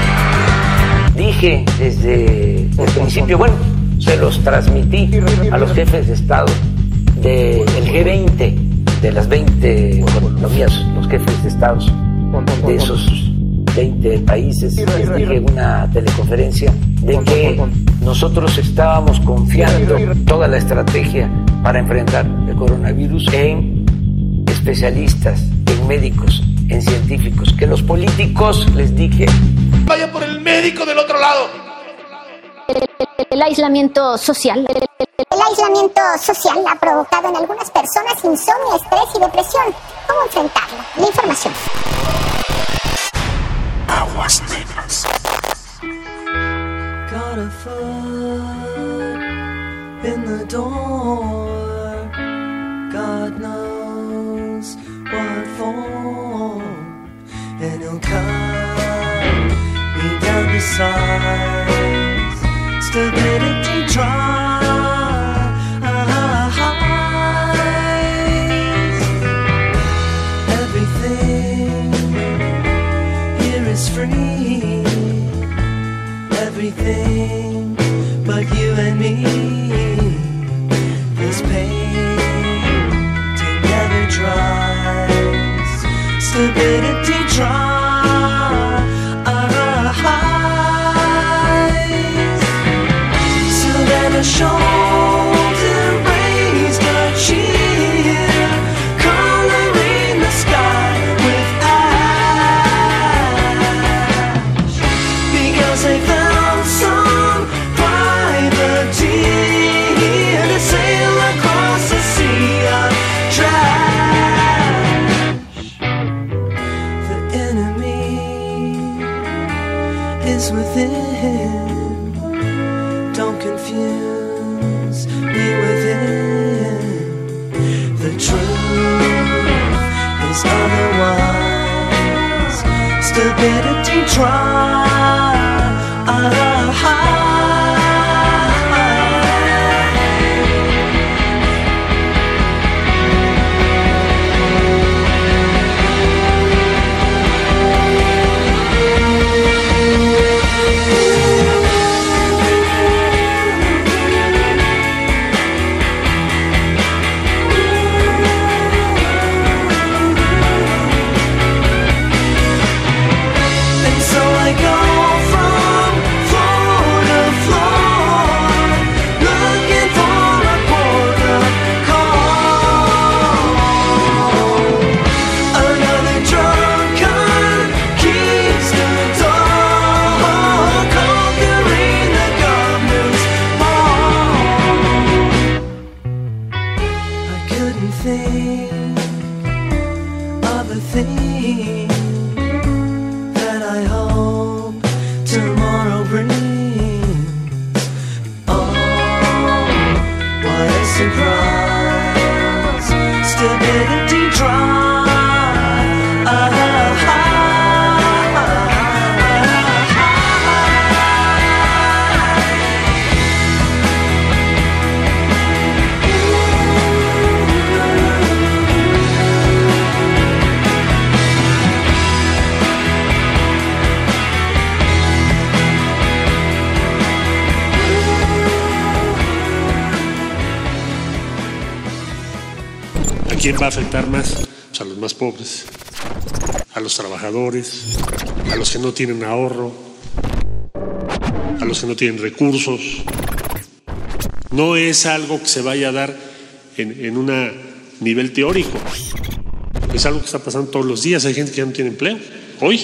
Dije desde el principio, bueno, se los transmití a los jefes de Estado del G20, de las 20 economías, los jefes de Estado de esos 20 países. Les dije en una teleconferencia de que nosotros estábamos confiando toda la estrategia para enfrentar el coronavirus en especialistas, en médicos, en científicos, que los políticos, les dije,
vaya por el médico del otro lado.
El aislamiento social. El aislamiento social ha provocado en algunas personas insomnio, estrés y depresión. ¿Cómo enfrentarlo? La información.
Aguas negras.
Got a foot in the door. God knows what for. And he'll cut me down to size. Stability tries. Everything here is free. Everything but you and me. This painting never dries. Stability tries. Savannah shoulder raised a cheer, coloring the sky with ash, because they found some privateer to sail across the sea of trash. The enemy is within. Don't confuse me with him. The truth is otherwise. Stability tries.
quién va a afectar más? Pues a los más pobres, a los trabajadores, a los que no tienen ahorro, a los que no tienen recursos. No es algo que se vaya a dar en un nivel teórico. Es algo que está pasando todos los días. Hay gente que ya no tiene empleo. Hoy.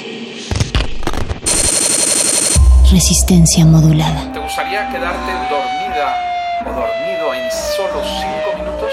Resistencia modulada.
¿Te gustaría quedarte dormida o dormido en solo 5 minutos?